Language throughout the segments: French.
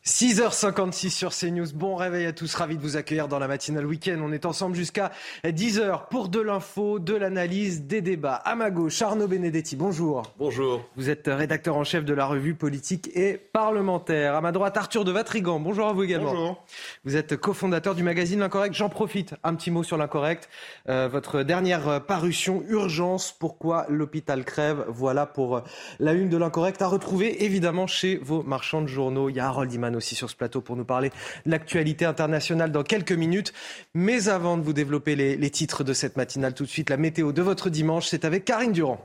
6h56 sur CNews. Bon réveil à tous, ravi de vous accueillir dans la matinale week-end. On est ensemble jusqu'à 10h pour de l'info, de l'analyse, des débats. À ma gauche, Arnaud Benedetti, bonjour. Bonjour. Vous êtes rédacteur en chef de la revue politique et parlementaire. À ma droite, Arthur de Vatrigan, bonjour à vous également. Bonjour. Vous êtes cofondateur du magazine L'Incorrect. J'en profite, un petit mot sur L'Incorrect. Votre dernière parution, Urgence, pourquoi l'hôpital crève. Voilà pour la une de L'Incorrect, à retrouver évidemment chez vos marchands de journaux. Il y a Harold Iman aussi sur ce plateau pour nous parler de l'actualité internationale dans quelques minutes. Mais avant de vous développer les titres de cette matinale, tout de suite la météo de votre dimanche, c'est avec Karine Durand.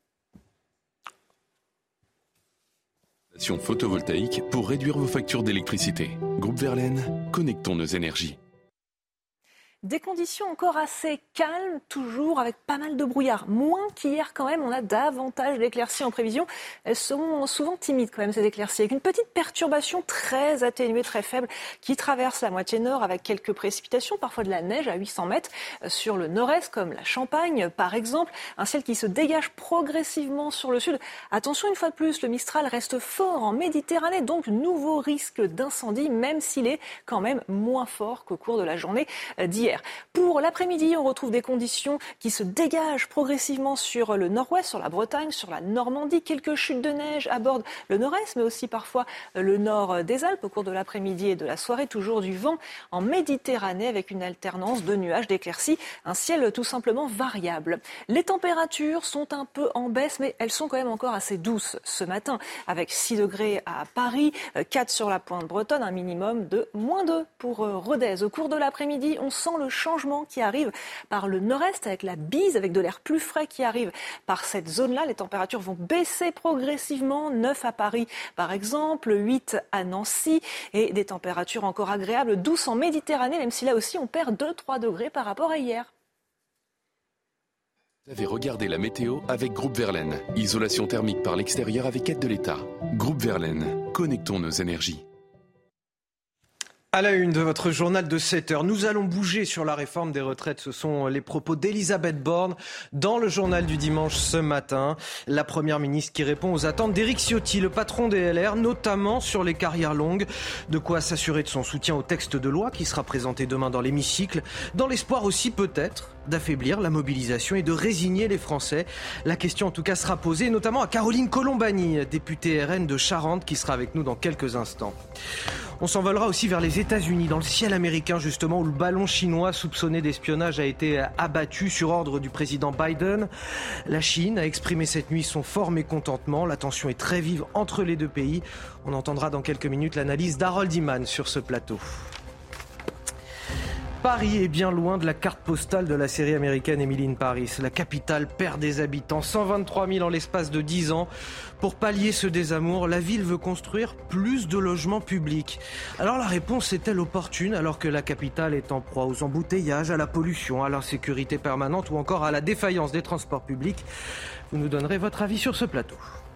Photovoltaïque pour réduire vos factures d'électricité. Groupe Verlaine, connectons nos énergies. Des conditions encore assez calmes, toujours avec pas mal de brouillard. Moins qu'hier quand même, on a davantage d'éclaircies en prévision. Elles sont souvent timides quand même, ces éclaircies, avec une petite perturbation très atténuée, très faible, qui traverse la moitié nord avec quelques précipitations, parfois de la neige à 800 mètres sur le nord-est, comme la Champagne par exemple. Un ciel qui se dégage progressivement sur le sud. Attention, une fois de plus, le Mistral reste fort en Méditerranée, donc nouveau risque d'incendie, même s'il est quand même moins fort qu'au cours de la journée d'hier. Pour l'après-midi, on retrouve des conditions qui se dégagent progressivement sur le nord-ouest, sur la Bretagne, sur la Normandie. Quelques chutes de neige abordent le nord-est, mais aussi parfois le nord des Alpes au cours de l'après-midi et de la soirée. Toujours du vent en Méditerranée avec une alternance de nuages, d'éclaircies, un ciel tout simplement variable. Les températures sont un peu en baisse, mais elles sont quand même encore assez douces ce matin, avec 6 degrés à Paris, 4 sur la pointe bretonne, un minimum de -2 pour Rodez. Au cours de l'après-midi, on sent le changement qui arrive par le nord-est avec la bise, avec de l'air plus frais qui arrive par cette zone-là. Les températures vont baisser progressivement, 9 à Paris par exemple, 8 à Nancy et des températures encore agréables, douces en Méditerranée, même si là aussi on perd 2-3 degrés par rapport à hier. Vous avez regardé la météo avec Groupe Verlaine. Isolation thermique par l'extérieur avec aide de l'État. Groupe Verlaine, connectons nos énergies. À la une de votre journal de 7h, nous allons bouger sur la réforme des retraites. Ce sont les propos d'Elisabeth Borne dans le journal du dimanche ce matin. La première ministre qui répond aux attentes d'Éric Ciotti, le patron des LR, notamment sur les carrières longues. De quoi s'assurer de son soutien au texte de loi qui sera présenté demain dans l'hémicycle. Dans l'espoir aussi peut-être d'affaiblir la mobilisation et de résigner les Français. La question en tout cas sera posée notamment à Caroline Colombani, députée RN de Charente, qui sera avec nous dans quelques instants. On s'envolera aussi vers les États-Unis, dans le ciel américain justement, où le ballon chinois soupçonné d'espionnage a été abattu sur ordre du président Biden. La Chine a exprimé cette nuit son fort mécontentement. La tension est très vive entre les deux pays. On entendra dans quelques minutes l'analyse d'Harold Iman sur ce plateau. Paris est bien loin de la carte postale de la série américaine Emily in Paris. La capitale perd des habitants, 123 000 en l'espace de 10 ans. Pour pallier ce désamour, la ville veut construire plus de logements publics. Alors la réponse est-elle opportune alors que la capitale est en proie aux embouteillages, à la pollution, à l'insécurité permanente ou encore à la défaillance des transports publics? Vous nous donnerez votre avis sur ce plateau.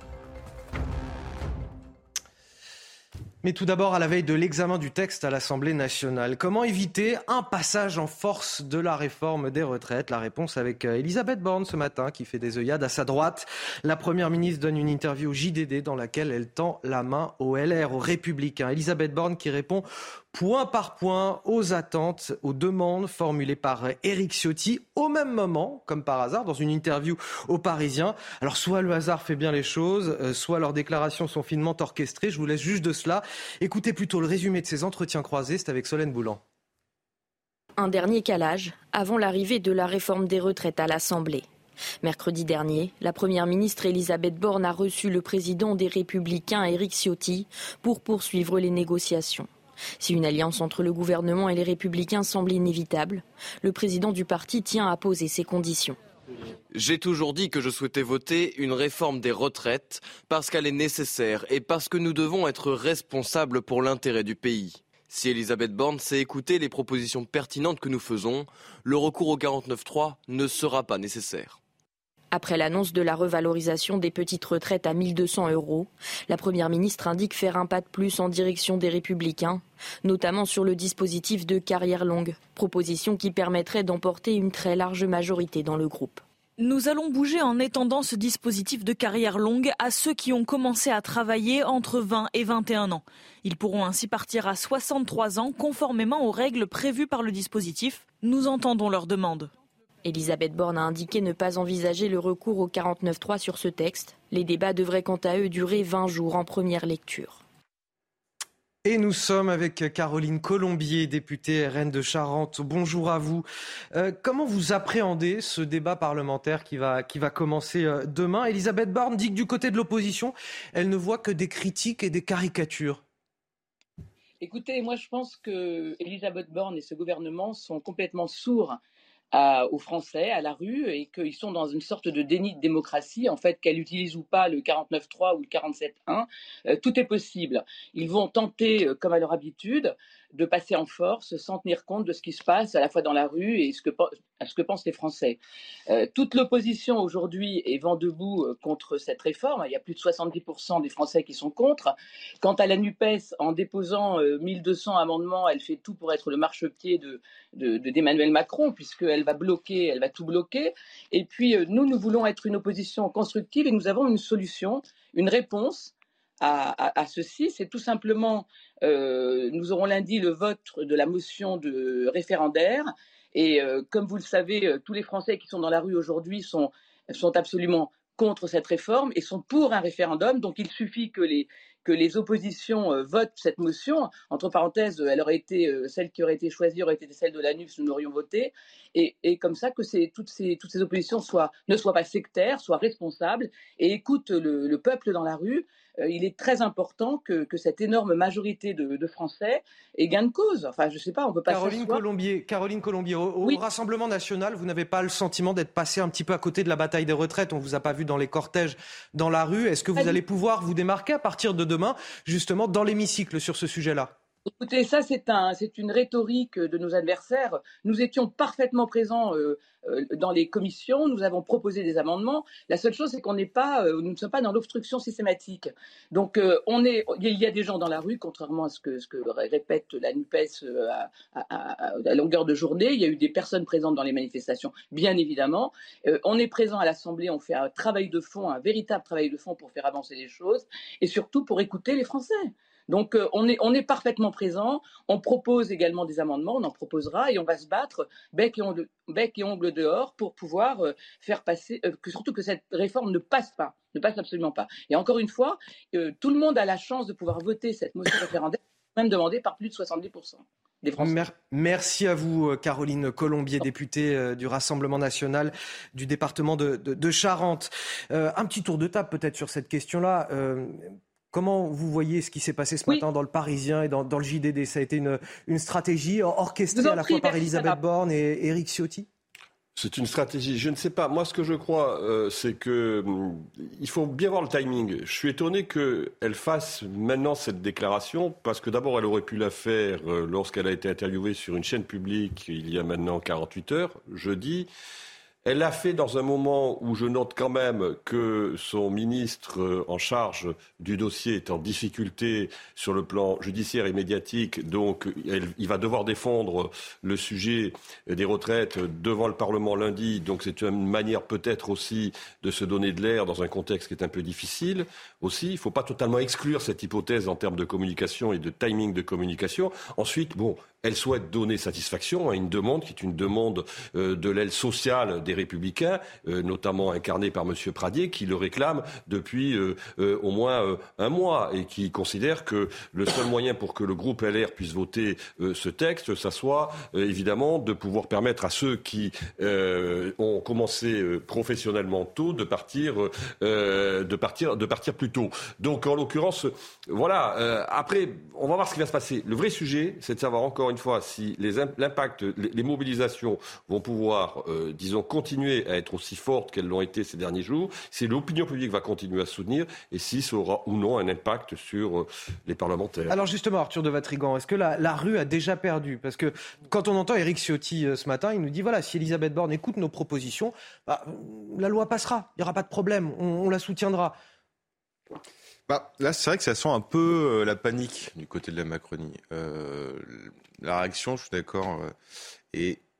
Mais tout d'abord, à la veille de l'examen du texte à l'Assemblée nationale, comment éviter un passage en force de la réforme des retraites? La réponse avec Elisabeth Borne ce matin, qui fait des œillades à sa droite. La Première ministre donne une interview au JDD dans laquelle elle tend la main aux LR, aux Républicains. Elisabeth Borne qui répond point par point aux attentes, aux demandes formulées par Éric Ciotti au même moment, comme par hasard, dans une interview aux Parisiens. Alors soit le hasard fait bien les choses, soit leurs déclarations sont finement orchestrées. Je vous laisse juge de cela. Écoutez plutôt le résumé de ces entretiens croisés, c'est avec Solène Boulan. Un dernier calage avant l'arrivée de la réforme des retraites à l'Assemblée. Mercredi dernier, la Première ministre Elisabeth Borne a reçu le président des Républicains, Éric Ciotti, pour poursuivre les négociations. Si une alliance entre le gouvernement et les Républicains semble inévitable, le président du parti tient à poser ses conditions. J'ai toujours dit que je souhaitais voter une réforme des retraites parce qu'elle est nécessaire et parce que nous devons être responsables pour l'intérêt du pays. Si Elisabeth Borne sait écouter les propositions pertinentes que nous faisons, le recours au 49.3 ne sera pas nécessaire. Après l'annonce de la revalorisation des petites retraites à 1 200 €, la Première ministre indique faire un pas de plus en direction des Républicains, notamment sur le dispositif de carrière longue, proposition qui permettrait d'emporter une très large majorité dans le groupe. Nous allons bouger en étendant ce dispositif de carrière longue à ceux qui ont commencé à travailler entre 20 et 21 ans. Ils pourront ainsi partir à 63 ans conformément aux règles prévues par le dispositif. Nous entendons leurs demandes. Elisabeth Borne a indiqué ne pas envisager le recours au 49.3 sur ce texte. Les débats devraient quant à eux durer 20 jours en première lecture. Et nous sommes avec Caroline Colombier, députée RN de Charente. Bonjour à vous. Comment vous appréhendez ce débat parlementaire qui va commencer demain ? Elisabeth Borne dit que du côté de l'opposition, elle ne voit que des critiques et des caricatures. Écoutez, moi je pense que Elisabeth Borne et ce gouvernement sont complètement sourds aux Français, à la rue, et qu'ils sont dans une sorte de déni de démocratie, en fait, qu'elle utilise ou pas le 49.3 ou le 47.1, tout est possible. Ils vont tenter, comme à leur habitude, de passer en force sans tenir compte de ce qui se passe à la fois dans la rue et ce que pensent les Français. Toute l'opposition aujourd'hui est vent debout contre cette réforme. Il y a plus de 70% des Français qui sont contre. Quant à la NUPES, en déposant 1200 amendements, elle fait tout pour être le marchepied d'Emmanuel Macron, puisqu'elle va tout bloquer. Et puis nous voulons être une opposition constructive et nous avons une solution, une réponse à ceci. C'est tout simplement, nous aurons lundi le vote de la motion de référendaire. Et comme vous le savez, tous les Français qui sont dans la rue aujourd'hui sont absolument contre cette réforme et sont pour un référendum. Donc il suffit que les oppositions votent cette motion. Entre parenthèses, celle qui aurait été choisie aurait été celle de l'ANUPS, nous l'aurions votée. Et comme ça, que toutes ces oppositions ne soient pas sectaires, soient responsables et écoutent le peuple dans la rue. Il est très important que cette énorme majorité de Français ait gain de cause. Enfin, je ne sais pas, on ne peut pas Caroline Colombier, au Rassemblement national, vous n'avez pas le sentiment d'être passé un petit peu à côté de la bataille des retraites ? On ne vous a pas vu dans les cortèges, dans la rue. Est-ce que vous allez pouvoir vous démarquer à partir de demain, justement, dans l'hémicycle sur ce sujet-là ? Écoutez, ça c'est une rhétorique de nos adversaires. Nous étions parfaitement présents dans les commissions, nous avons proposé des amendements. La seule chose, c'est nous ne sommes pas dans l'obstruction systématique. Donc il y a des gens dans la rue, contrairement à ce que répète la NUPES à longueur de journée. Il y a eu des personnes présentes dans les manifestations, bien évidemment. On est présent à l'Assemblée, on fait un travail de fond, un véritable travail de fond pour faire avancer les choses et surtout pour écouter les Français. Donc on est parfaitement présent, on propose également des amendements, on en proposera et on va se battre bec et ongle dehors pour pouvoir faire passer, surtout que cette réforme ne passe absolument pas. Et encore une fois, tout le monde a la chance de pouvoir voter cette motion référendaire, même demandée par plus de 70% des Français. Merci à vous, Caroline Colombier, députée du Rassemblement national du département de Charente. Un petit tour de table peut-être sur cette question-là. Comment vous voyez ce qui s'est passé ce matin dans le Parisien et dans le JDD ? Ça a été une stratégie orchestrée à la fois par Elisabeth Borne et Éric Ciotti ? C'est une stratégie, je ne sais pas. Moi, ce que je crois, c'est que il faut bien voir le timing. Je suis étonné qu'elle fasse maintenant cette déclaration, parce que d'abord, elle aurait pu la faire lorsqu'elle a été interviewée sur une chaîne publique il y a maintenant 48 heures, jeudi. Elle l'a fait dans un moment où je note quand même que son ministre en charge du dossier est en difficulté sur le plan judiciaire et médiatique. Donc, il va devoir défendre le sujet des retraites devant le Parlement lundi. Donc, c'est une manière peut-être aussi de se donner de l'air dans un contexte qui est un peu difficile. Aussi, il ne faut pas totalement exclure cette hypothèse en termes de communication et de timing de communication. Ensuite, elle souhaite donner satisfaction à une demande qui est une demande de l'aile sociale des Républicains, notamment incarnée par M. Pradier, qui le réclame depuis au moins un mois et qui considère que le seul moyen pour que le groupe LR puisse voter ce texte, ça soit évidemment de pouvoir permettre à ceux qui ont commencé professionnellement tôt de partir plus tôt. Donc en l'occurrence, voilà. Après, on va voir ce qui va se passer. Le vrai sujet, c'est de savoir encore une fois si l'impact, les mobilisations vont pouvoir, continuer à être aussi fortes qu'elles l'ont été ces derniers jours, si l'opinion publique va continuer à soutenir et si ça aura ou non un impact sur les parlementaires. Alors justement, Arthur de Vatrigan, est-ce que la rue a déjà perdu ? Parce que quand on entend Éric Ciotti ce matin, il nous dit voilà, si Elisabeth Borne écoute nos propositions, la loi passera, il n'y aura pas de problème, on la soutiendra. Là, c'est vrai que ça sent un peu la panique du côté de la Macronie. La réaction, je suis d'accord, est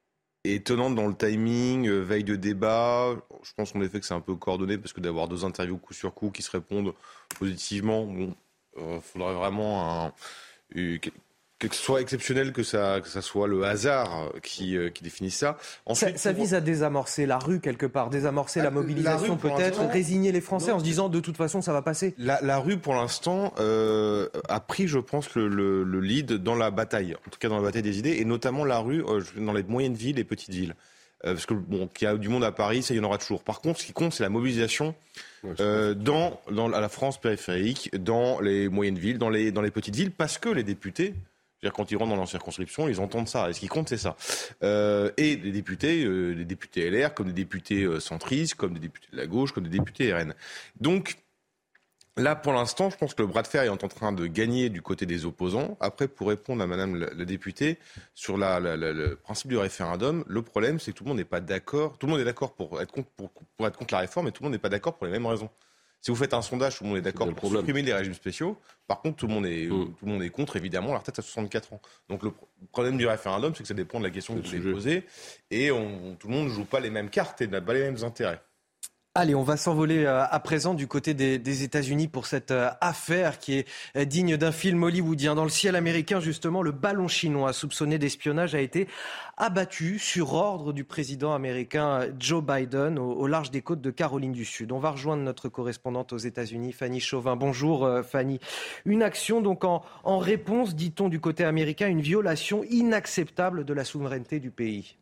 étonnante dans le timing, veille de débat. Je pense en effet que c'est un peu coordonné parce que d'avoir 2 interviews coup sur coup qui se répondent positivement, faudrait vraiment que ce soit exceptionnel, que ça soit le hasard qui définisse ça. Ensuite, ça vise à désamorcer la rue quelque part, désamorcer la mobilisation peut-être, résigner les Français en se disant de toute façon ça va passer. La rue pour l'instant a pris, je pense, le lead dans la bataille, en tout cas dans la bataille des idées, et notamment la rue dans les moyennes villes et petites villes. Parce que qu'il y a du monde à Paris, ça il y en aura toujours. Par contre, ce qui compte, c'est la mobilisation dans la France périphérique, dans les moyennes villes, dans les petites villes, parce que les députés, quand ils rentrent dans leur circonscription, ils entendent ça. Et ce qui compte, c'est ça. Et les députés LR, comme des députés centristes, comme des députés de la gauche, comme des députés RN. Donc, là, pour l'instant, je pense que le bras de fer est en train de gagner du côté des opposants. Après, pour répondre à madame la députée, sur le principe du référendum, le problème, c'est que tout le monde n'est pas d'accord. Tout le monde est d'accord pour être contre la réforme, mais tout le monde n'est pas d'accord pour les mêmes raisons. Si vous faites un sondage, tout le monde est d'accord pour supprimer les régimes spéciaux. Par contre, tout le monde est contre, évidemment, la retraite à 64 ans. Donc le problème du référendum, c'est que ça dépend de la question que vous allez poser. Et tout le monde ne joue pas les mêmes cartes et n'a pas les mêmes intérêts. Allez, on va s'envoler à présent du côté des États-Unis pour cette affaire qui est digne d'un film hollywoodien. Dans le ciel américain, justement, le ballon chinois soupçonné d'espionnage a été abattu sur ordre du président américain Joe Biden au large des côtes de Caroline du Sud. On va rejoindre notre correspondante aux États-Unis, Fanny Chauvin. Bonjour Fanny. Une action donc en réponse, dit-on du côté américain, une violation inacceptable de la souveraineté du pays.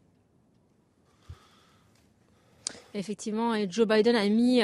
Effectivement, Joe Biden a mis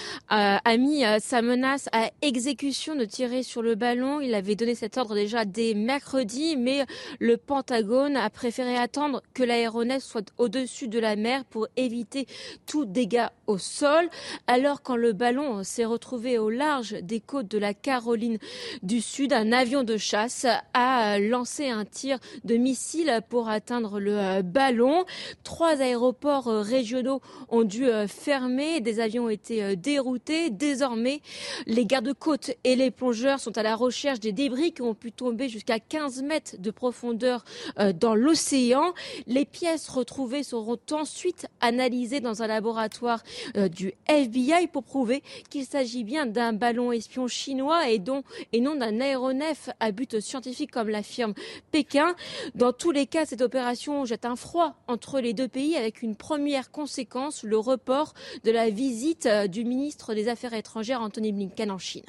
sa menace à exécution de tirer sur le ballon. Il avait donné cet ordre déjà dès mercredi, mais le Pentagone a préféré attendre que l'aéronef soit au-dessus de la mer pour éviter tout dégât au sol. Alors, quand le ballon s'est retrouvé au large des côtes de la Caroline du Sud, un avion de chasse a lancé un tir de missile pour atteindre le ballon. 3 aéroports régionaux ont dû fermés, des avions ont été déroutés. Désormais, les gardes-côtes et les plongeurs sont à la recherche des débris qui ont pu tomber jusqu'à 15 mètres de profondeur dans l'océan. Les pièces retrouvées seront ensuite analysées dans un laboratoire du FBI pour prouver qu'il s'agit bien d'un ballon espion chinois et non d'un aéronef à but scientifique comme l'affirme Pékin. Dans tous les cas, cette opération jette un froid entre les deux pays avec une première conséquence, le report de la visite du ministre des Affaires étrangères Antony Blinken en Chine.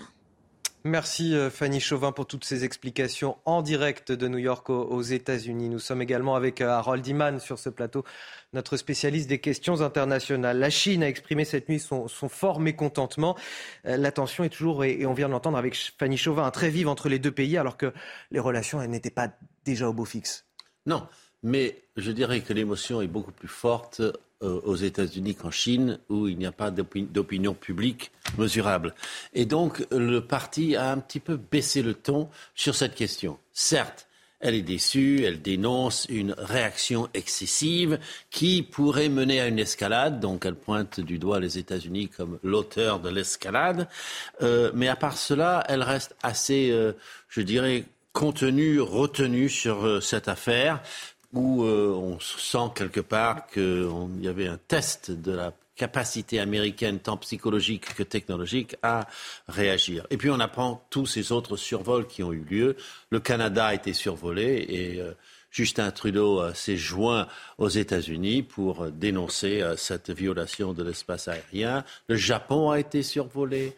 Merci Fanny Chauvin pour toutes ces explications en direct de New York aux États-Unis. Nous sommes également avec Harold Iman sur ce plateau, notre spécialiste des questions internationales. La Chine a exprimé cette nuit son fort mécontentement. La tension est toujours, et on vient de l'entendre avec Fanny Chauvin, très vive entre les deux pays alors que les relations n'étaient pas déjà au beau fixe. Non, mais je dirais que l'émotion est beaucoup plus forte aux États-Unis qu'en Chine, où il n'y a pas d'opinion publique mesurable. Et donc, le parti a un petit peu baissé le ton sur cette question. Certes, elle est déçue, elle dénonce une réaction excessive qui pourrait mener à une escalade, donc elle pointe du doigt les États-Unis comme l'auteur de l'escalade. Mais à part cela, elle reste assez, je dirais, contenue, retenue sur cette affaire, où on sent quelque part qu'il y avait un test de la capacité américaine, tant psychologique que technologique, à réagir. Et puis on apprend tous ces autres survols qui ont eu lieu. Le Canada a été survolé et Justin Trudeau s'est joint aux États-Unis pour dénoncer cette violation de l'espace aérien. Le Japon a été survolé,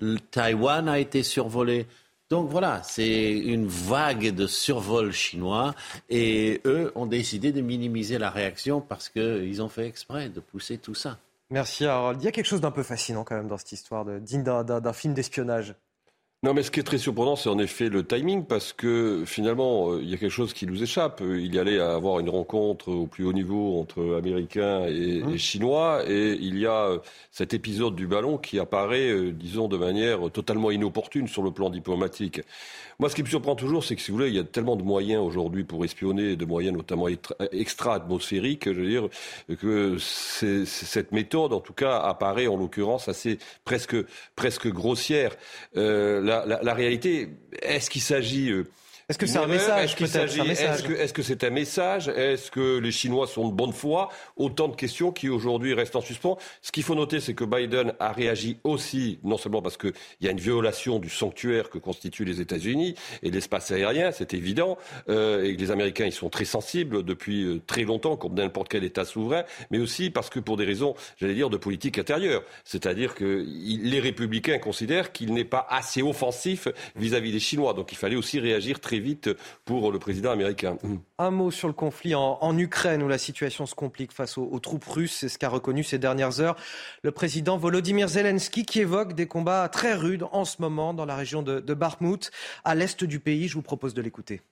Taïwan a été survolé. Donc voilà, c'est une vague de survol chinois et eux ont décidé de minimiser la réaction parce qu'ils ont fait exprès de pousser tout ça. Merci Harold. Il y a quelque chose d'un peu fascinant quand même dans cette histoire, digne d'un film d'espionnage. Non, mais ce qui est très surprenant, c'est en effet le timing, parce que finalement, il y a quelque chose qui nous échappe. Il y allait avoir une rencontre au plus haut niveau entre Américains et Chinois, et il y a cet épisode du ballon qui apparaît, disons, de manière totalement inopportune sur le plan diplomatique. Moi, ce qui me surprend toujours, c'est que, si vous voulez, il y a tellement de moyens aujourd'hui pour espionner, de moyens notamment extra-atmosphériques, je veux dire, que cette méthode, en tout cas, apparaît en l'occurrence assez presque grossière. La réalité, est-ce qu'il s'agit Est-ce que c'est un message Est-ce que c'est un message? Est-ce que les Chinois sont de bonne foi? Autant de questions qui aujourd'hui restent en suspens. Ce qu'il faut noter, c'est que Biden a réagi aussi, non seulement parce qu'il y a une violation du sanctuaire que constituent les États-Unis et l'espace aérien, c'est évident, et que les Américains y sont très sensibles depuis très longtemps, comme n'importe quel État souverain, mais aussi parce que pour des raisons, j'allais dire, de politique intérieure. C'est-à-dire que les républicains considèrent qu'il n'est pas assez offensif vis-à-vis des Chinois. Donc il fallait aussi réagir très vite pour le président américain. Un mot sur le conflit en Ukraine où la situation se complique face aux troupes russes. C'est ce qu'a reconnu ces dernières heures le président Volodymyr Zelensky qui évoque des combats très rudes en ce moment dans la région de Bakhmout, à l'est du pays. Je vous propose de l'écouter.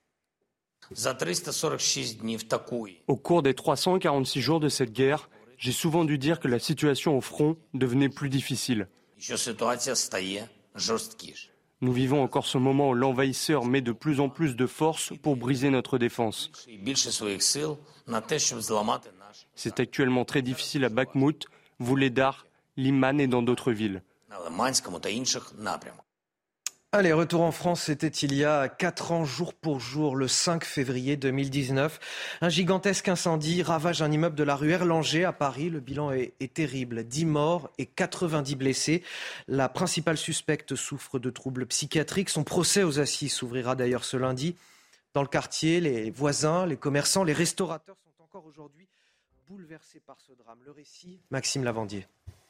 Au cours des 346 jours de cette guerre, j'ai souvent dû dire que la situation au front devenait plus difficile. Nous vivons encore ce moment où l'envahisseur met de plus en plus de force pour briser notre défense. C'est actuellement très difficile à Bakhmout, Vuhledar, Liman et dans d'autres villes. Allez, retour en France, c'était il y a 4 ans, jour pour jour, le 5 février 2019. Un gigantesque incendie ravage un immeuble de la rue Erlanger à Paris. Le bilan est terrible, 10 morts et 90 blessés. La principale suspecte souffre de troubles psychiatriques. Son procès aux assises s'ouvrira d'ailleurs ce lundi. Dans le quartier, les voisins, les commerçants, les restaurateurs sont encore aujourd'hui bouleversés par ce drame. Le récit, Maxime Lavandier.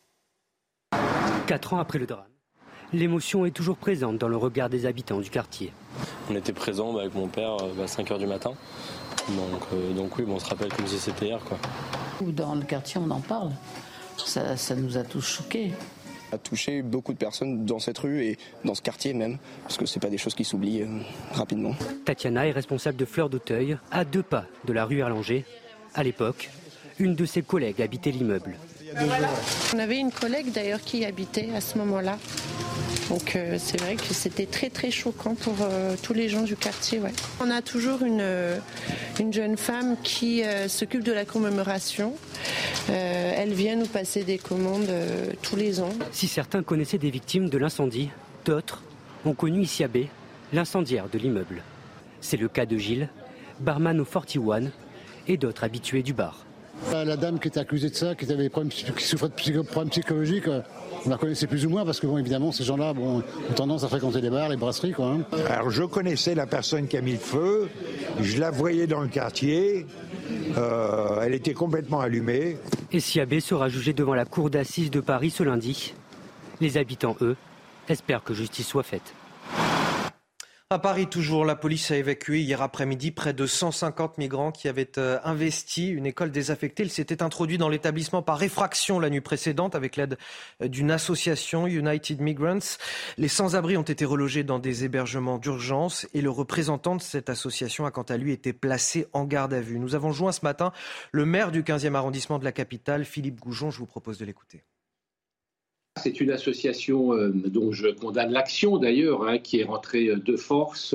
4 ans après le drame, l'émotion est toujours présente dans le regard des habitants du quartier. On était présents avec mon père à 5h du matin. Donc oui, on se rappelle comme si c'était hier, quoi. Dans le quartier, on en parle. Ça nous a tous choqués. A touché beaucoup de personnes dans cette rue et dans ce quartier même, parce que c'est pas des choses qui s'oublient rapidement. Tatiana est responsable de Fleurs d'Auteuil, à 2 pas de la rue Erlanger. À l'époque, une de ses collègues habitait l'immeuble. On avait une collègue d'ailleurs qui habitait à ce moment-là. Donc c'est vrai que c'était très très choquant pour tous les gens du quartier. Ouais. On a toujours une jeune femme qui s'occupe de la commémoration. Elle vient nous passer des commandes tous les ans. Si certains connaissaient des victimes de l'incendie, d'autres ont connu Isiabé, l'incendiaire de l'immeuble. C'est le cas de Gilles, barman au 41 et d'autres habitués du bar. La dame qui était accusée de ça, qui souffrait de problèmes psychologiques, on la connaissait plus ou moins parce que bon, évidemment ces gens-là ont tendance à fréquenter les bars, les brasseries, quoi. Alors je connaissais la personne qui a mis le feu, je la voyais dans le quartier, elle était complètement allumée. Et Siabé sera jugé devant la cour d'assises de Paris ce lundi. Les habitants, eux, espèrent que justice soit faite. À Paris, toujours, la police a évacué hier après-midi près de 150 migrants qui avaient investi une école désaffectée. Ils s'étaient introduits dans l'établissement par effraction la nuit précédente avec l'aide d'une association, United Migrants. Les sans-abri ont été relogés dans des hébergements d'urgence et le représentant de cette association a quant à lui été placé en garde à vue. Nous avons joint ce matin le maire du 15e arrondissement de la capitale, Philippe Goujon. Je vous propose de l'écouter. C'est une association dont je condamne l'action d'ailleurs, qui est rentrée de force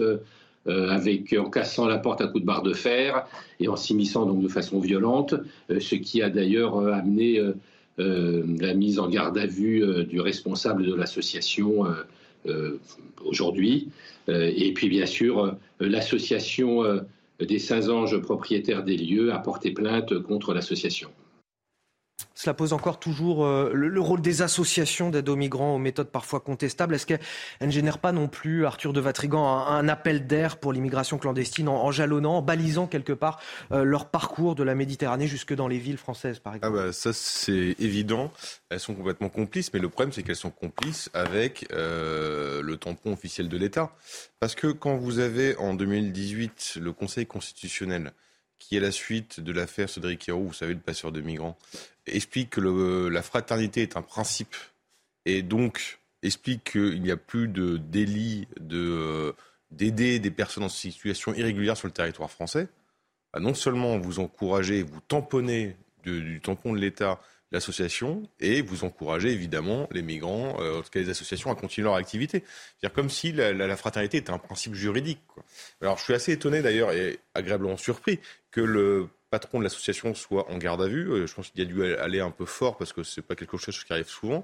en cassant la porte à coups de barre de fer et en s'immisçant donc de façon violente, ce qui a d'ailleurs amené la mise en garde à vue du responsable de l'association aujourd'hui. Et puis bien sûr, l'association des Saint-Anges propriétaires des lieux a porté plainte contre l'association. Cela pose encore toujours le rôle des associations d'aide aux migrants aux méthodes parfois contestables. Est-ce qu'elles ne génèrent pas non plus, Arthur de Vatrigan, un appel d'air pour l'immigration clandestine en jalonnant, en balisant quelque part leur parcours de la Méditerranée jusque dans les villes françaises, par exemple? Ça, c'est évident. Elles sont complètement complices, mais le problème, c'est qu'elles sont complices avec le tampon officiel de l'État. Parce que quand vous avez, en 2018, le Conseil constitutionnel, qui est la suite de l'affaire Cédric Herrou, vous savez, le passeur de migrants, explique que la fraternité est un principe et donc explique qu'il n'y a plus de délit d'aider des personnes en situation irrégulière sur le territoire français. Non seulement vous encouragez, vous tamponnez du tampon de l'État l'association et vous encouragez évidemment les migrants, en tout cas les associations, à continuer leur activité. C'est-à-dire comme si la fraternité était un principe juridique, quoi. Alors je suis assez étonné d'ailleurs et agréablement surpris que le patron de l'association soit en garde à vue. Je pense qu'il a dû aller un peu fort parce que c'est pas quelque chose qui arrive souvent.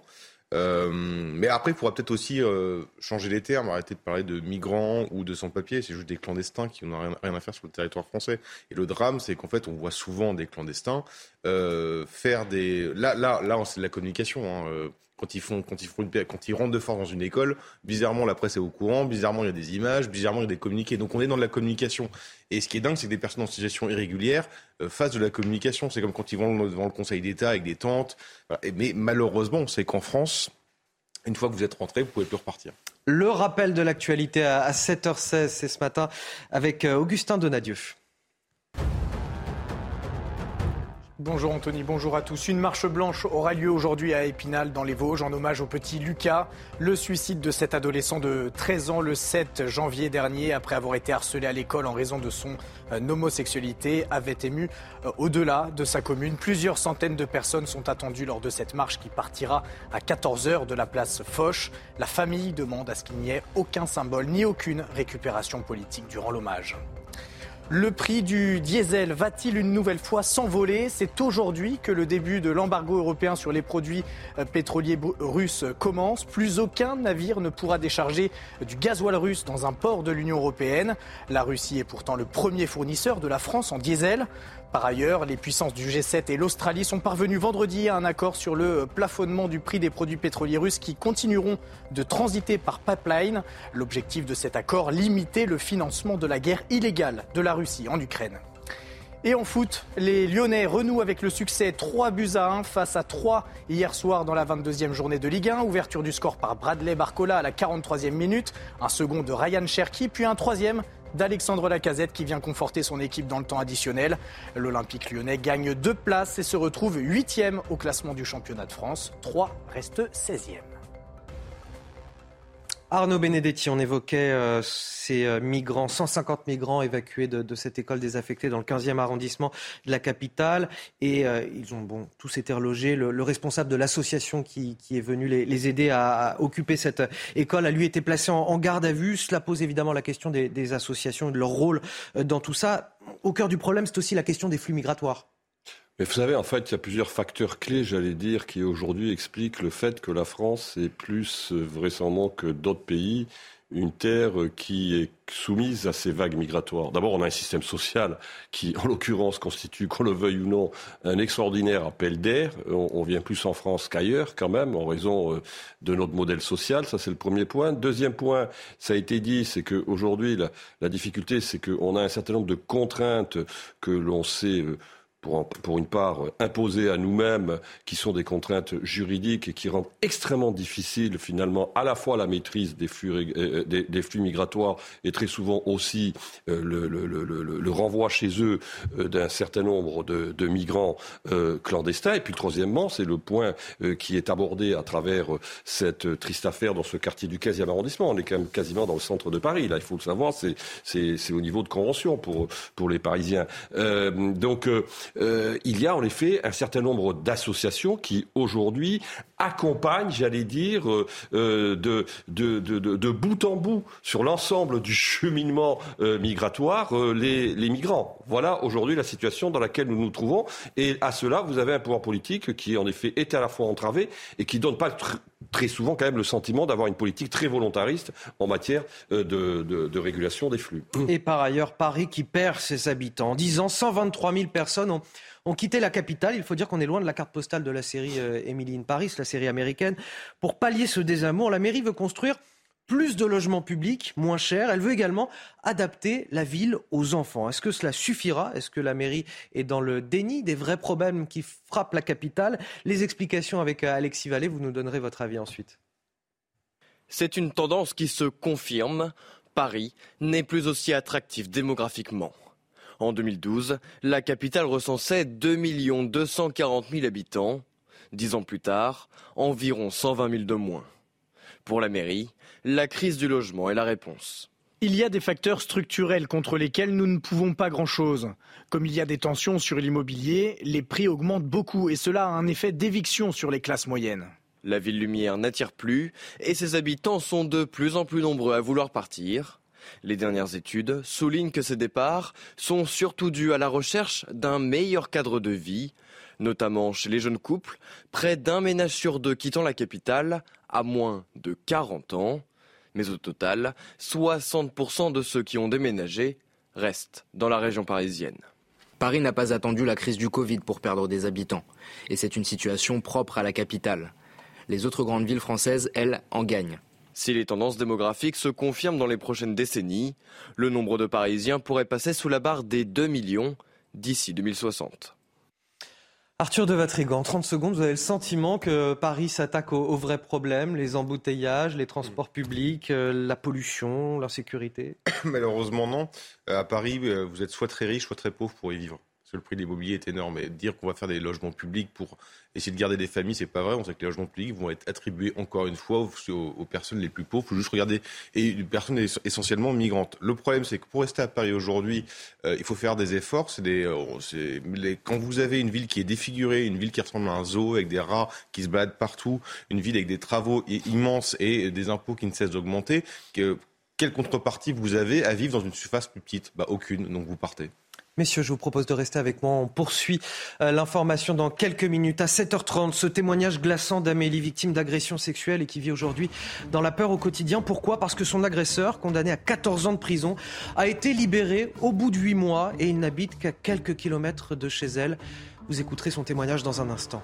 Mais après, il faudra peut-être aussi changer les termes, arrêter de parler de migrants ou de sans-papiers. C'est juste des clandestins qui n'ont rien à faire sur le territoire français. Et le drame, c'est qu'en fait, on voit souvent des clandestins faire des... Là, c'est de la communication. Quand ils rentrent de force dans une école, bizarrement, la presse est au courant, bizarrement, il y a des images, bizarrement, il y a des communiqués. Donc, on est dans de la communication. Et ce qui est dingue, c'est que des personnes en situation irrégulière fassent de la communication. C'est comme quand ils vont devant le Conseil d'État avec des tentes. Voilà. Mais malheureusement, on sait qu'en France, une fois que vous êtes rentré, vous ne pouvez plus repartir. Le rappel de l'actualité à 7h16, c'est ce matin avec Augustin Donadieu. Bonjour Anthony, bonjour à tous. Une marche blanche aura lieu aujourd'hui à Épinal dans les Vosges en hommage au petit Lucas. Le suicide de cet adolescent de 13 ans le 7 janvier dernier après avoir été harcelé à l'école en raison de son homosexualité avait ému au-delà de sa commune. Plusieurs centaines de personnes sont attendues lors de cette marche qui partira à 14h de la place Foch. La famille demande à ce qu'il n'y ait aucun symbole ni aucune récupération politique durant l'hommage. Le prix du diesel va-t-il une nouvelle fois s'envoler ? C'est aujourd'hui que le début de l'embargo européen sur les produits pétroliers russes commence. Plus aucun navire ne pourra décharger du gasoil russe dans un port de l'Union européenne. La Russie est pourtant le premier fournisseur de la France en diesel. Par ailleurs, les puissances du G7 et l'Australie sont parvenues vendredi à un accord sur le plafonnement du prix des produits pétroliers russes qui continueront de transiter par pipeline. L'objectif de cet accord, limiter le financement de la guerre illégale de la Russie en Ukraine. Et en foot, les Lyonnais renouent avec le succès 3-1 face à 3 hier soir dans la 22e journée de Ligue 1. Ouverture du score par Bradley Barcola à la 43e minute, un second de Ryan Cherki, puis un troisième d'Alexandre Lacazette qui vient conforter son équipe dans le temps additionnel. L'Olympique lyonnais gagne 2 places et se retrouve 8e au classement du championnat de France. 3 reste 16e. Arnaud Benedetti, on évoquait ces migrants, 150 migrants évacués de cette école désaffectée dans le 15e arrondissement de la capitale. Et ils ont tous été relogés. Le responsable de l'association qui est venu les aider à occuper cette école a lui été placé en garde à vue. Cela pose évidemment la question des associations et de leur rôle dans tout ça. Au cœur du problème, c'est aussi la question des flux migratoires. Mais vous savez, en fait, il y a plusieurs facteurs clés, j'allais dire, qui aujourd'hui expliquent le fait que la France est plus vraisemblablement que d'autres pays une terre qui est soumise à ces vagues migratoires. D'abord, on a un système social qui, en l'occurrence, constitue, qu'on le veuille ou non, un extraordinaire appel d'air. On vient plus en France qu'ailleurs, quand même, en raison de notre modèle social. Ça, c'est le premier point. Deuxième point, ça a été dit, c'est qu'aujourd'hui, la difficulté, c'est qu'on a un certain nombre de contraintes que l'on sait... Pour une part, imposées à nous-mêmes, qui sont des contraintes juridiques et qui rendent extrêmement difficile, finalement, à la fois la maîtrise des flux migratoires et très souvent aussi le renvoi chez eux d'un certain nombre de migrants clandestins. Et puis, troisièmement, c'est le point qui est abordé à travers cette triste affaire dans ce quartier du 15e arrondissement. On est quand même quasiment dans le centre de Paris. Là, il faut le savoir, c'est au niveau de convention pour les Parisiens. Il y a en effet un certain nombre d'associations qui aujourd'hui accompagnent, j'allais dire, de bout en bout sur l'ensemble du cheminement migratoire les migrants. Voilà aujourd'hui la situation dans laquelle nous nous trouvons. Et à cela, vous avez un pouvoir politique qui en effet est à la fois entravé et qui donne pas très souvent quand même le sentiment d'avoir une politique très volontariste en matière de régulation des flux. Et par ailleurs, Paris qui perd ses habitants. En 10 ans, 123 000 personnes ont quitté la capitale. Il faut dire qu'on est loin de la carte postale de la série Emily in Paris, la série américaine. Pour pallier ce désamour, la mairie veut construire plus de logements publics, moins chers. Elle veut également adapter la ville aux enfants. Est-ce que cela suffira ? Est-ce que la mairie est dans le déni des vrais problèmes qui frappent la capitale ? Les explications avec Alexis Vallée, vous nous donnerez votre avis ensuite. C'est une tendance qui se confirme. Paris n'est plus aussi attractif démographiquement. En 2012, la capitale recensait 2 240 000 habitants. 10 ans plus tard, environ 120 000 de moins. Pour la mairie, la crise du logement est la réponse. Il y a des facteurs structurels contre lesquels nous ne pouvons pas grand-chose. Comme il y a des tensions sur l'immobilier, les prix augmentent beaucoup et cela a un effet d'éviction sur les classes moyennes. La ville lumière n'attire plus et ses habitants sont de plus en plus nombreux à vouloir partir. Les dernières études soulignent que ces départs sont surtout dus à la recherche d'un meilleur cadre de vie, notamment chez les jeunes couples, près d'un ménage sur deux quittant la capitale à moins de 40 ans. Mais au total, 60% de ceux qui ont déménagé restent dans la région parisienne. Paris n'a pas attendu la crise du Covid pour perdre des habitants. Et c'est une situation propre à la capitale. Les autres grandes villes françaises, elles, en gagnent. Si les tendances démographiques se confirment dans les prochaines décennies, le nombre de Parisiens pourrait passer sous la barre des 2 millions d'ici 2060. Arthur de Vatrigan, 30 secondes, vous avez le sentiment que Paris s'attaque aux vrais problèmes, les embouteillages, les transports publics, la pollution, l'insécurité? Malheureusement non. À Paris, vous êtes soit très riche, soit très pauvre pour y vivre. Parce que le prix de l'immobilier est énorme. Et dire qu'on va faire des logements publics pour essayer de garder des familles, c'est pas vrai. On sait que les logements publics vont être attribués encore une fois aux personnes les plus pauvres. Il faut juste regarder, et des personnes essentiellement migrantes. Le problème, c'est que pour rester à Paris aujourd'hui, il faut faire des efforts. Quand vous avez une ville qui est défigurée, une ville qui ressemble à un zoo avec des rats qui se baladent partout, une ville avec des travaux immenses et des impôts qui ne cessent d'augmenter, quelle contrepartie vous avez à vivre dans une surface plus petite? Aucune, donc vous partez. Messieurs, je vous propose de rester avec moi. On poursuit l'information dans quelques minutes. À 7h30, ce témoignage glaçant d'Amélie, victime d'agression sexuelle et qui vit aujourd'hui dans la peur au quotidien. Pourquoi ? Parce que son agresseur, condamné à 14 ans de prison, a été libéré au bout de 8 mois et il n'habite qu'à quelques kilomètres de chez elle. Vous écouterez son témoignage dans un instant.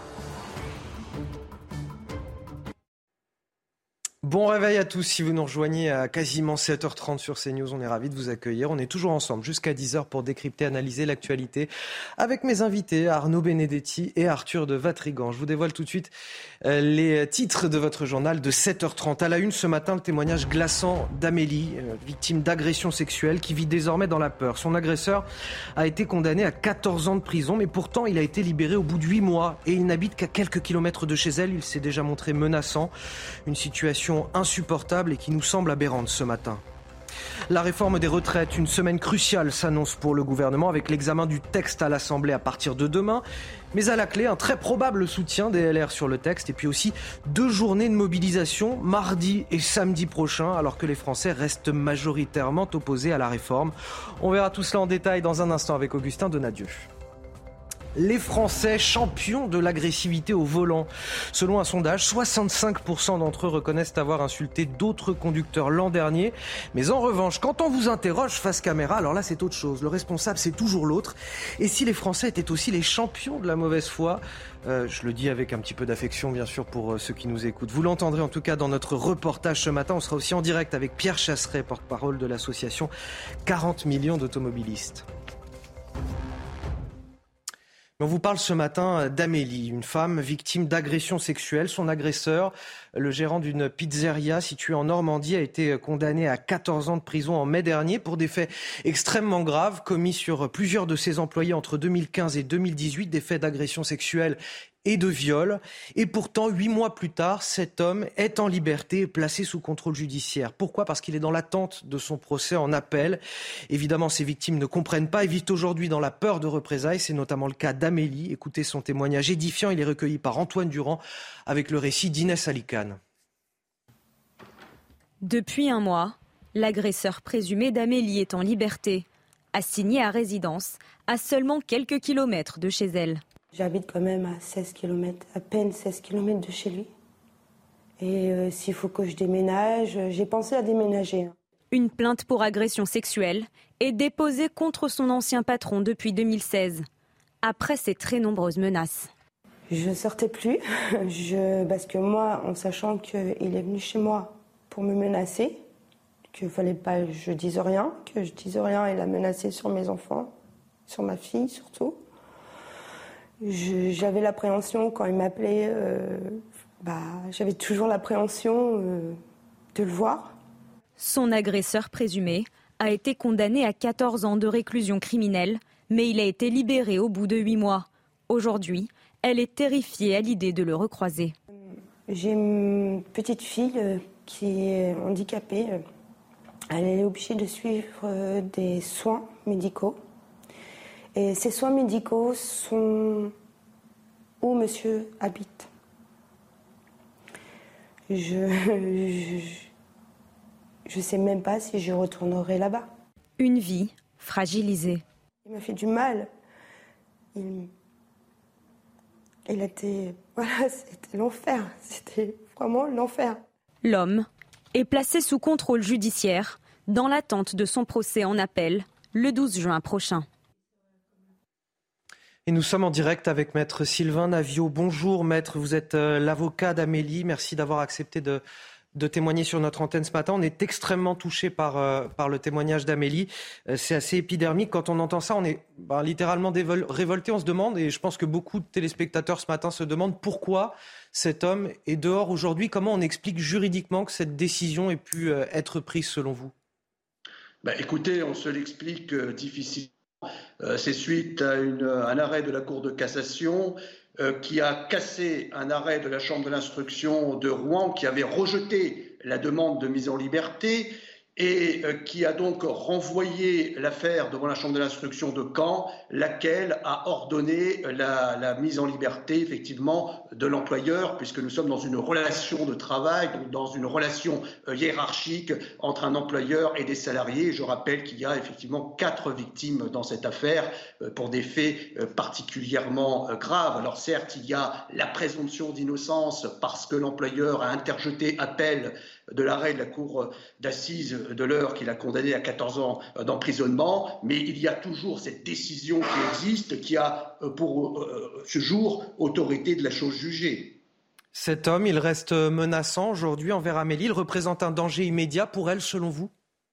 Bon réveil à tous, si vous nous rejoignez à quasiment 7h30 sur CNews, on est ravis de vous accueillir. On est toujours ensemble jusqu'à 10h pour décrypter, analyser l'actualité avec mes invités Arnaud Benedetti et Arthur de Vatrigan. Je vous dévoile tout de suite les titres de votre journal de 7h30. À la une ce matin, le témoignage glaçant d'Amélie, victime d'agression sexuelle qui vit désormais dans la peur. Son agresseur a été condamné à 14 ans de prison, mais pourtant il a été libéré au bout de 8 mois et il n'habite qu'à quelques kilomètres de chez elle. Il s'est déjà montré menaçant. Une situation insupportable et qui nous semble aberrante ce matin. La réforme des retraites, une semaine cruciale s'annonce pour le gouvernement avec l'examen du texte à l'Assemblée à partir de demain. Mais à la clé, un très probable soutien des LR sur le texte et puis aussi 2 journées de mobilisation, mardi et samedi prochain, alors que les Français restent majoritairement opposés à la réforme. On verra tout cela en détail dans un instant avec Augustin Donadieu. Les Français champions de l'agressivité au volant. Selon un sondage, 65% d'entre eux reconnaissent avoir insulté d'autres conducteurs l'an dernier. Mais en revanche, quand on vous interroge face caméra, alors là c'est autre chose. Le responsable c'est toujours l'autre. Et si les Français étaient aussi les champions de la mauvaise foi, je le dis avec un petit peu d'affection bien sûr pour ceux qui nous écoutent. Vous l'entendrez en tout cas dans notre reportage ce matin. On sera aussi en direct avec Pierre Chasseret, porte-parole de l'association 40 millions d'automobilistes. On vous parle ce matin d'Amélie, une femme victime d'agression sexuelle. Son agresseur, le gérant d'une pizzeria située en Normandie, a été condamné à 14 ans de prison en mai dernier pour des faits extrêmement graves commis sur plusieurs de ses employés entre 2015 et 2018, des faits d'agression sexuelle et de viol. Et pourtant, 8 mois plus tard, cet homme est en liberté et placé sous contrôle judiciaire. Pourquoi ? Parce qu'il est dans l'attente de son procès en appel. Évidemment, ces victimes ne comprennent pas et vivent aujourd'hui dans la peur de représailles. C'est notamment le cas d'Amélie. Écoutez son témoignage édifiant. Il est recueilli par Antoine Durand avec le récit d'Inès Alicane. Depuis un mois, l'agresseur présumé d'Amélie est en liberté, assigné à résidence à seulement quelques kilomètres de chez elle. J'habite quand même à 16 km, à peine 16 km de chez lui. Et s'il faut que je déménage, j'ai pensé à déménager. Une plainte pour agression sexuelle est déposée contre son ancien patron depuis 2016, après ses très nombreuses menaces. Je ne sortais plus, parce que moi, en sachant qu'il est venu chez moi pour me menacer, qu'il ne fallait pas que je dise rien, il a menacé sur mes enfants, sur ma fille surtout. J'avais l'appréhension quand il m'appelait, j'avais toujours l'appréhension de le voir. Son agresseur présumé a été condamné à 14 ans de réclusion criminelle, mais il a été libéré au bout de 8 mois. Aujourd'hui, elle est terrifiée à l'idée de le recroiser. J'ai une petite fille qui est handicapée. Elle est obligée de suivre des soins médicaux. Et ces soins médicaux sont où monsieur habite. Je je ne sais même pas si je retournerai là-bas. Une vie fragilisée. Il m'a fait du mal. C'était l'enfer. C'était vraiment l'enfer. L'homme est placé sous contrôle judiciaire dans l'attente de son procès en appel le 12 juin prochain. Et nous sommes en direct avec Maître Sylvain Navio. Bonjour Maître, vous êtes l'avocat d'Amélie. Merci d'avoir accepté de témoigner sur notre antenne ce matin. On est extrêmement touchés par le témoignage d'Amélie. C'est assez épidermique. Quand on entend ça, on est littéralement révolté. On se demande, et je pense que beaucoup de téléspectateurs ce matin se demandent pourquoi cet homme est dehors aujourd'hui. Comment on explique juridiquement que cette décision ait pu être prise selon vous ? Écoutez, on se l'explique difficilement. C'est suite à un arrêt de la Cour de cassation qui a cassé un arrêt de la Chambre de l'instruction de Rouen qui avait rejeté la demande de mise en liberté et qui a donc renvoyé l'affaire devant la Chambre de l'instruction de Caen, laquelle a ordonné la mise en liberté, effectivement, de l'employeur, puisque nous sommes dans une relation de travail, donc dans une relation hiérarchique entre un employeur et des salariés. Je rappelle qu'il y a effectivement 4 victimes dans cette affaire pour des faits particulièrement graves. Alors certes, il y a la présomption d'innocence parce que l'employeur a interjeté appel de l'arrêt de la cour d'assises de l'Eure qui l'a condamné à 14 ans d'emprisonnement, mais il y a toujours cette décision qui existe, qui a pour ce jour autorité de la chose jugée. Cet homme, il reste menaçant aujourd'hui envers Amélie. Il représente un danger immédiat pour elle, selon vous ?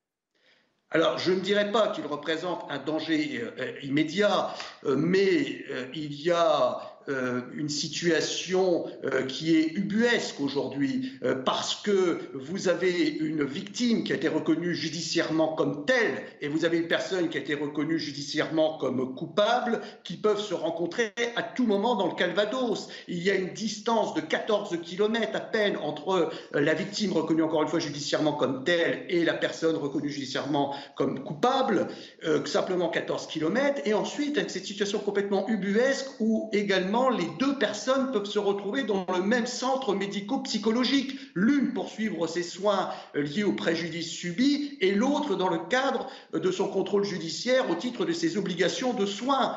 Alors, je ne dirais pas qu'il représente un danger immédiat, mais il y a une situation qui est ubuesque aujourd'hui parce que vous avez une victime qui a été reconnue judiciairement comme telle et vous avez une personne qui a été reconnue judiciairement comme coupable qui peuvent se rencontrer à tout moment dans le Calvados. Il y a une distance de 14 km à peine entre la victime reconnue encore une fois judiciairement comme telle et la personne reconnue judiciairement comme coupable, simplement 14 km. Et ensuite, avec cette situation complètement ubuesque où également les 2 personnes peuvent se retrouver dans le même centre médico-psychologique. L'une pour suivre ses soins liés au préjudice subi et l'autre dans le cadre de son contrôle judiciaire au titre de ses obligations de soins.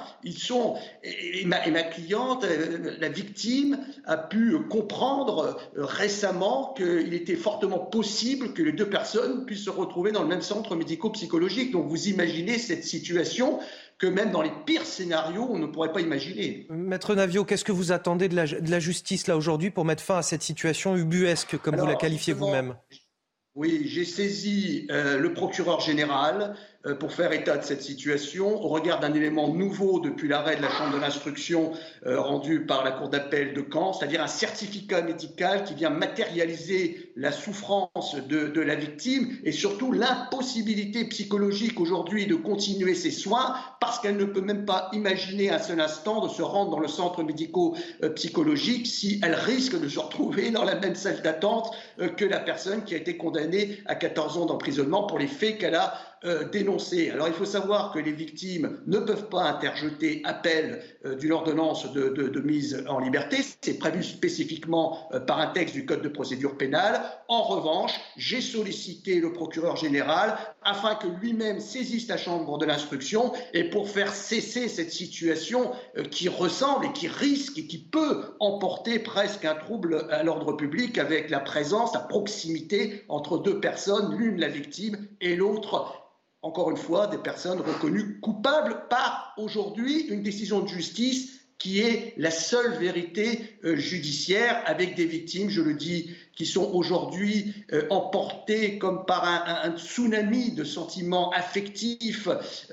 Et ma cliente, la victime, a pu comprendre récemment qu'il était fortement possible que les 2 personnes puissent se retrouver dans le même centre médico-psychologique. Donc vous imaginez cette situation que même dans les pires scénarios, on ne pourrait pas imaginer. Maître Navio, qu'est-ce que vous attendez de la justice là aujourd'hui pour mettre fin à cette situation ubuesque, comme vous la qualifiez vous-même ? Oui, j'ai saisi le procureur général pour faire état de cette situation au regard d'un élément nouveau depuis l'arrêt de la Chambre de l'instruction rendu par la Cour d'appel de Caen, c'est-à-dire un certificat médical qui vient matérialiser la souffrance de la victime et surtout l'impossibilité psychologique aujourd'hui de continuer ses soins parce qu'elle ne peut même pas imaginer un seul instant de se rendre dans le centre médico-psychologique si elle risque de se retrouver dans la même salle d'attente que la personne qui a été condamnée à 14 ans d'emprisonnement pour les faits qu'elle a dénoncés. Alors il faut savoir que les victimes ne peuvent pas interjeter appel d'une ordonnance de mise en liberté. C'est prévu spécifiquement par un texte du Code de procédure pénale. En revanche, j'ai sollicité le procureur général afin que lui-même saisisse la Chambre de l'instruction et pour faire cesser cette situation qui ressemble et qui risque et qui peut emporter presque un trouble à l'ordre public avec la présence, la proximité entre 2 personnes, l'une la victime et l'autre encore une fois, des personnes reconnues coupables par aujourd'hui une décision de justice qui est la seule vérité judiciaire avec des victimes, je le dis, qui sont aujourd'hui emportées comme par un tsunami de sentiments affectifs,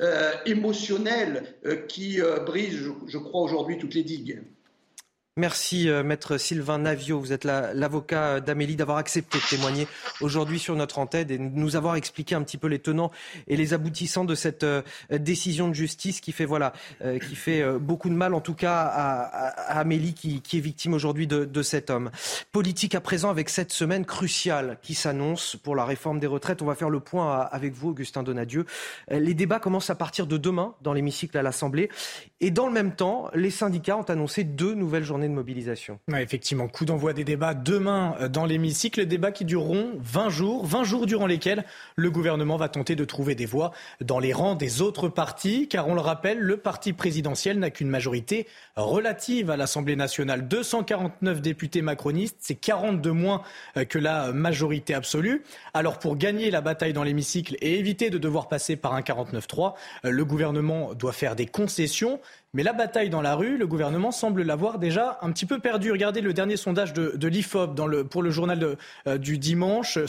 émotionnels qui brisent, je crois, aujourd'hui toutes les digues. Merci Maître Sylvain Navio, vous êtes l'avocat d'Amélie, d'avoir accepté de témoigner aujourd'hui sur notre antenne et de nous avoir expliqué un petit peu les tenants et les aboutissants de cette décision de justice qui fait beaucoup de mal en tout cas à Amélie qui est victime aujourd'hui de cet homme. Politique à présent avec cette semaine cruciale qui s'annonce pour la réforme des retraites. On va faire le point avec vous Augustin Donadieu. Les débats commencent à partir de demain dans l'hémicycle à l'Assemblée et dans le même temps, les syndicats ont annoncé 2 nouvelles journées de mobilisation. Ouais, effectivement, coup d'envoi des débats demain dans l'hémicycle, débats qui dureront 20 jours durant lesquels le gouvernement va tenter de trouver des voix dans les rangs des autres partis, car on le rappelle, le parti présidentiel n'a qu'une majorité relative à l'Assemblée nationale. 249 députés macronistes, c'est 40 de moins que la majorité absolue. Alors pour gagner la bataille dans l'hémicycle et éviter de devoir passer par un 49-3, le gouvernement doit faire des concessions. Mais la bataille dans la rue, le gouvernement semble l'avoir déjà un petit peu perdue. Regardez le dernier sondage de l'IFOP pour le journal du dimanche.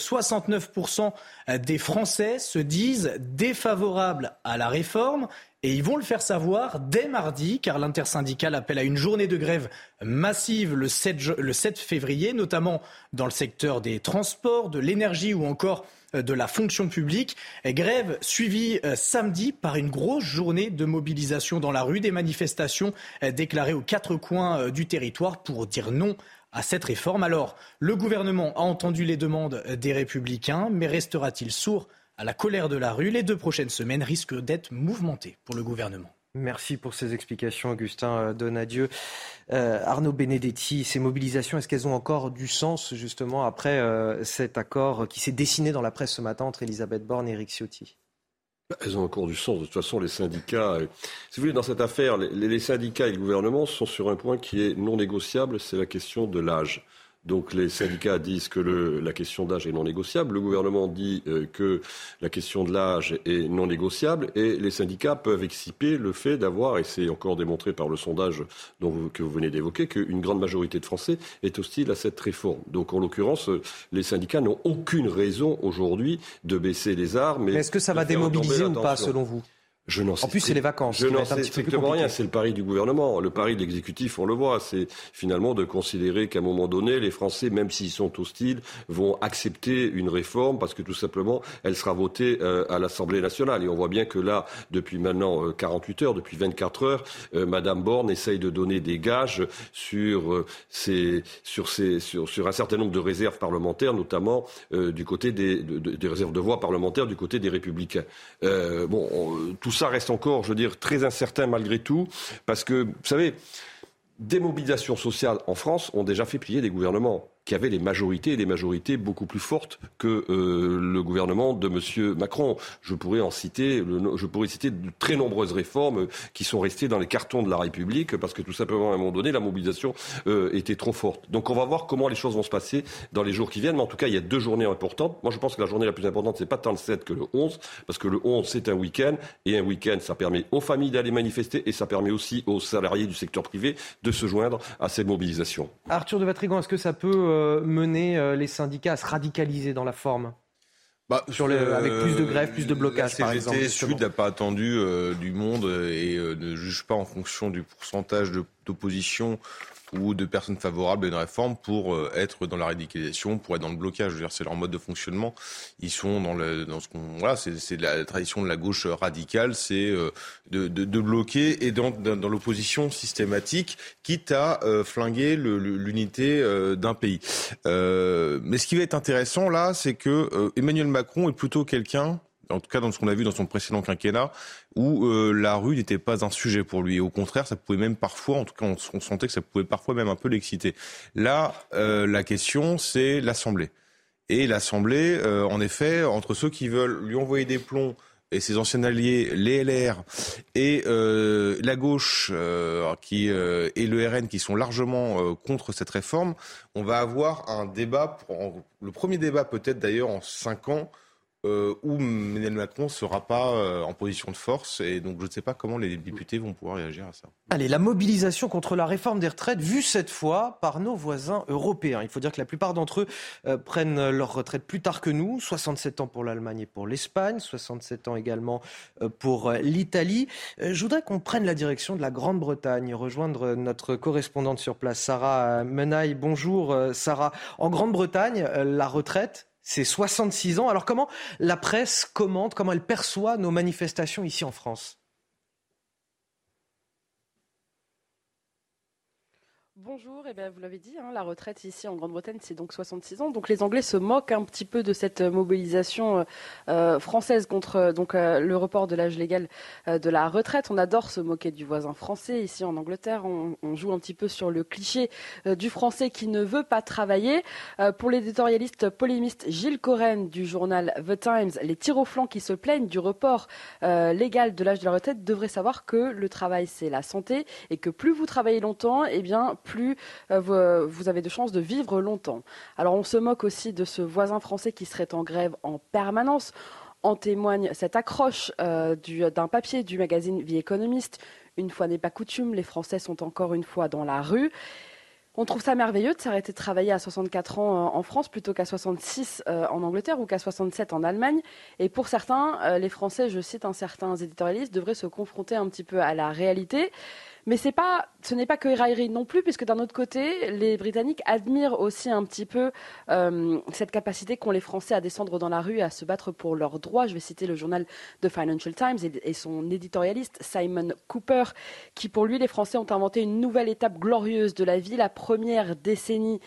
69% des Français se disent défavorables à la réforme. Et ils vont le faire savoir dès mardi, car l'intersyndicale appelle à une journée de grève massive le 7 février, notamment dans le secteur des transports, de l'énergie ou encore de la fonction publique. Grève suivie samedi par une grosse journée de mobilisation dans la rue, des manifestations déclarées aux 4 coins du territoire pour dire non à cette réforme. Alors, le gouvernement a entendu les demandes des Républicains, mais restera-t-il sourd à la colère de la rue? Les 2 prochaines semaines risquent d'être mouvementées pour le gouvernement. Merci pour ces explications, Augustin Donadieu. Arnaud Benedetti, ces mobilisations, est-ce qu'elles ont encore du sens, justement, après cet accord qui s'est dessiné dans la presse ce matin entre Elisabeth Borne et Éric Ciotti? Elles ont encore du sens. De toute façon, les syndicats, si vous voulez, dans cette affaire, les syndicats et le gouvernement sont sur un point qui est non négociable, c'est la question de l'âge. Donc les syndicats disent que la question d'âge est non négociable, le gouvernement dit que la question de l'âge est non négociable, et les syndicats peuvent exciper le fait d'avoir, et c'est encore démontré par le sondage que vous venez d'évoquer, qu'une grande majorité de Français est hostile à cette réforme. Donc en l'occurrence, les syndicats n'ont aucune raison aujourd'hui de baisser les armes. Mais est-ce que ça va démobiliser ou pas, selon vous ? En plus, c'est les vacances. Je n'en sais strictement rien. C'est le pari du gouvernement. Le pari de l'exécutif, on le voit, c'est finalement de considérer qu'à un moment donné, les Français, même s'ils sont hostiles, vont accepter une réforme parce que tout simplement, elle sera votée à l'Assemblée nationale. Et on voit bien que là, depuis maintenant 48 heures, depuis 24 heures, Madame Borne essaye de donner des gages sur un certain nombre de réserves parlementaires, notamment du côté des réserves de voix parlementaires du côté des Républicains. Tout ça reste encore, je veux dire, très incertain malgré tout, parce que, vous savez, des mobilisations sociales en France ont déjà fait plier des gouvernements qui avaient les majorités beaucoup plus fortes que le gouvernement de M. Macron. Je pourrais citer de très nombreuses réformes qui sont restées dans les cartons de la République parce que tout simplement à un moment donné la mobilisation était trop forte. Donc on va voir comment les choses vont se passer dans les jours qui viennent. Mais en tout cas, il y a 2 journées importantes. Moi, je pense que la journée la plus importante, c'est pas tant le 7 que le 11, parce que le 11, c'est un week-end, et un week-end, ça permet aux familles d'aller manifester et ça permet aussi aux salariés du secteur privé de se joindre à cette mobilisation. Arthur de Vatrigan, est-ce que ça peut mener les syndicats à se radicaliser dans la forme avec plus de grèves, plus de blocages, par exemple. La CGT Sud n'a pas attendu du monde et ne juge pas en fonction du pourcentage d'opposition ou de personnes favorables à une réforme pour être dans la radicalisation, pour être dans le blocage. Je veux dire, c'est leur mode de fonctionnement. Ils sont c'est la tradition de la gauche radicale, c'est de bloquer et dans l'opposition systématique, quitte à flinguer l'unité d'un pays. Mais ce qui va être intéressant là, c'est que Emmanuel Macron est plutôt quelqu'un, en tout cas dans ce qu'on a vu dans son précédent quinquennat, où la rue n'était pas un sujet pour lui. Et au contraire, ça pouvait même parfois, en tout cas on sentait que ça pouvait parfois même un peu l'exciter. Là, la question, c'est l'Assemblée. Et l'Assemblée, en effet, entre ceux qui veulent lui envoyer des plombs et ses anciens alliés, les LR, et la gauche et le RN qui sont largement contre cette réforme, on va avoir un débat, le premier débat peut-être d'ailleurs en 5 ans, où Emmanuel Macron ne sera pas en position de force, et donc je ne sais pas comment les députés vont pouvoir réagir à ça. Allez, la mobilisation contre la réforme des retraites, vue cette fois par nos voisins européens. Il faut dire que la plupart d'entre eux prennent leur retraite plus tard que nous, 67 ans pour l'Allemagne et pour l'Espagne, 67 ans également pour l'Italie. Je voudrais qu'on prenne la direction de la Grande-Bretagne, rejoindre notre correspondante sur place, Sarah Menaille. Bonjour Sarah. En Grande-Bretagne, la retraite, c'est 66 ans. Alors comment la presse commente, comment elle perçoit nos manifestations ici en France ? Bonjour, vous l'avez dit, la retraite ici en Grande-Bretagne, c'est donc 66 ans. Donc les Anglais se moquent un petit peu de cette mobilisation française contre le report de l'âge légal de la retraite. On adore se moquer du voisin français. Ici en Angleterre, on joue un petit peu sur le cliché du français qui ne veut pas travailler. Pour l'éditorialiste polémiste Gilles Corren du journal The Times, les tirs au flanc qui se plaignent du report légal de l'âge de la retraite devraient savoir que le travail, c'est la santé et que plus vous travaillez longtemps, plus vous avez de chances de vivre longtemps. Alors on se moque aussi de ce voisin français qui serait en grève en permanence. En témoigne cette accroche d'un papier du magazine The Economist. Une fois n'est pas coutume, les Français sont encore une fois dans la rue. On trouve ça merveilleux de s'arrêter de travailler à 64 ans en France plutôt qu'à 66 en Angleterre ou qu'à 67 en Allemagne. Et pour certains, les Français, je cite certains éditorialistes, devraient se confronter un petit peu à la réalité. Mais ce n'est pas que raillerie non plus, puisque d'un autre côté, les Britanniques admirent aussi un petit peu cette capacité qu'ont les Français à descendre dans la rue et à se battre pour leurs droits. Je vais citer le journal The Financial Times et son éditorialiste Simon Cooper, qui pour lui, les Français ont inventé une nouvelle étape glorieuse de la vie, la première décennie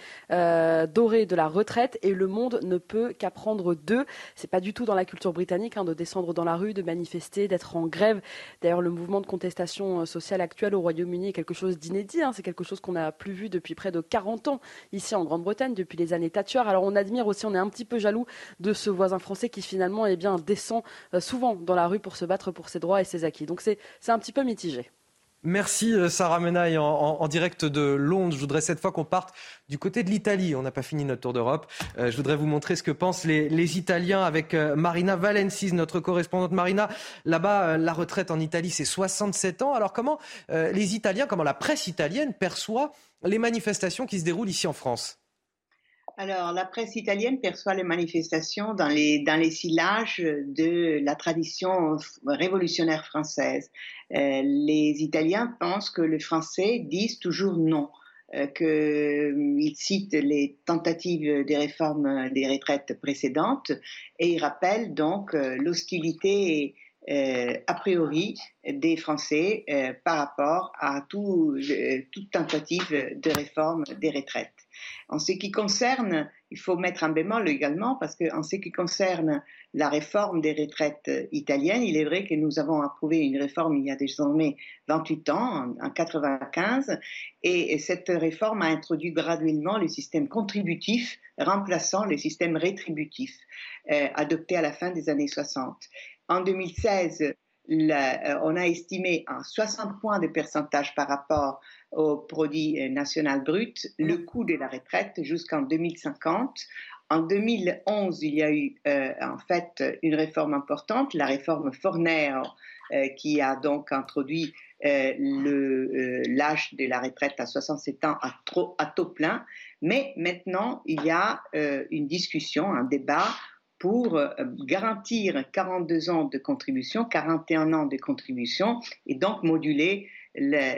dorée de la retraite, et le monde ne peut qu'apprendre d'eux. C'est pas du tout dans la culture britannique de descendre dans la rue, de manifester, d'être en grève. D'ailleurs, le mouvement de contestation sociale actuel au Royaume-Uni est quelque chose d'inédit. C'est quelque chose qu'on n'a plus vu depuis près de 40 ans ici en Grande-Bretagne, depuis les années Thatcher. Alors on admire aussi, on est un petit peu jaloux de ce voisin français qui finalement descend souvent dans la rue pour se battre pour ses droits et ses acquis. Donc c'est un petit peu mitigé. Merci Sarah Menaille en direct de Londres. Je voudrais cette fois qu'on parte du côté de l'Italie. On n'a pas fini notre tour d'Europe. Je voudrais vous montrer ce que pensent les Italiens avec Marina Valensis, notre correspondante. Marina, là-bas, la retraite en Italie, c'est 67 ans. Alors comment comment la presse italienne perçoit les manifestations qui se déroulent ici en France ? Alors, la presse italienne perçoit les manifestations dans les sillages de la tradition révolutionnaire française. Les Italiens pensent que les Français disent toujours non, qu'ils citent les tentatives des réformes des retraites précédentes et ils rappellent donc l'hostilité a priori des Français par rapport à toute tentative de réforme des retraites. En ce qui concerne, il faut mettre un bémol également, parce qu'en ce qui concerne la réforme des retraites italiennes, il est vrai que nous avons approuvé une réforme il y a désormais 28 ans, en 1995, et cette réforme a introduit graduellement le système contributif remplaçant le système rétributif adopté à la fin des années 60. En 2016, on a estimé à 60 points de pourcentage par rapport au produit national brut le coût de la retraite jusqu'en 2050. En 2011, il y a eu en fait une réforme importante, la réforme Fornero, qui a donc introduit l'âge de la retraite à 67 ans à taux plein. Mais maintenant, il y a une discussion, un débat pour garantir 42 ans de contribution, 41 ans de contribution, et donc moduler l'âge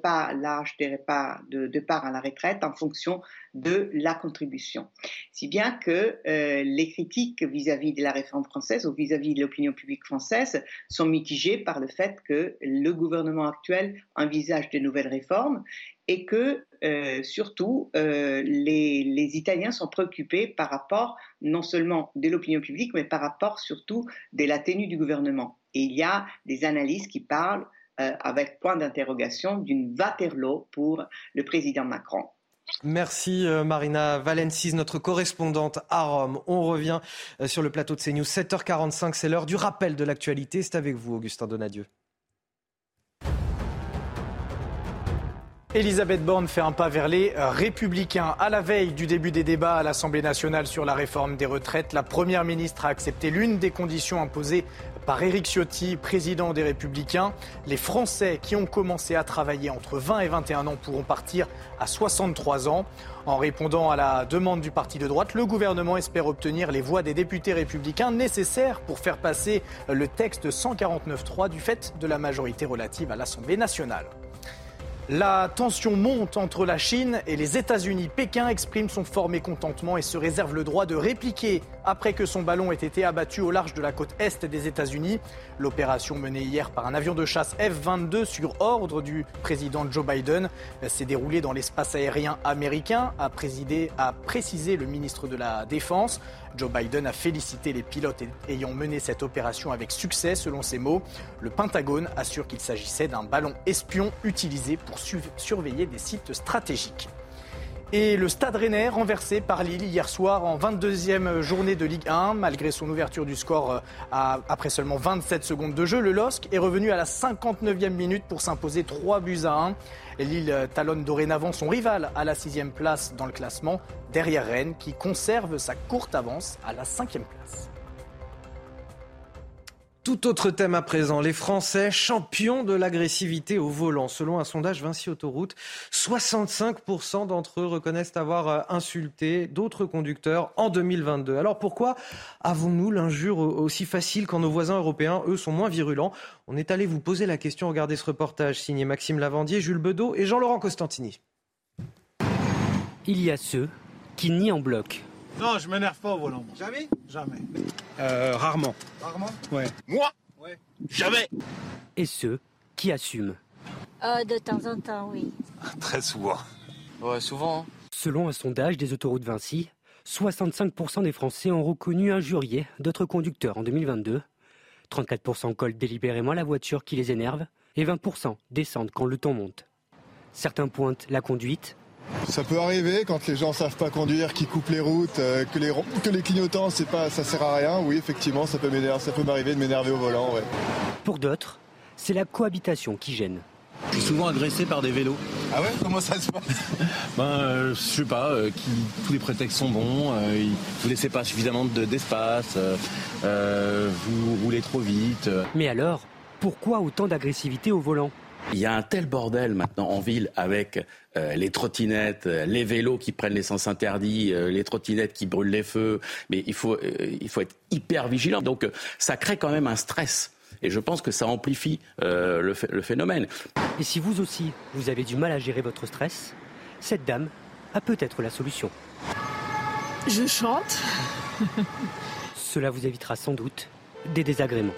de départ à la retraite en fonction de la contribution. Si bien que les critiques vis-à-vis de la réforme française ou vis-à-vis de l'opinion publique française sont mitigées par le fait que le gouvernement actuel envisage de nouvelles réformes et que surtout les Italiens sont préoccupés par rapport non seulement de l'opinion publique mais par rapport surtout de la tenue du gouvernement. Et il y a des analyses qui parlent avec point d'interrogation d'une Waterloo pour le président Macron. Merci Marina Valensis, notre correspondante à Rome. On revient sur le plateau de CNews, 7h45, c'est l'heure du rappel de l'actualité. C'est avec vous, Augustin Donadieu. Elisabeth Borne fait un pas vers les Républicains. À la veille du début des débats à l'Assemblée nationale sur la réforme des retraites, la Première ministre a accepté l'une des conditions imposées par Éric Ciotti, président des Républicains. Les Français qui ont commencé à travailler entre 20 et 21 ans pourront partir à 63 ans. En répondant à la demande du parti de droite, le gouvernement espère obtenir les voix des députés républicains nécessaires pour faire passer le texte 149.3 du fait de la majorité relative à l'Assemblée nationale. La tension monte entre la Chine et les États-Unis. Pékin exprime son fort mécontentement et se réserve le droit de répliquer après que son ballon ait été abattu au large de la côte est des États-Unis. L'opération menée hier par un avion de chasse F-22 sur ordre du président Joe Biden s'est déroulée dans l'espace aérien américain, a précisé le ministre de la Défense. Joe Biden a félicité les pilotes ayant mené cette opération avec succès, selon ses mots. Le Pentagone assure qu'il s'agissait d'un ballon espion utilisé pour surveiller des sites stratégiques. Et le Stade Rennais renversé par Lille hier soir en 22e journée de Ligue 1. Malgré son ouverture du score après seulement 27 secondes de jeu, le LOSC est revenu à la 59e minute pour s'imposer 3-1. Lille talonne dorénavant son rival à la 6e place dans le classement, derrière Rennes qui conserve sa courte avance à la 5e place. Tout autre thème à présent, les Français champions de l'agressivité au volant. Selon un sondage Vinci Autoroute, 65% d'entre eux reconnaissent avoir insulté d'autres conducteurs en 2022. Alors pourquoi avons-nous l'injure aussi facile quand nos voisins européens, eux, sont moins virulents ? On est allé vous poser la question, regardez ce reportage signé Maxime Lavandier, Jules Bedeau et Jean-Laurent Costantini. Il y a ceux qui nient en bloc. Non, je m'énerve pas au volant. Jamais ? Jamais. Rarement. Rarement ? Ouais. Moi ? Ouais. Jamais. Et ceux qui assument. De temps en temps, oui. Très souvent. Ouais, souvent. Selon un sondage des autoroutes Vinci, 65% des Français ont reconnu injurier d'autres conducteurs en 2022. 34% collent délibérément la voiture qui les énerve et 20% descendent quand le ton monte. Certains pointent la conduite. Ça peut arriver quand les gens savent pas conduire, qu'ils coupent les routes, que les clignotants, ça sert à rien. Oui, effectivement, ça peut m'arriver de m'énerver au volant. Ouais. Pour d'autres, c'est la cohabitation qui gêne. Je suis souvent agressé par des vélos. Ah ouais ? Comment ça se passe ? Je sais pas, tous les prétextes sont bons, vous laissez pas suffisamment d'espace, vous roulez trop vite. Mais alors, pourquoi autant d'agressivité au volant ? Il y a un tel bordel maintenant en ville avec les trottinettes, les vélos qui prennent l'essence interdite, les trottinettes qui brûlent les feux. Mais il faut être hyper vigilant. Donc ça crée quand même un stress. Et je pense que ça amplifie le phénomène. Et si vous aussi, vous avez du mal à gérer votre stress, cette dame a peut-être la solution. Je chante. Cela vous évitera sans doute des désagréments.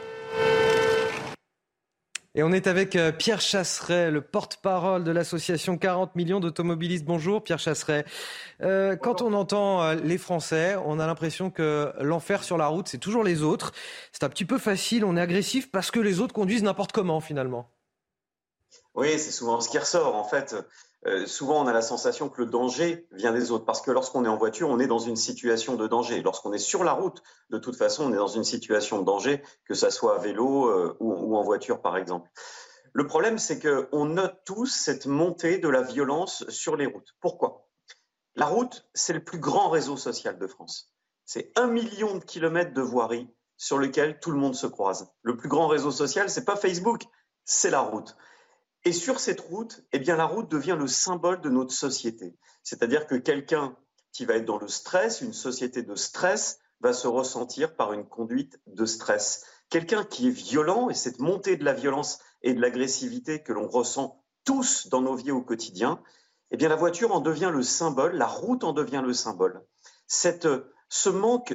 Et on est avec Pierre Chasseret, le porte-parole de l'association 40 millions d'automobilistes. Bonjour Pierre Chasseret. Quand on entend les Français, on a l'impression que l'enfer sur la route, c'est toujours les autres. C'est un petit peu facile, on est agressif parce que les autres conduisent n'importe comment finalement. Oui, c'est souvent ce qui ressort. En fait, souvent on a la sensation que le danger vient des autres. Parce que lorsqu'on est en voiture, on est dans une situation de danger. Lorsqu'on est sur la route, de toute façon, on est dans une situation de danger, que ça soit à vélo ou en voiture par exemple. Le problème, c'est qu'on note tous cette montée de la violence sur les routes. Pourquoi ? La route, c'est le plus grand réseau social de France. C'est 1 million de kilomètres de voirie sur lesquels tout le monde se croise. Le plus grand réseau social, c'est pas Facebook, c'est la route. Et sur cette route, eh bien, la route devient le symbole de notre société. C'est-à-dire que quelqu'un qui va être dans le stress, une société de stress, va se ressentir par une conduite de stress. Quelqu'un qui est violent, et cette montée de la violence et de l'agressivité que l'on ressent tous dans nos vies au quotidien, eh bien, la voiture en devient le symbole, la route en devient le symbole. Ce manque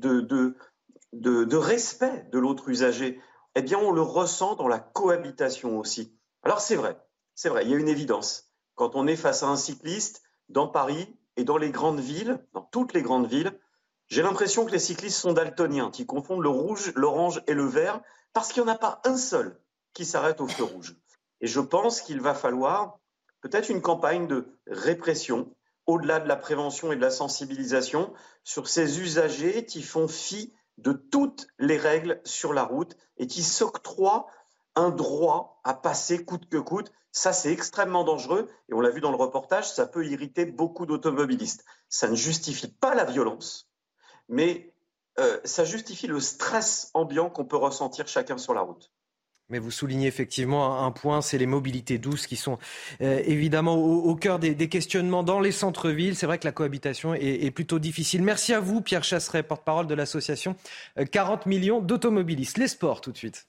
de respect de l'autre usager, eh bien, on le ressent dans la cohabitation aussi. Alors c'est vrai, il y a une évidence. Quand on est face à un cycliste dans Paris et dans les grandes villes, dans toutes les grandes villes, j'ai l'impression que les cyclistes sont daltoniens, qui confondent le rouge, l'orange et le vert, parce qu'il n'y en a pas un seul qui s'arrête au feu rouge. Et je pense qu'il va falloir peut-être une campagne de répression, au-delà de la prévention et de la sensibilisation, sur ces usagers qui font fi de toutes les règles sur la route et qui s'octroient un droit à passer coûte que coûte. Ça, c'est extrêmement dangereux et on l'a vu dans le reportage, ça peut irriter beaucoup d'automobilistes. Ça ne justifie pas la violence, mais ça justifie le stress ambiant qu'on peut ressentir chacun sur la route. Mais vous soulignez effectivement un point, c'est les mobilités douces qui sont évidemment au cœur des questionnements dans les centres-villes. C'est vrai que la cohabitation est plutôt difficile. Merci à vous, Pierre Chasseret, porte-parole de l'association 40 millions d'automobilistes. Les sports, tout de suite.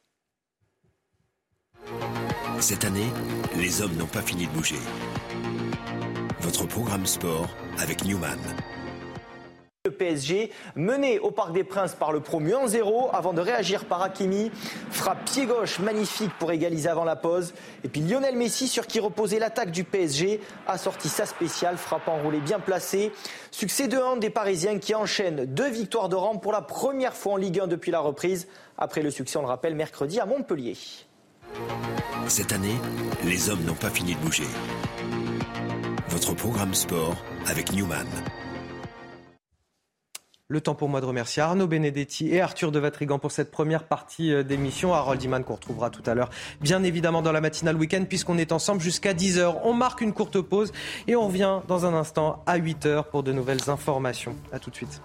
Cette année, les hommes n'ont pas fini de bouger. Votre programme sport avec Newman. PSG, mené au Parc des Princes par le promu 1-0 avant de réagir par Hakimi. Frappe pied gauche magnifique pour égaliser avant la pause. Et puis Lionel Messi, sur qui reposait l'attaque du PSG, a sorti sa spéciale, frappe enroulée bien placée. Succès 2-1 des Parisiens qui enchaînent 2 victoires de rang pour la première fois en Ligue 1 depuis la reprise. Après le succès, on le rappelle, mercredi à Montpellier. Cette année, les hommes n'ont pas fini de bouger. Votre programme sport avec Newman. Le temps pour moi de remercier Arnaud Benedetti et Arthur de Vatrigan pour cette première partie d'émission. Harold Iman qu'on retrouvera tout à l'heure, bien évidemment dans la matinale week-end, puisqu'on est ensemble jusqu'à 10h. On marque une courte pause et on revient dans un instant à 8h pour de nouvelles informations. A tout de suite.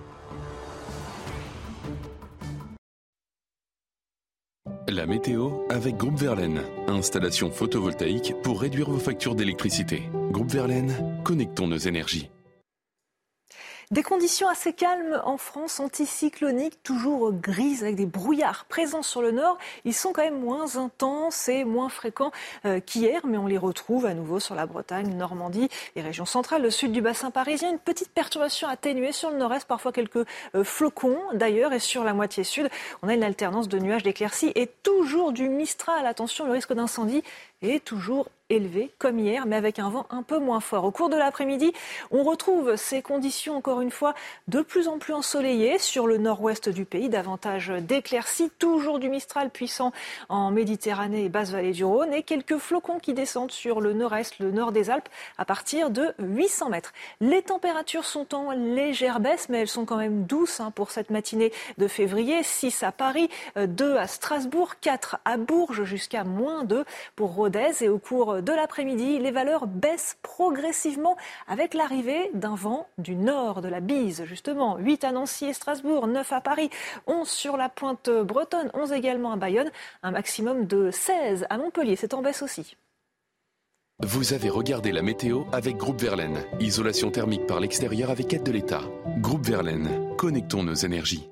La météo avec Groupe Verlaine. Installation photovoltaïque pour réduire vos factures d'électricité. Groupe Verlaine, connectons nos énergies. Des conditions assez calmes en France, anticycloniques, toujours grises avec des brouillards présents sur le nord. Ils sont quand même moins intenses et moins fréquents qu'hier, mais on les retrouve à nouveau sur la Bretagne, Normandie, les régions centrales, le sud du bassin parisien. Une petite perturbation atténuée sur le nord-est, parfois quelques flocons d'ailleurs, et sur la moitié sud, on a une alternance de nuages, d'éclaircies et toujours du Mistral. Attention, le risque d'incendie est toujours élevé comme hier, mais avec un vent un peu moins fort. Au cours de l'après-midi, on retrouve ces conditions encore une fois de plus en plus ensoleillées sur le nord-ouest du pays, davantage d'éclaircies, toujours du Mistral puissant en Méditerranée et basse-vallée du Rhône, et quelques flocons qui descendent sur le nord-est, le nord des Alpes à partir de 800 mètres. Les températures sont en légère baisse, mais elles sont quand même douces pour cette matinée de février. 6 à Paris, 2 à Strasbourg, 4 à Bourges, jusqu'à -2 pour Rodez. Et au cours de l'après-midi, les valeurs baissent progressivement avec l'arrivée d'un vent du nord, de la bise justement. 8 à Nancy et Strasbourg, 9 à Paris, 11 sur la pointe bretonne, 11 également à Bayonne, un maximum de 16 à Montpellier, c'est en baisse aussi. Vous avez regardé la météo avec Groupe Verlaine. Isolation thermique par l'extérieur avec aide de l'État. Groupe Verlaine, connectons nos énergies.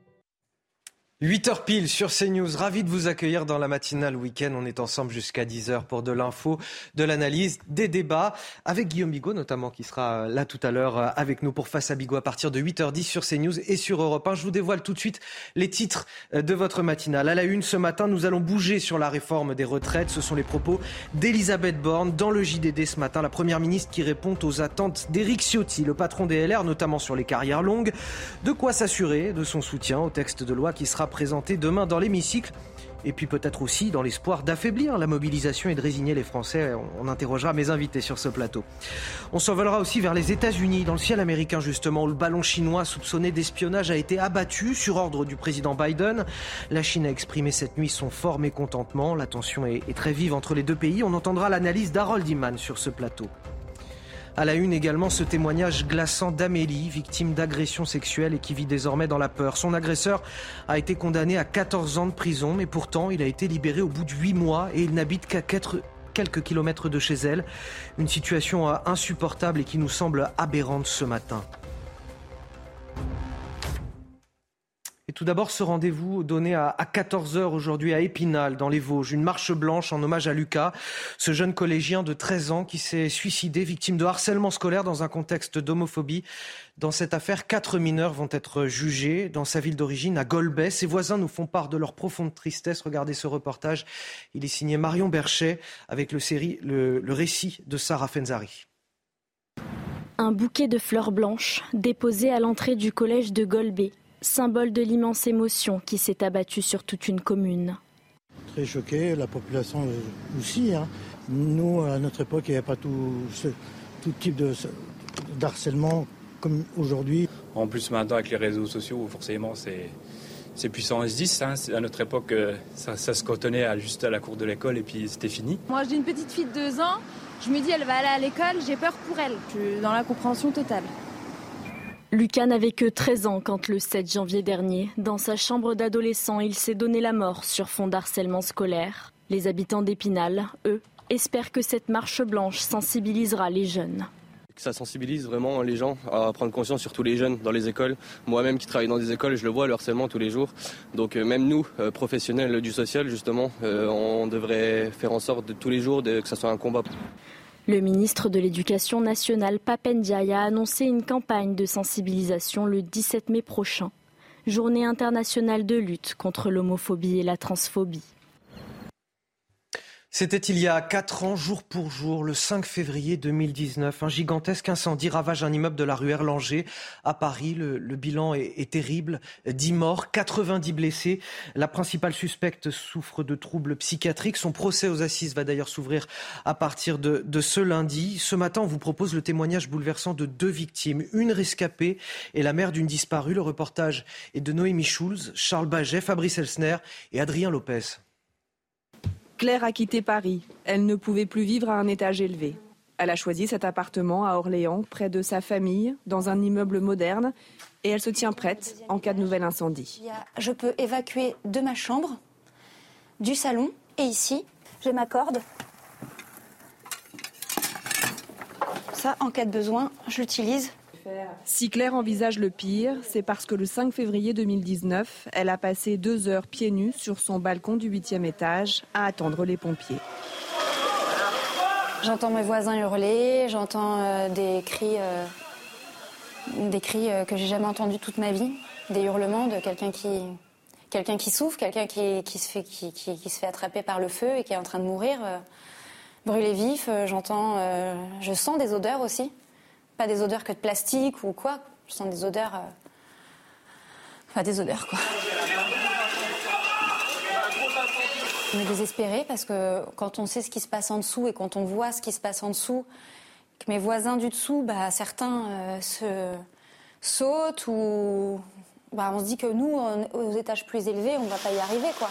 8h pile sur CNews, ravi de vous accueillir dans la matinale week-end. On est ensemble jusqu'à 10h pour de l'info, de l'analyse, des débats avec Guillaume Bigot notamment qui sera là tout à l'heure avec nous pour Face à Bigot à partir de 8h10 sur CNews et sur Europe 1. Je vous dévoile tout de suite les titres de votre matinale. À la une ce matin, nous allons bouger sur la réforme des retraites. Ce sont les propos d'Elisabeth Borne dans le JDD ce matin. La première ministre qui répond aux attentes d'Éric Ciotti, le patron des LR, notamment sur les carrières longues. De quoi s'assurer de son soutien au texte de loi qui sera présenté demain dans l'hémicycle. Et puis peut-être aussi dans l'espoir d'affaiblir la mobilisation et de résigner les Français. On interrogera mes invités sur ce plateau. On s'envolera aussi vers les États-Unis, dans le ciel américain justement, où le ballon chinois soupçonné d'espionnage a été abattu sur ordre du président Biden. La Chine a exprimé cette nuit son fort mécontentement. La tension est très vive entre les deux pays. On entendra l'analyse d'Harold Iman sur ce plateau. À la une également, ce témoignage glaçant d'Amélie, victime d'agression sexuelle et qui vit désormais dans la peur. Son agresseur a été condamné à 14 ans de prison, mais pourtant il a été libéré au bout de 8 mois et il n'habite qu'à quelques kilomètres de chez elle. Une situation insupportable et qui nous semble aberrante ce matin. Et tout d'abord, ce rendez-vous donné à 14h aujourd'hui à Épinal, dans les Vosges. Une marche blanche en hommage à Lucas, ce jeune collégien de 13 ans qui s'est suicidé, victime de harcèlement scolaire dans un contexte d'homophobie. Dans cette affaire, 4 mineurs vont être jugés dans sa ville d'origine, à Golbet. Ses voisins nous font part de leur profonde tristesse. Regardez ce reportage. Il est signé Marion Berchet avec le récit de Sarah Fenzari. Un bouquet de fleurs blanches déposé à l'entrée du collège de Golbet. Symbole de l'immense émotion qui s'est abattue sur toute une commune. Très choqué, la population aussi. Nous, à notre époque, il n'y avait pas tout type d'harcèlement comme aujourd'hui. En plus, maintenant, avec les réseaux sociaux, forcément, c'est puissant S10. À notre époque, ça se cantonnait juste à la cour de l'école et puis c'était fini. Moi, j'ai une petite fille de 2 ans. Je me dis, elle va aller à l'école, j'ai peur pour elle. Je suis dans la compréhension totale. Lucas n'avait que 13 ans quand le 7 janvier dernier, dans sa chambre d'adolescent, il s'est donné la mort sur fond d'harcèlement scolaire. Les habitants d'Épinal, eux, espèrent que cette marche blanche sensibilisera les jeunes. Que ça sensibilise vraiment les gens à prendre conscience, surtout les jeunes dans les écoles. Moi-même qui travaille dans des écoles, je le vois, le harcèlement tous les jours. Donc même nous, professionnels du social, justement, on devrait faire en sorte de tous les jours que ça soit un combat. Le ministre de l'Éducation nationale, Pape Ndiaye, a annoncé une campagne de sensibilisation le 17 mai prochain, journée internationale de lutte contre l'homophobie et la transphobie. C'était il y a 4 ans, jour pour jour, le 5 février 2019. Un gigantesque incendie ravage un immeuble de la rue Erlanger à Paris. Le bilan est terrible. 10 morts, 90 blessés. La principale suspecte souffre de troubles psychiatriques. Son procès aux assises va d'ailleurs s'ouvrir à partir de ce lundi. Ce matin, on vous propose le témoignage bouleversant de 2 victimes. Une rescapée et la mère d'une disparue. Le reportage est de Noémie Schulz, Charles Baget, Fabrice Elsner et Adrien Lopez. Claire a quitté Paris. Elle ne pouvait plus vivre à un étage élevé. Elle a choisi cet appartement à Orléans, près de sa famille, dans un immeuble moderne. Et elle se tient prête en cas de nouvel incendie. Je peux évacuer de ma chambre, du salon et ici, j'ai ma corde. Ça, en cas de besoin, je l'utilise. Si Claire envisage le pire, c'est parce que le 5 février 2019, elle a passé 2 heures pieds nus sur son balcon du 8e étage à attendre les pompiers. J'entends mes voisins hurler, j'entends des cris que j'ai jamais entendus toute ma vie, des hurlements de quelqu'un qui souffre, quelqu'un qui se fait attraper par le feu et qui est en train de mourir, brûlé vif. Je sens des odeurs aussi. Pas des odeurs que de plastique ou quoi, je sens des odeurs... des odeurs, quoi. On est désespérés parce que quand on sait ce qui se passe en dessous et quand on voit ce qui se passe en dessous, que mes voisins du dessous, certains se sautent ou... on se dit que nous, aux étages plus élevés, on ne va pas y arriver, quoi.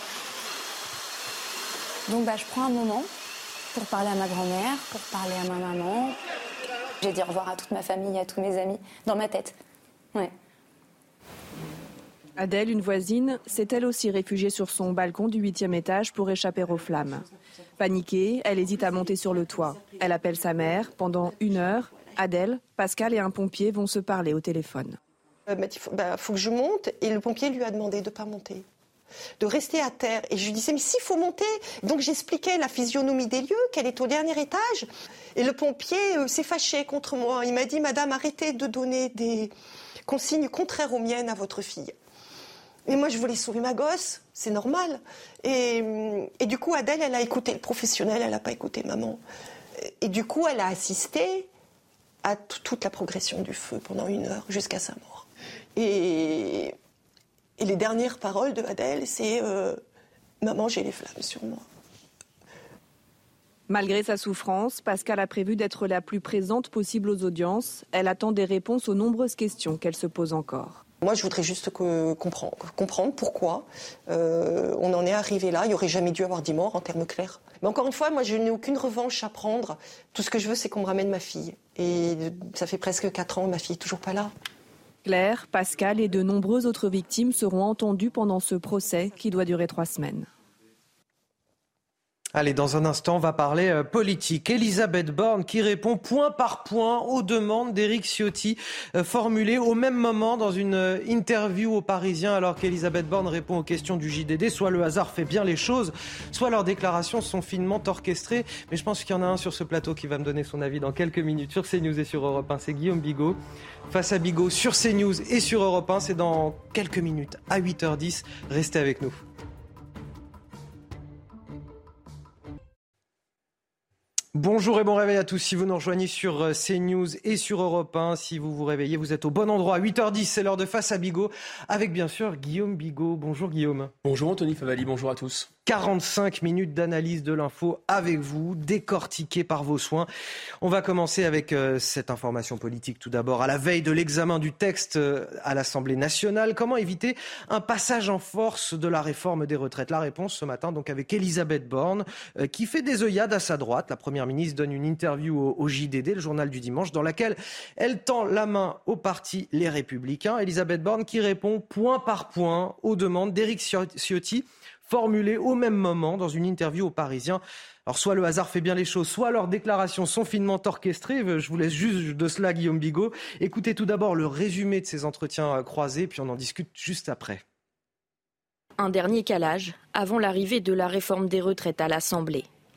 Donc je prends un moment pour parler à ma grand-mère, pour parler à ma maman... J'ai dit au revoir à toute ma famille, à tous mes amis, dans ma tête. Ouais. Adèle, une voisine, s'est elle aussi réfugiée sur son balcon du 8e étage pour échapper aux flammes. Paniquée, elle hésite à monter sur le toit. Elle appelle sa mère. Pendant 1 heure, Adèle, Pascal et un pompier vont se parler au téléphone. Faut que je monte. Et le pompier lui a demandé de ne pas monter, de rester à terre. Et je lui disais, mais s'il faut monter. Donc j'expliquais la physionomie des lieux, qu'elle est au dernier étage. Et le pompier s'est fâché contre moi. Il m'a dit, madame, arrêtez de donner des consignes contraires aux miennes à votre fille. Et moi, je voulais sauver ma gosse, c'est normal. Et du coup, Adèle, elle a écouté le professionnel, elle n'a pas écouté maman. Et du coup, elle a assisté à toute la progression du feu pendant 1 heure, jusqu'à sa mort. Et les dernières paroles de Adèle, c'est maman, j'ai les flammes sur moi. Malgré sa souffrance, Pascal a prévu d'être la plus présente possible aux audiences. Elle attend des réponses aux nombreuses questions qu'elle se pose encore. Moi, je voudrais juste comprendre pourquoi on en est arrivé là. Il n'y aurait jamais dû avoir 10 morts, en termes clairs. Mais encore une fois, moi, je n'ai aucune revanche à prendre. Tout ce que je veux, c'est qu'on me ramène ma fille. Et ça fait presque 4 ans, ma fille n'est toujours pas là. Claire, Pascal et de nombreuses autres victimes seront entendues pendant ce procès qui doit durer 3 semaines. Allez, dans un instant, on va parler politique. Elisabeth Borne qui répond point par point aux demandes d'Éric Ciotti formulées au même moment dans une interview aux Parisiens, alors qu'Elisabeth Borne répond aux questions du JDD. Soit le hasard fait bien les choses, soit leurs déclarations sont finement orchestrées. Mais je pense qu'il y en a un sur ce plateau qui va me donner son avis dans quelques minutes sur CNews et sur Europe 1. C'est Guillaume Bigot. Face à Bigot sur CNews et sur Europe 1, c'est dans quelques minutes à 8h10. Restez avec nous. Bonjour et bon réveil à tous. Si vous nous rejoignez sur CNews et sur Europe 1, si vous vous réveillez, vous êtes au bon endroit. À 8h10, c'est l'heure de Face à Bigot, avec bien sûr Guillaume Bigot. Bonjour Guillaume. Bonjour Anthony Favali, bonjour à tous. 45 minutes d'analyse de l'info avec vous, décortiquée par vos soins. On va commencer avec cette information politique tout d'abord. À la veille de l'examen du texte à l'Assemblée nationale, comment éviter un passage en force de la réforme des retraites ? La réponse ce matin donc avec Elisabeth Borne qui fait des œillades à sa droite. La Première ministre donne une interview au JDD, le journal du dimanche, dans laquelle elle tend la main au parti Les Républicains. Elisabeth Borne qui répond point par point aux demandes d'Éric Ciotti, formulées au même moment dans une interview aux Parisiens. Alors soit le hasard fait bien les choses, soit leurs déclarations sont finement orchestrées. Je vous laisse juste de cela, Guillaume Bigot. Écoutez tout d'abord le résumé de ces entretiens croisés, puis on en discute juste après. Un dernier calage avant l'arrivée de la réforme des retraites à l'Assemblée.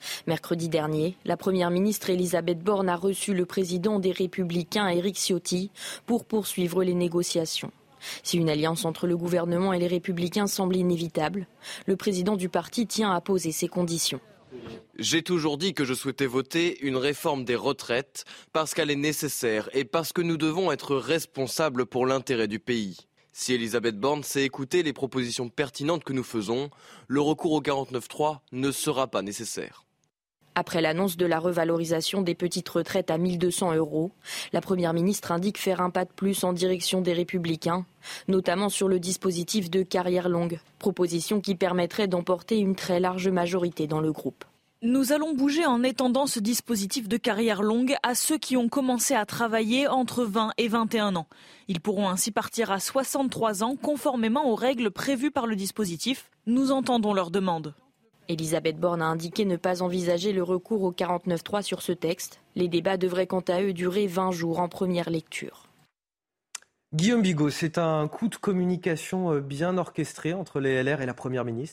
Mercredi dernier, la première ministre Elisabeth Borne a reçu le président des Républicains, Éric Ciotti, pour poursuivre les négociations. Si une alliance entre le gouvernement et les Républicains semble inévitable, le président du parti tient à poser ses conditions. J'ai toujours dit que je souhaitais voter une réforme des retraites parce qu'elle est nécessaire et parce que nous devons être responsables pour l'intérêt du pays. Si Elisabeth Borne sait écouter les propositions pertinentes que nous faisons, le recours au 49.3 ne sera pas nécessaire. Après l'annonce de la revalorisation des petites retraites à 1 200 €, la Première ministre indique faire un pas de plus en direction des Républicains, notamment sur le dispositif de carrière longue, proposition qui permettrait d'emporter une très large majorité dans le groupe. Nous allons bouger en étendant ce dispositif de carrière longue à ceux qui ont commencé à travailler entre 20 et 21 ans. Ils pourront ainsi partir à 63 ans, conformément aux règles prévues par le dispositif. Nous entendons leurs demandes. Elisabeth Borne a indiqué ne pas envisager le recours au 49.3 sur ce texte. Les débats devraient quant à eux durer 20 jours en première lecture. Guillaume Bigot, c'est un coup de communication bien orchestré entre les LR et la Première ministre ?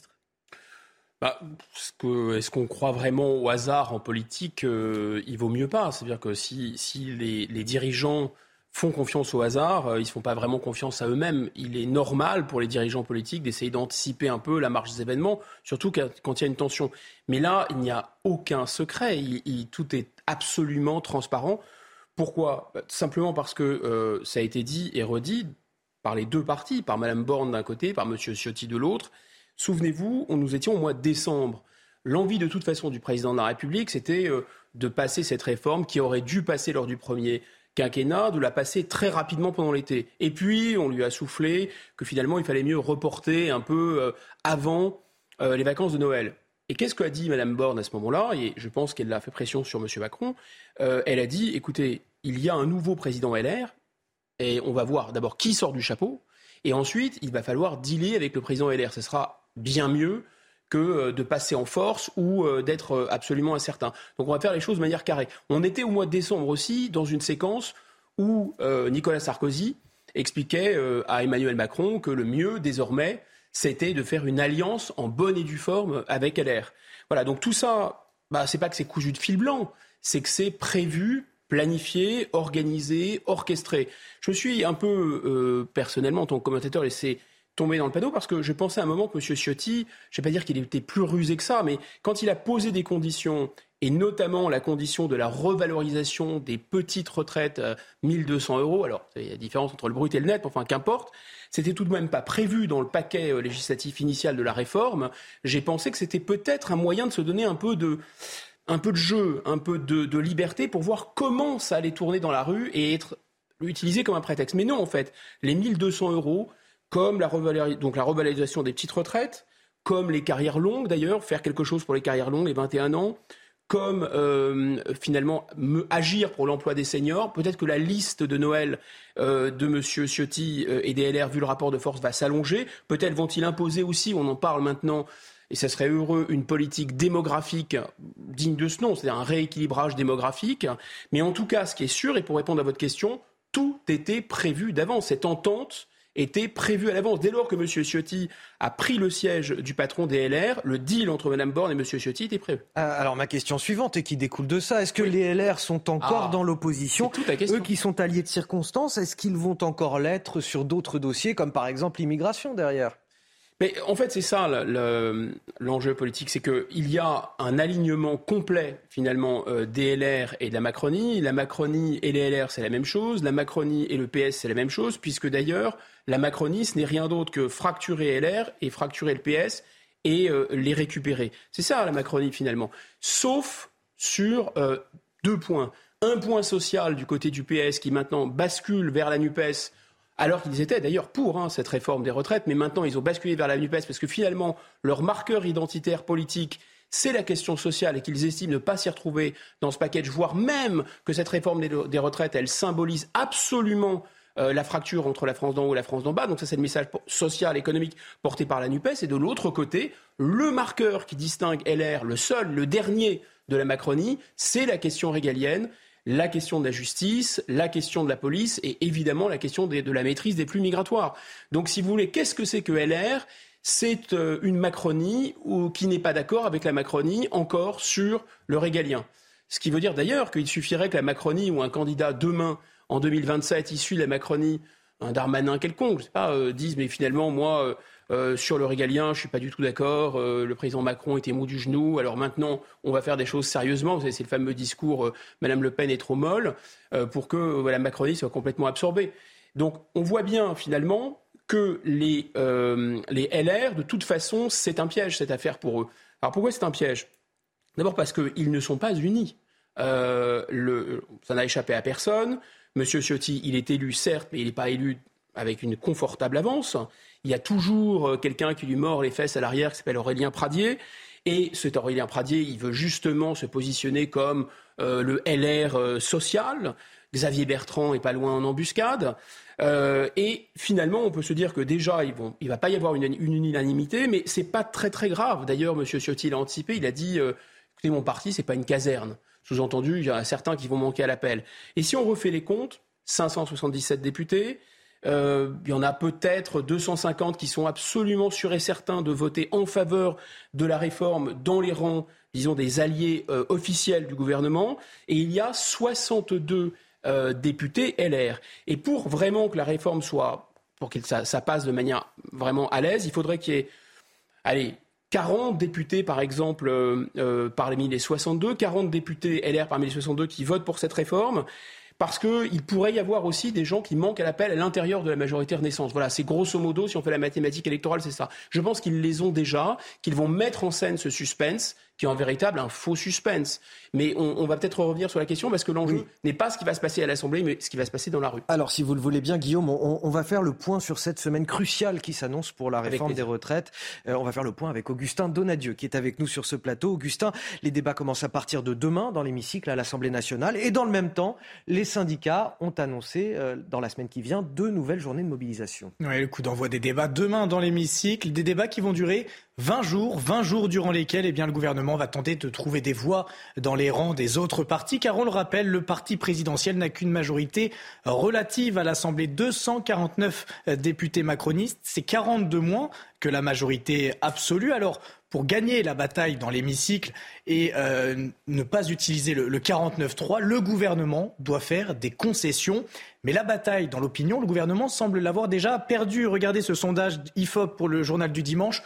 Est-ce qu'on croit vraiment au hasard en politique ? Il vaut mieux pas. C'est-à-dire que si les dirigeants font confiance au hasard, ils ne font pas vraiment confiance à eux-mêmes. Il est normal pour les dirigeants politiques d'essayer d'anticiper un peu la marche des événements, surtout quand il y a une tension. Mais là, il n'y a aucun secret. Tout est absolument transparent. Pourquoi ? Simplement parce que ça a été dit et redit par les deux partis, par Mme Borne d'un côté, par M. Ciotti de l'autre. Souvenez-vous, nous étions au mois de décembre. L'envie de toute façon du président de la République, c'était de passer cette réforme qui aurait dû passer lors du premier quinquennat, de la passer très rapidement pendant l'été. Et puis, on lui a soufflé que finalement, il fallait mieux reporter un peu avant les vacances de Noël. Et qu'est-ce qu'a dit Mme Borne à ce moment-là ? Et je pense qu'elle a fait pression sur M. Macron. Elle a dit, écoutez, il y a un nouveau président LR, et on va voir d'abord qui sort du chapeau, et ensuite, il va falloir dealer avec le président LR. Ce sera bien mieux que de passer en force ou d'être absolument incertain. Donc on va faire les choses de manière carrée. On était au mois de décembre aussi dans une séquence où Nicolas Sarkozy expliquait à Emmanuel Macron que le mieux désormais, c'était de faire une alliance en bonne et due forme avec LR. Voilà, donc tout ça, c'est pas que c'est cousu de fil blanc, c'est que c'est prévu, planifié, organisé, orchestré. Je me suis un peu, personnellement, en tant que commentateur, laissé tomber dans le panneau parce que je pensais à un moment que M. Ciotti, je ne vais pas dire qu'il était plus rusé que ça, mais quand il a posé des conditions, et notamment la condition de la revalorisation des petites retraites, 1 200 €, alors il y a la différence entre le brut et le net, enfin qu'importe, c'était tout de même pas prévu dans le paquet législatif initial de la réforme. J'ai pensé que c'était peut-être un moyen de se donner un peu de jeu, un peu de liberté pour voir comment ça allait tourner dans la rue et être utilisé comme un prétexte. Mais non, en fait, les 1 200 €, comme la revalorisation des petites retraites, comme les carrières longues d'ailleurs, faire quelque chose pour les carrières longues, les 21 ans, comme finalement agir pour l'emploi des seniors. Peut-être que la liste de Noël de M. Ciotti et des LR, vu le rapport de force, va s'allonger. Peut-être vont-ils imposer aussi, on en parle maintenant, et ça serait heureux, une politique démographique digne de ce nom, c'est-à-dire un rééquilibrage démographique. Mais en tout cas, ce qui est sûr, et pour répondre à votre question, tout était prévu d'avance. Cette entente était prévu à l'avance. Dès lors que M. Ciotti a pris le siège du patron des LR, le deal entre Mme Borne et M. Ciotti était prévu. Alors ma question suivante, et qui découle de ça, est-ce que les LR sont encore dans l'opposition ? Eux qui sont alliés de circonstance, est-ce qu'ils vont encore l'être sur d'autres dossiers, comme par exemple l'immigration derrière ? Mais en fait, c'est ça l'enjeu politique, c'est qu'il y a un alignement complet finalement des LR et de la Macronie. La Macronie et les LR, c'est la même chose. La Macronie et le PS, c'est la même chose, puisque d'ailleurs, la Macronie, ce n'est rien d'autre que fracturer LR et fracturer le PS et les récupérer. C'est ça la Macronie finalement. Sauf sur 2 points. Un point social du côté du PS qui maintenant bascule vers la NUPES, alors qu'ils étaient d'ailleurs pour cette réforme des retraites, mais maintenant ils ont basculé vers la NUPES parce que finalement leur marqueur identitaire politique, c'est la question sociale et qu'ils estiment ne pas s'y retrouver dans ce package, voire même que cette réforme des retraites, elle symbolise absolument la fracture entre la France d'en haut et la France d'en bas. Donc ça, c'est le message social, économique porté par la NUPES. Et de l'autre côté, le marqueur qui distingue LR, le dernier de la Macronie, c'est la question régalienne, la question de la justice, la question de la police et évidemment la question de la maîtrise des flux migratoires. Donc si vous voulez, qu'est-ce que c'est que LR ? c'est une Macronie qui n'est pas d'accord avec la Macronie encore sur le régalien. Ce qui veut dire d'ailleurs qu'il suffirait que la Macronie ou un candidat demain, en 2027, issu de la Macronie, un Darmanin quelconque, je sais pas, disent mais finalement moi sur le régalien je suis pas du tout d'accord, le président Macron était mou du genou, alors maintenant on va faire des choses sérieusement, vous savez, c'est le fameux discours Madame Le Pen est trop molle, pour que la Macronie soit complètement absorbée. Donc on voit bien finalement que les LR, de toute façon, c'est un piège, cette affaire pour eux. Alors pourquoi c'est un piège ? D'abord parce qu'ils ne sont pas unis. Ça n'a échappé à personne. Monsieur Ciotti, il est élu, certes, mais il n'est pas élu avec une confortable avance. Il y a toujours quelqu'un qui lui mord les fesses à l'arrière, qui s'appelle Aurélien Pradié. Et cet Aurélien Pradié, il veut justement se positionner comme le LR social. Xavier Bertrand est pas loin en embuscade. Et finalement, on peut se dire que déjà, il va pas y avoir une unanimité, mais c'est pas très très grave. D'ailleurs, M. Ciotti l'a anticipé, il a dit écoutez, mon parti, c'est pas une caserne. Sous-entendu, il y en a certains qui vont manquer à l'appel. Et si on refait les comptes, 577 députés, il y en a peut-être 250 qui sont absolument sûrs et certains de voter en faveur de la réforme dans les rangs, disons, des alliés officiels du gouvernement. Et il y a 62 députés LR. Et pour vraiment que la réforme pour que ça passe de manière vraiment à l'aise, il faudrait qu'il y ait, 40 députés, par exemple, parmi les 62, 40 députés LR parmi les 62 qui votent pour cette réforme, parce qu'il pourrait y avoir aussi des gens qui manquent à l'appel à l'intérieur de la majorité Renaissance. Voilà, c'est grosso modo, si on fait la mathématique électorale, c'est ça. Je pense qu'ils les ont déjà, qu'ils vont mettre en scène ce suspense, qui est en véritable un faux suspense. Mais on va peut-être revenir sur la question, parce que l'enjeu n'est pas ce qui va se passer à l'Assemblée, mais ce qui va se passer dans la rue. Alors, si vous le voulez bien, Guillaume, on va faire le point sur cette semaine cruciale qui s'annonce pour la réforme des retraites. On va faire le point avec Augustin Donadieu, qui est avec nous sur ce plateau. Augustin, les débats commencent à partir de demain dans l'hémicycle à l'Assemblée nationale. Et dans le même temps, les syndicats ont annoncé, dans la semaine qui vient, 2 nouvelles journées de mobilisation. Oui, le coup d'envoi des débats demain dans l'hémicycle. Des débats qui vont durer 20 jours durant lesquels le gouvernement va tenter de trouver des voix dans les rangs des autres partis, car on le rappelle, le parti présidentiel n'a qu'une majorité relative à l'Assemblée, 249 députés macronistes, c'est 40 de moins que la majorité absolue. Alors, pour gagner la bataille dans l'hémicycle et ne pas utiliser le 49-3, le gouvernement doit faire des concessions. Mais la bataille dans l'opinion, le gouvernement semble l'avoir déjà perdue. Regardez ce sondage IFOP pour le journal du dimanche.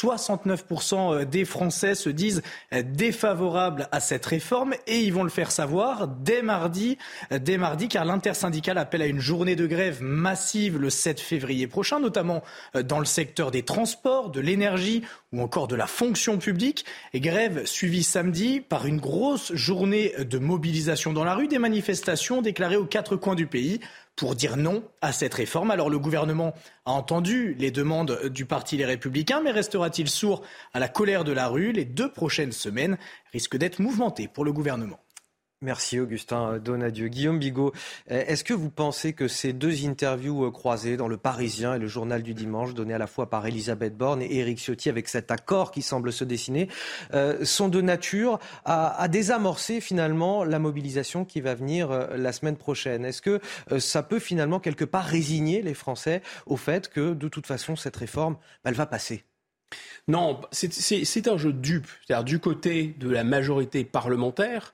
69% des Français se disent défavorables à cette réforme et ils vont le faire savoir dès mardi, car l'intersyndicale appelle à une journée de grève massive le 7 février prochain, notamment dans le secteur des transports, de l'énergie ou encore de la fonction publique. Et grève suivie samedi par une grosse journée de mobilisation dans la rue, des manifestations déclarées aux 4 coins du pays pour dire non à cette réforme. Alors le gouvernement a entendu les demandes du parti Les Républicains, mais restera-t-il sourd à la colère de la rue ? Les 2 prochaines semaines risquent d'être mouvementées pour le gouvernement. Merci Augustin Donadieu. Guillaume Bigot, est-ce que vous pensez que ces 2 interviews croisées dans Le Parisien et le Journal du Dimanche, données à la fois par Elisabeth Borne et Éric Ciotti avec cet accord qui semble se dessiner, sont de nature à désamorcer finalement la mobilisation qui va venir la semaine prochaine ? Est-ce que ça peut finalement quelque part résigner les Français au fait que de toute façon cette réforme, elle va passer ? Non, c'est un jeu de dupes. C'est-à-dire du côté de la majorité parlementaire,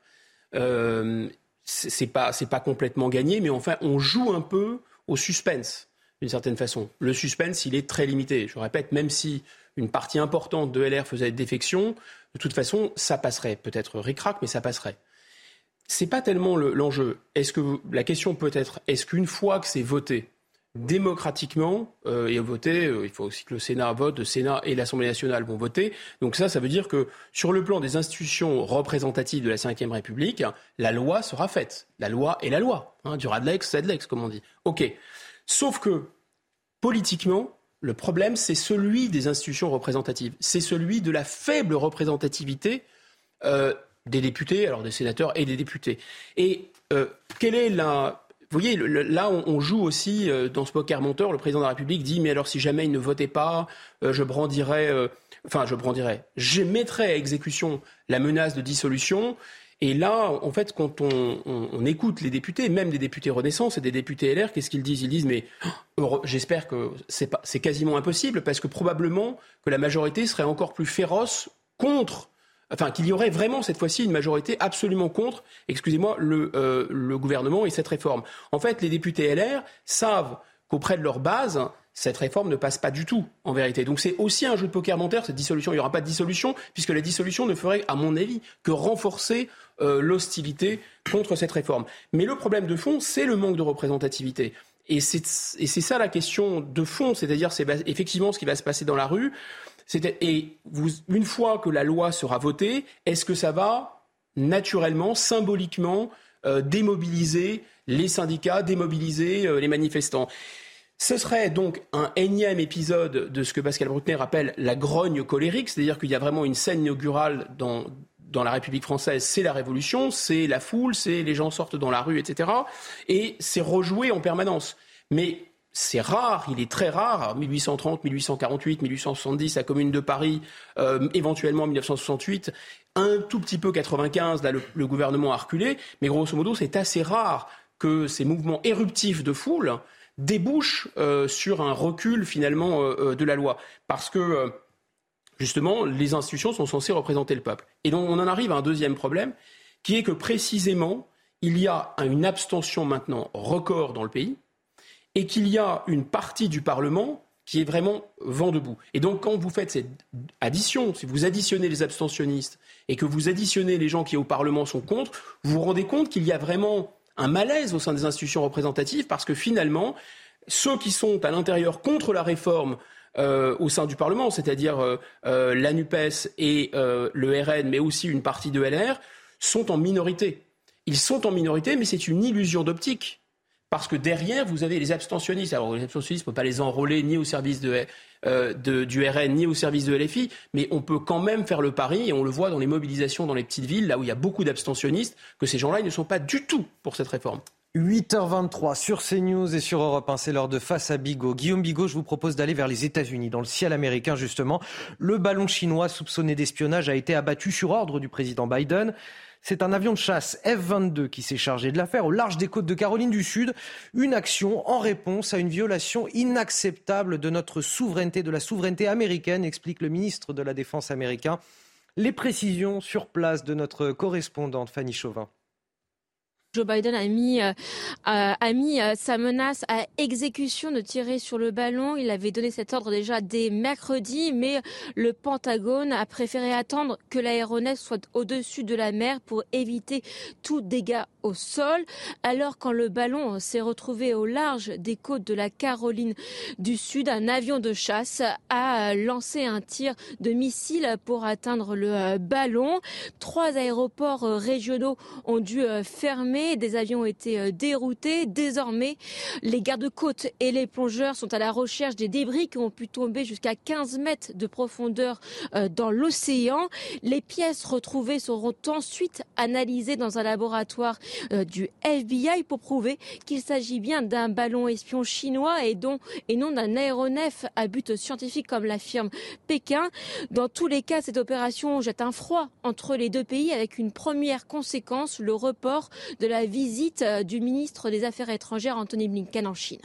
c'est pas complètement gagné, mais enfin on joue un peu au suspense d'une certaine façon. Le suspense, il est très limité. Je répète, même si une partie importante de LR faisait défection, de toute façon ça passerait. Peut-être ric-rac, mais ça passerait. C'est pas tellement l'enjeu. La question peut être, est-ce qu'une fois que c'est voté démocratiquement et voter, il faut aussi que le Sénat vote, le Sénat et l'Assemblée nationale vont voter. Donc ça veut dire que sur le plan des institutions représentatives de la Ve République, la loi sera faite. La loi est la loi. Du ras de l'ex, c'est de l'ex, comme on dit. OK. Sauf que, politiquement, le problème, c'est celui des institutions représentatives. C'est celui de la faible représentativité des députés, alors des sénateurs et des députés. Et quelle est la... Vous voyez, là, on joue aussi dans ce poker menteur. Le président de la République dit, mais alors si jamais il ne votait pas, je mettrais à exécution la menace de dissolution. Et là, en fait, quand on écoute les députés, même des députés Renaissance et des députés LR, qu'est-ce qu'ils disent ? Ils disent mais j'espère que c'est quasiment impossible parce que probablement que la majorité serait encore plus féroce contre, enfin qu'il y aurait vraiment cette fois-ci une majorité absolument contre, excusez-moi, le gouvernement et cette réforme. En fait, les députés LR savent qu'auprès de leur base, cette réforme ne passe pas du tout, en vérité. Donc c'est aussi un jeu de poker menteur, cette dissolution. Il n'y aura pas de dissolution, puisque la dissolution ne ferait, à mon avis, que renforcer l'hostilité contre cette réforme. Mais le problème de fond, c'est le manque de représentativité. Et c'est ça la question de fond, c'est-à-dire c'est effectivement ce qui va se passer dans la rue. Une fois que la loi sera votée, est-ce que ça va naturellement, symboliquement, démobiliser les syndicats, démobiliser les manifestants ? Ce serait donc un énième épisode de ce que Pascal Bruckner appelle la grogne colérique, c'est-à-dire qu'il y a vraiment une scène inaugurale dans la République française, c'est la Révolution, c'est la foule, c'est les gens sortent dans la rue, etc. Et c'est rejoué en permanence. Mais c'est rare, il est très rare, 1830, 1848, 1870, la Commune de Paris, éventuellement 1968, un tout petit peu 95, là le gouvernement a reculé, mais grosso modo c'est assez rare que ces mouvements éruptifs de foule débouche sur un recul finalement de la loi. Parce que justement, les institutions sont censées représenter le peuple. Et donc on en arrive à un deuxième problème, qui est que précisément, il y a une abstention maintenant record dans le pays, et qu'il y a une partie du Parlement qui est vraiment vent debout. Et donc quand vous faites cette addition, si vous additionnez les abstentionnistes, et que vous additionnez les gens qui au Parlement sont contre, vous vous rendez compte qu'il y a vraiment un malaise au sein des institutions représentatives parce que finalement, ceux qui sont à l'intérieur contre la réforme au sein du Parlement, c'est-à-dire la NUPES et le RN, mais aussi une partie de LR, sont en minorité. Ils sont en minorité, mais c'est une illusion d'optique. Parce que derrière, vous avez les abstentionnistes. Alors les abstentionnistes, on ne peut pas les enrôler ni au service du RN, ni au service de LFI, mais on peut quand même faire le pari, et on le voit dans les mobilisations dans les petites villes, là où il y a beaucoup d'abstentionnistes, que ces gens-là, ils ne sont pas du tout pour cette réforme. 8h23 sur CNews et sur Europe 1, c'est l'heure de Face à Bigot. Guillaume Bigot, je vous propose d'aller vers les États-Unis, dans le ciel américain justement. Le ballon chinois soupçonné d'espionnage a été abattu sur ordre du président Biden. C'est un avion de chasse F-22 qui s'est chargé de l'affaire au large des côtes de Caroline du Sud. Une action en réponse à une violation inacceptable de notre souveraineté, de la souveraineté américaine, explique le ministre de la Défense américain. Les précisions sur place de notre correspondante Fanny Chauvin. Joe Biden a mis sa menace à exécution de tirer sur le ballon. Il avait donné cet ordre déjà dès mercredi, mais le Pentagone a préféré attendre que l'aéronef soit au-dessus de la mer pour éviter tout dégât au sol. Alors quand le ballon s'est retrouvé au large des côtes de la Caroline du Sud, un avion de chasse a lancé un tir de missile pour atteindre le ballon. 3 aéroports régionaux ont dû fermer. Des avions ont été déroutés. Désormais, les gardes-côtes et les plongeurs sont à la recherche des débris qui ont pu tomber jusqu'à 15 mètres de profondeur dans l'océan. Les pièces retrouvées seront ensuite analysées dans un laboratoire du FBI pour prouver qu'il s'agit bien d'un ballon espion chinois et non d'un aéronef à but scientifique comme l'affirme Pékin. Dans tous les cas, cette opération jette un froid entre les deux pays avec une première conséquence, le report de la visite du ministre des Affaires étrangères Antony Blinken en Chine.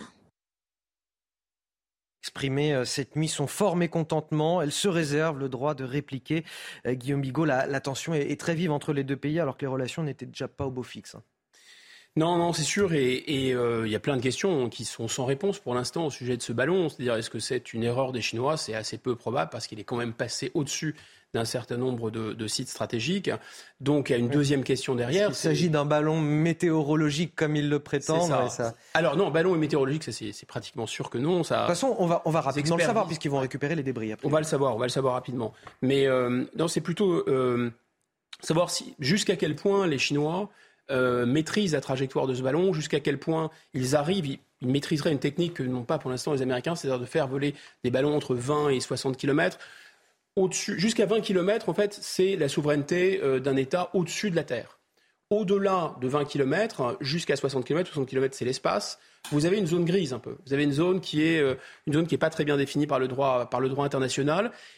Exprimer cette nuit son fort mécontentement. Elle se réserve le droit de répliquer. Guillaume Bigot, la tension est très vive entre les deux pays alors que les relations n'étaient déjà pas au beau fixe. Non, c'est sûr. Et il y a plein de questions qui sont sans réponse pour l'instant au sujet de ce ballon. C'est-à-dire, est-ce que c'est une erreur des Chinois ? C'est assez peu probable parce qu'il est quand même passé au-dessus d'un certain nombre de sites stratégiques. Donc il y a une deuxième question derrière. Il s'agit d'un ballon météorologique comme ils le prétendent. Ça. Alors non, ballon et météorologique, ça c'est pratiquement sûr que non. Ça, de toute façon, on va rapidement le savoir puisqu'ils vont récupérer les débris après. On va le savoir rapidement. Mais non, c'est plutôt savoir jusqu'à quel point les Chinois maîtrisent la trajectoire de ce ballon, jusqu'à quel point ils arrivent. Ils maîtriseraient une technique que n'ont pas pour l'instant les Américains, c'est-à-dire de faire voler des ballons entre 20 et 60 km. Jusqu'à 20 km, en fait, c'est la souveraineté d'un État au-dessus de la Terre. Au-delà de 20 km, jusqu'à 60 km, 60 km c'est l'espace, vous avez une zone grise un peu. Vous avez une zone qui est pas très bien définie par le droit international.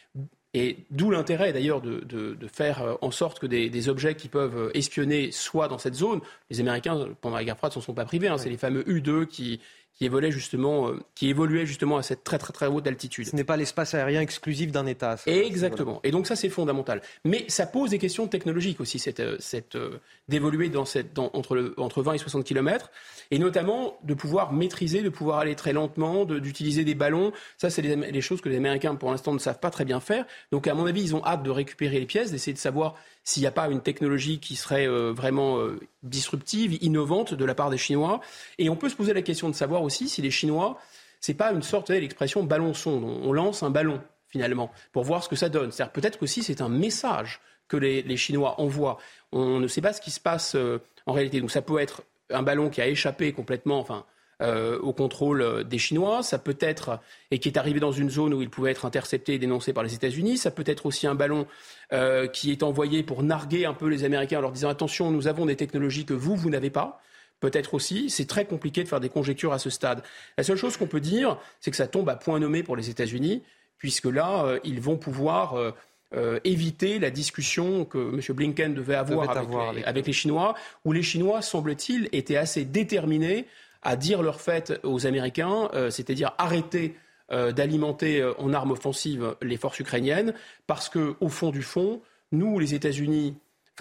Et d'où l'intérêt d'ailleurs de faire en sorte que des objets qui peuvent espionner soient dans cette zone. Les Américains, pendant la guerre froide, s'en sont pas privés. C'est les fameux U-2 qui évoluaient justement à cette très très très haute altitude. Ce n'est pas l'espace aérien exclusif d'un État. Exactement. Voilà. Et donc ça, c'est fondamental. Mais ça pose des questions technologiques aussi, d'évoluer entre 20 et 60 km, et notamment de pouvoir maîtriser, de pouvoir aller très lentement, d'utiliser des ballons. Ça, c'est les choses que les Américains, pour l'instant, ne savent pas très bien faire. Donc, à mon avis, ils ont hâte de récupérer les pièces, d'essayer de savoir s'il n'y a pas une technologie qui serait vraiment disruptive, innovante de la part des Chinois. Et on peut se poser la question de savoir aussi si les Chinois, c'est pas une sorte, l'expression ballon-sonde. On lance un ballon, finalement, pour voir ce que ça donne. C'est-à-dire peut-être qu'aussi c'est un message que les Chinois envoient. On ne sait pas ce qui se passe en réalité. Donc ça peut être un ballon qui a échappé complètement, au contrôle des Chinois, ça peut être, et qui est arrivé dans une zone où il pouvait être intercepté et dénoncé par les États-Unis, ça peut être aussi un ballon qui est envoyé pour narguer un peu les Américains en leur disant attention, nous avons des technologies que vous n'avez pas. Peut-être aussi, c'est très compliqué de faire des conjectures à ce stade. La seule chose qu'on peut dire, c'est que ça tombe à point nommé pour les États-Unis, puisque là, ils vont pouvoir éviter la discussion que M. Blinken devait avoir avec les Chinois, où les Chinois, semble-t-il, étaient assez déterminés à dire leur fait aux Américains, c'est-à-dire arrêter d'alimenter en armes offensives les forces ukrainiennes, parce qu'au fond du fond, vous les États-Unis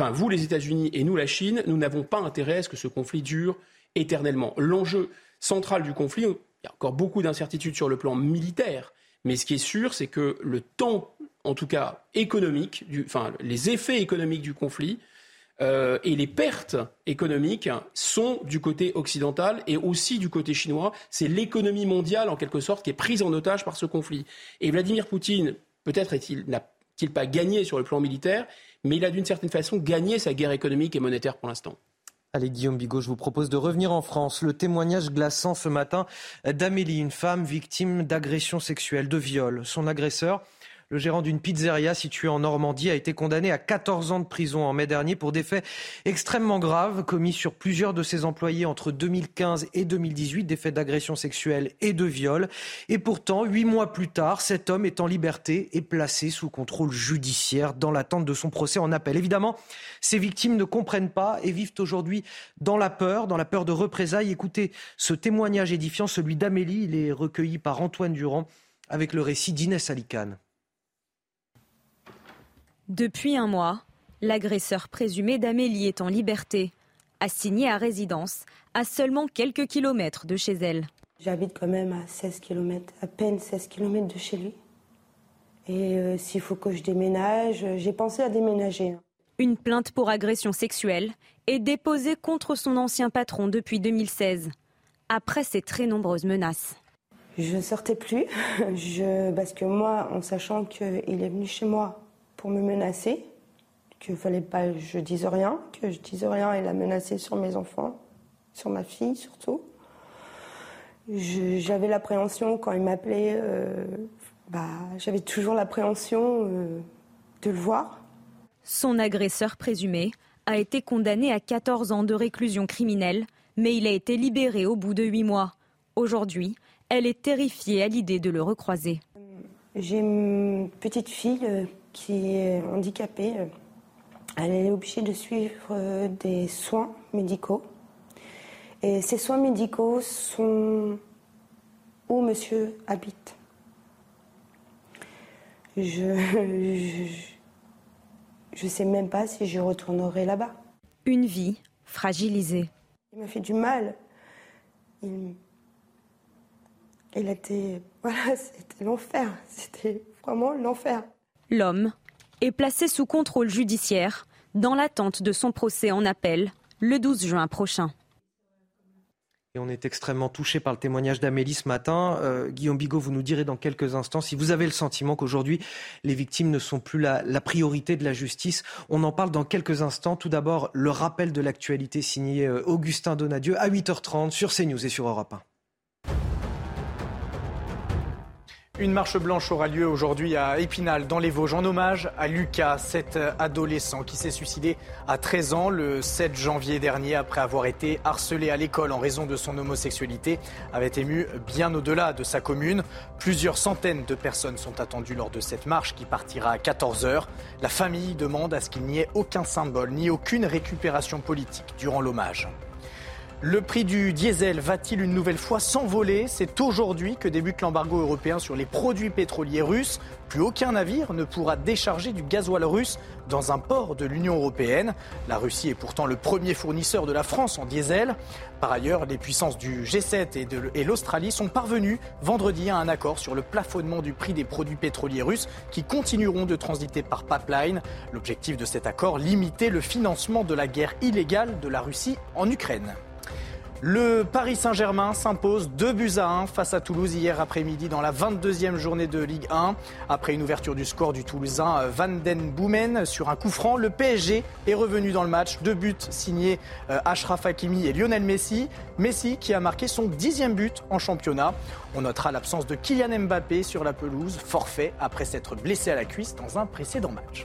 et nous la Chine, nous n'avons pas intérêt à ce que ce conflit dure éternellement. L'enjeu central du conflit, il y a encore beaucoup d'incertitudes sur le plan militaire, mais ce qui est sûr, c'est que le temps, en tout cas économique, les effets économiques du conflit, et les pertes économiques sont du côté occidental et aussi du côté chinois. C'est l'économie mondiale, en quelque sorte, qui est prise en otage par ce conflit. Et Vladimir Poutine, peut-être n'a-t-il pas gagné sur le plan militaire, mais il a d'une certaine façon gagné sa guerre économique et monétaire pour l'instant. Allez, Guillaume Bigot, je vous propose de revenir en France. Le témoignage glaçant ce matin d'Amélie, une femme victime d'agression sexuelle, de viol. Son agresseur, le gérant d'une pizzeria située en Normandie, a été condamné à 14 ans de prison en mai dernier pour des faits extrêmement graves commis sur plusieurs de ses employés entre 2015 et 2018, des faits d'agression sexuelle et de viol. Et pourtant, 8 mois plus tard, cet homme est en liberté et placé sous contrôle judiciaire dans l'attente de son procès en appel. Évidemment, ces victimes ne comprennent pas et vivent aujourd'hui dans la peur de représailles. Écoutez ce témoignage édifiant, celui d'Amélie. Il est recueilli par Antoine Durand avec le récit d'Inès Alicane. Depuis un mois, l'agresseur présumé d'Amélie est en liberté, assigné à résidence, à seulement quelques kilomètres de chez elle. J'habite quand même à 16 km, à peine 16 km de chez lui. Et s'il faut que je déménage, j'ai pensé à déménager. Une plainte pour agression sexuelle est déposée contre son ancien patron depuis 2016, après ses très nombreuses menaces. Je ne sortais plus, parce que moi, en sachant qu'il est venu chez moi pour me menacer, qu'il ne fallait pas que je dise rien, il a menacé sur mes enfants, sur ma fille surtout. J'avais l'appréhension quand il m'appelait, j'avais toujours l'appréhension de le voir. Son agresseur présumé a été condamné à 14 ans de réclusion criminelle, mais il a été libéré au bout de 8 mois. Aujourd'hui, elle est terrifiée à l'idée de le recroiser. J'ai une petite fille qui est handicapée. Elle est obligée de suivre des soins médicaux. Et ces soins médicaux sont où monsieur habite. Je sais même pas si je retournerai là-bas. Une vie fragilisée. Il m'a fait du mal. C'était l'enfer. C'était vraiment l'enfer. L'homme est placé sous contrôle judiciaire dans l'attente de son procès en appel le 12 juin prochain. Et on est extrêmement touché par le témoignage d'Amélie ce matin. Guillaume Bigot, vous nous direz dans quelques instants si vous avez le sentiment qu'aujourd'hui, les victimes ne sont plus la priorité de la justice. On en parle dans quelques instants. Tout d'abord, le rappel de l'actualité signé Augustin Donadieu à 8h30 sur CNews et sur Europe 1. Une marche blanche aura lieu aujourd'hui à Épinal, dans les Vosges, en hommage à Lucas, cet adolescent qui s'est suicidé à 13 ans le 7 janvier dernier après avoir été harcelé à l'école en raison de son homosexualité, avait ému bien au-delà de sa commune. Plusieurs centaines de personnes sont attendues lors de cette marche qui partira à 14h. La famille demande à ce qu'il n'y ait aucun symbole ni aucune récupération politique durant l'hommage. Le prix du diesel va-t-il une nouvelle fois s'envoler ? C'est aujourd'hui que débute l'embargo européen sur les produits pétroliers russes. Plus aucun navire ne pourra décharger du gasoil russe dans un port de l'Union européenne. La Russie est pourtant le premier fournisseur de la France en diesel. Par ailleurs, les puissances du G7 et l'Australie sont parvenues vendredi à un accord sur le plafonnement du prix des produits pétroliers russes qui continueront de transiter par pipeline. L'objectif de cet accord, limiter le financement de la guerre illégale de la Russie en Ukraine. Le Paris Saint-Germain s'impose 2-1 face à Toulouse hier après-midi dans la 22e journée de Ligue 1. Après une ouverture du score du Toulousain Van den Boomen sur un coup franc, le PSG est revenu dans le match. 2 buts signés Achraf Hakimi et Lionel Messi. Messi qui a marqué son 10e but en championnat. On notera l'absence de Kylian Mbappé sur la pelouse, forfait après s'être blessé à la cuisse dans un précédent match.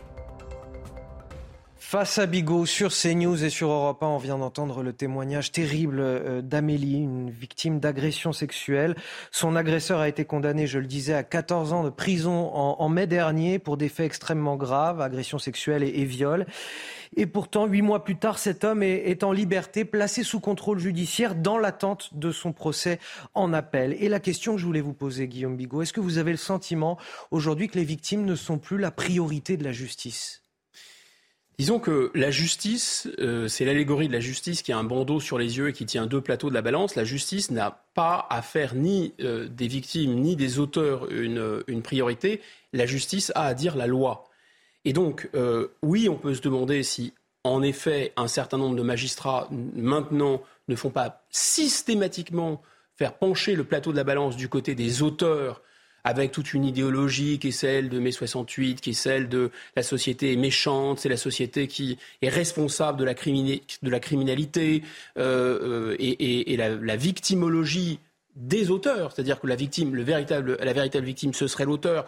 Face à Bigot sur CNews et sur Europe 1, on vient d'entendre le témoignage terrible d'Amélie, une victime d'agression sexuelle. Son agresseur a été condamné, je le disais, à 14 ans de prison en mai dernier pour des faits extrêmement graves, agression sexuelle et viol. Et pourtant, 8 mois plus tard, cet homme est en liberté, placé sous contrôle judiciaire dans l'attente de son procès en appel. Et la question que je voulais vous poser, Guillaume Bigot, est-ce que vous avez le sentiment aujourd'hui que les victimes ne sont plus la priorité de la justice ? Disons que la justice, c'est l'allégorie de la justice qui a un bandeau sur les yeux et qui tient 2 plateaux de la balance. La justice n'a pas à faire ni des victimes ni des auteurs une priorité. La justice a à dire la loi. Et donc, oui, on peut se demander si, en effet, un certain nombre de magistrats, maintenant, ne font pas systématiquement faire pencher le plateau de la balance du côté des auteurs, avec toute une idéologie qui est celle de mai 68, qui est celle de la société méchante, c'est la société qui est responsable de la criminalité et la victimologie des auteurs, c'est-à-dire que la victime, la véritable victime, ce serait l'auteur.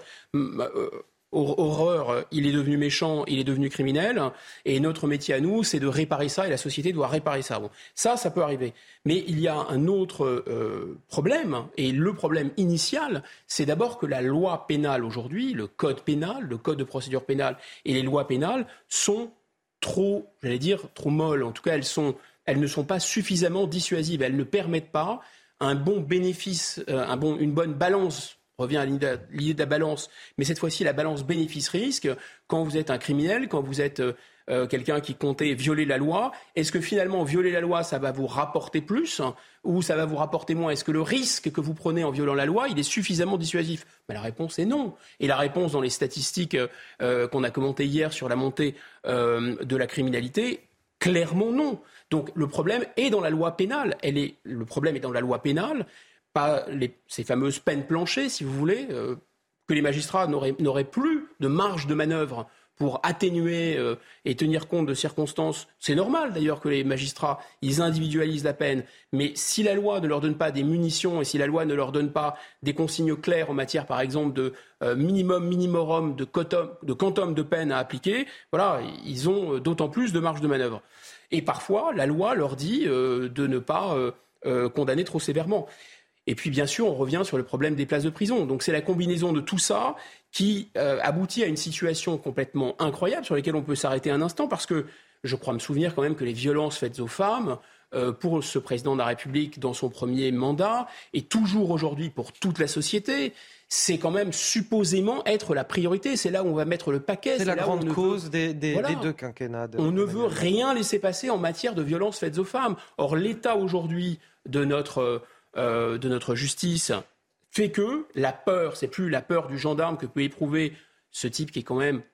Horreur, il est devenu méchant, il est devenu criminel, et notre métier à nous, c'est de réparer ça, et la société doit réparer ça. Bon, ça peut arriver. Mais il y a un autre problème, et le problème initial, c'est d'abord que la loi pénale aujourd'hui, le code pénal, le code de procédure pénale et les lois pénales sont trop molles. En tout cas, elles ne sont pas suffisamment dissuasives. Elles ne permettent pas un bon bénéfice, une bonne balance. On revient à l'idée de la balance, mais cette fois-ci la balance bénéfice-risque. Quand vous êtes un criminel, quand vous êtes quelqu'un qui comptait violer la loi, est-ce que finalement violer la loi, ça va vous rapporter plus ou ça va vous rapporter moins ? Est-ce que le risque que vous prenez en violant la loi, il est suffisamment dissuasif ? La réponse est non. Et la réponse dans les statistiques qu'on a commentées hier sur la montée de la criminalité, clairement non. Donc le problème est dans la loi pénale. Le problème est dans la loi pénale. Pas ces fameuses peines planchées, si vous voulez, que les magistrats n'auraient plus de marge de manœuvre pour atténuer et tenir compte de circonstances. C'est normal d'ailleurs que les magistrats, ils individualisent la peine, mais si la loi ne leur donne pas des munitions et si la loi ne leur donne pas des consignes claires en matière, par exemple, de minimum, de quantum de peine à appliquer, voilà, ils ont d'autant plus de marge de manœuvre. Et parfois, la loi leur dit de ne pas condamner trop sévèrement. Et puis, bien sûr, on revient sur le problème des places de prison. Donc, c'est la combinaison de tout ça qui aboutit à une situation complètement incroyable sur laquelle on peut s'arrêter un instant parce que je crois me souvenir quand même que les violences faites aux femmes, pour ce président de la République dans son premier mandat et toujours aujourd'hui pour toute la société, c'est quand même supposément être la priorité. C'est là où on va mettre le paquet. C'est la grande cause des 2 quinquennats. On ne veut rien laisser passer en matière de violences faites aux femmes. Or, l'état aujourd'hui de notre justice fait que la peur, c'est plus la peur du gendarme que peut éprouver ce type qui est quand même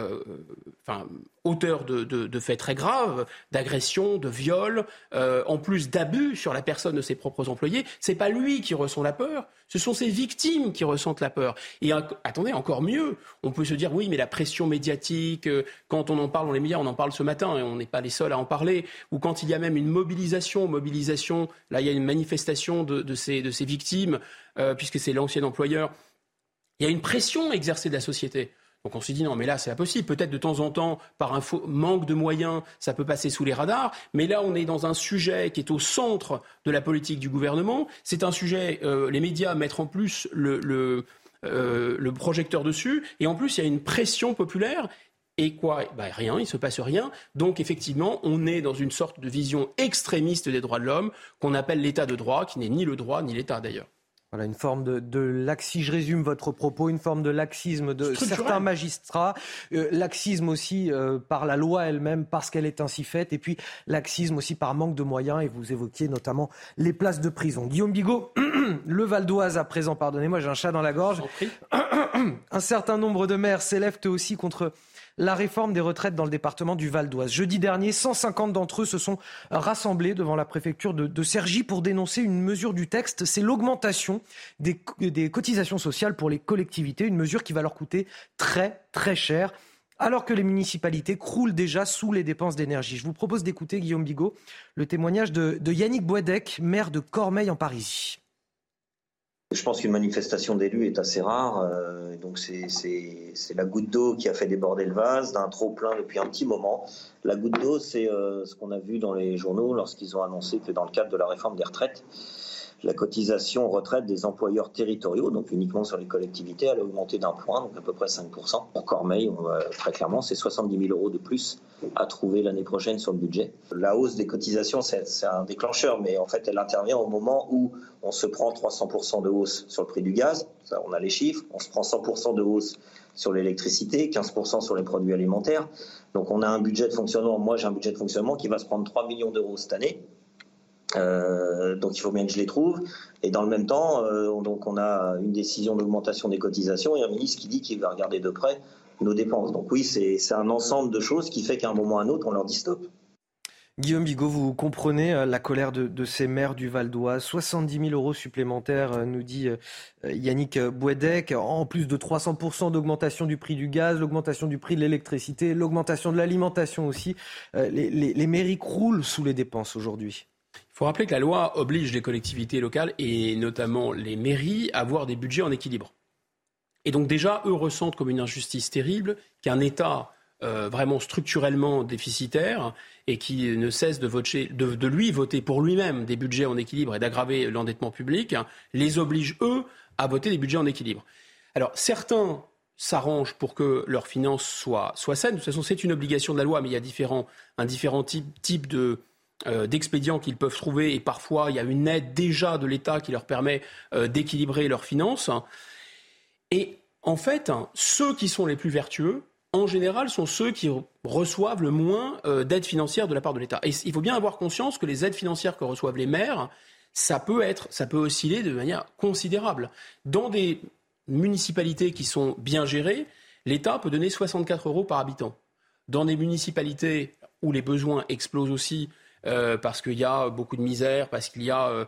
auteur de faits très graves, d'agression, de viol, en plus d'abus sur la personne de ses propres employés. C'est pas lui qui ressent la peur, ce sont ses victimes qui ressentent la peur. Et attendez, encore mieux, on peut se dire oui, mais la pression médiatique, quand on en parle dans les médias, on en parle ce matin et on n'est pas les seuls à en parler, ou quand il y a même une mobilisation, là il y a une manifestation de ces victimes, puisque c'est l'ancien employeur Il y a une pression exercée de la société. Donc on s'est dit non mais là c'est impossible, peut-être de temps en temps par un manque de moyens ça peut passer sous les radars, mais là on est dans un sujet qui est au centre de la politique du gouvernement, c'est un sujet, les médias mettent en plus le projecteur dessus, et en plus il y a une pression populaire. Et quoi ? Rien, il ne se passe rien. Donc effectivement, on est dans une sorte de vision extrémiste des droits de l'homme qu'on appelle l'état de droit, qui n'est ni le droit ni l'état d'ailleurs. Voilà, une forme si je résume votre propos, une forme de laxisme de certains magistrats, laxisme aussi par la loi elle-même, parce qu'elle est ainsi faite, et puis laxisme aussi par manque de moyens, et vous évoquiez notamment les places de prison. Guillaume Bigot, le Val d'Oise à présent, pardonnez-moi, j'ai un chat dans la gorge. Un certain nombre de maires s'élèvent eux aussi contre la réforme des retraites dans le département du Val d'Oise. Jeudi dernier, 150 d'entre eux se sont rassemblés devant la préfecture de Cergy pour dénoncer une mesure du texte. C'est l'augmentation des cotisations sociales pour les collectivités, une mesure qui va leur coûter très très cher, alors que les municipalités croulent déjà sous les dépenses d'énergie. Je vous propose d'écouter, Guillaume Bigot, le témoignage de Yannick Bouedec, maire de Cormeilles en Parisis. Je pense qu'une manifestation d'élus est assez rare, donc c'est la goutte d'eau qui a fait déborder le vase d'un trop-plein depuis un petit moment. La goutte d'eau, c'est ce qu'on a vu dans les journaux lorsqu'ils ont annoncé que dans le cadre de la réforme des retraites, la cotisation retraite des employeurs territoriaux, donc uniquement sur les collectivités, elle a augmenté d'un point, donc à peu près 5%. Pour Cormeilles, très clairement, c'est 70 000 € de plus à trouver l'année prochaine sur le budget. La hausse des cotisations, c'est un déclencheur, mais en fait, elle intervient au moment où on se prend 300% de hausse sur le prix du gaz, ça, on a les chiffres, on se prend 100% de hausse sur l'électricité, 15% sur les produits alimentaires. Donc on a un budget de fonctionnement, moi j'ai un budget de fonctionnement qui va se prendre 3 millions d'euros cette année. Donc il faut bien que je les trouve. Et dans le même temps, donc on a une décision d'augmentation des cotisations et un ministre qui dit qu'il va regarder de près nos dépenses. Donc oui, c'est un ensemble de choses qui fait qu'à un moment ou à un autre, on leur dit stop. Guillaume Bigot, vous comprenez la colère de ces maires du Val d'Oise. 70 000 € supplémentaires, nous dit Yannick Bouedec, en plus de 300% d'augmentation du prix du gaz, l'augmentation du prix de l'électricité, l'augmentation de l'alimentation aussi. Les mairies croulent sous les dépenses aujourd'hui. Il faut rappeler que la loi oblige les collectivités locales, et notamment les mairies, à avoir des budgets en équilibre. Et donc déjà, eux ressentent comme une injustice terrible qu'un État vraiment structurellement déficitaire et qui ne cesse de lui voter pour lui-même des budgets en équilibre et d'aggraver l'endettement public, les oblige, eux, à voter des budgets en équilibre. Alors, certains s'arrangent pour que leurs finances soient saines. De toute façon, c'est une obligation de la loi, mais il y a un différent type d'expédients qu'ils peuvent trouver, et parfois il y a une aide déjà de l'État qui leur permet d'équilibrer leurs finances. Et en fait, ceux qui sont les plus vertueux, en général, sont ceux qui reçoivent le moins d'aides financières de la part de l'État. Et il faut bien avoir conscience que les aides financières que reçoivent les maires, ça peut osciller de manière considérable. Dans des municipalités qui sont bien gérées, l'État peut donner 64 € par habitant. Dans des municipalités où les besoins explosent aussi, parce qu'il y a beaucoup de misère, parce qu'il y a,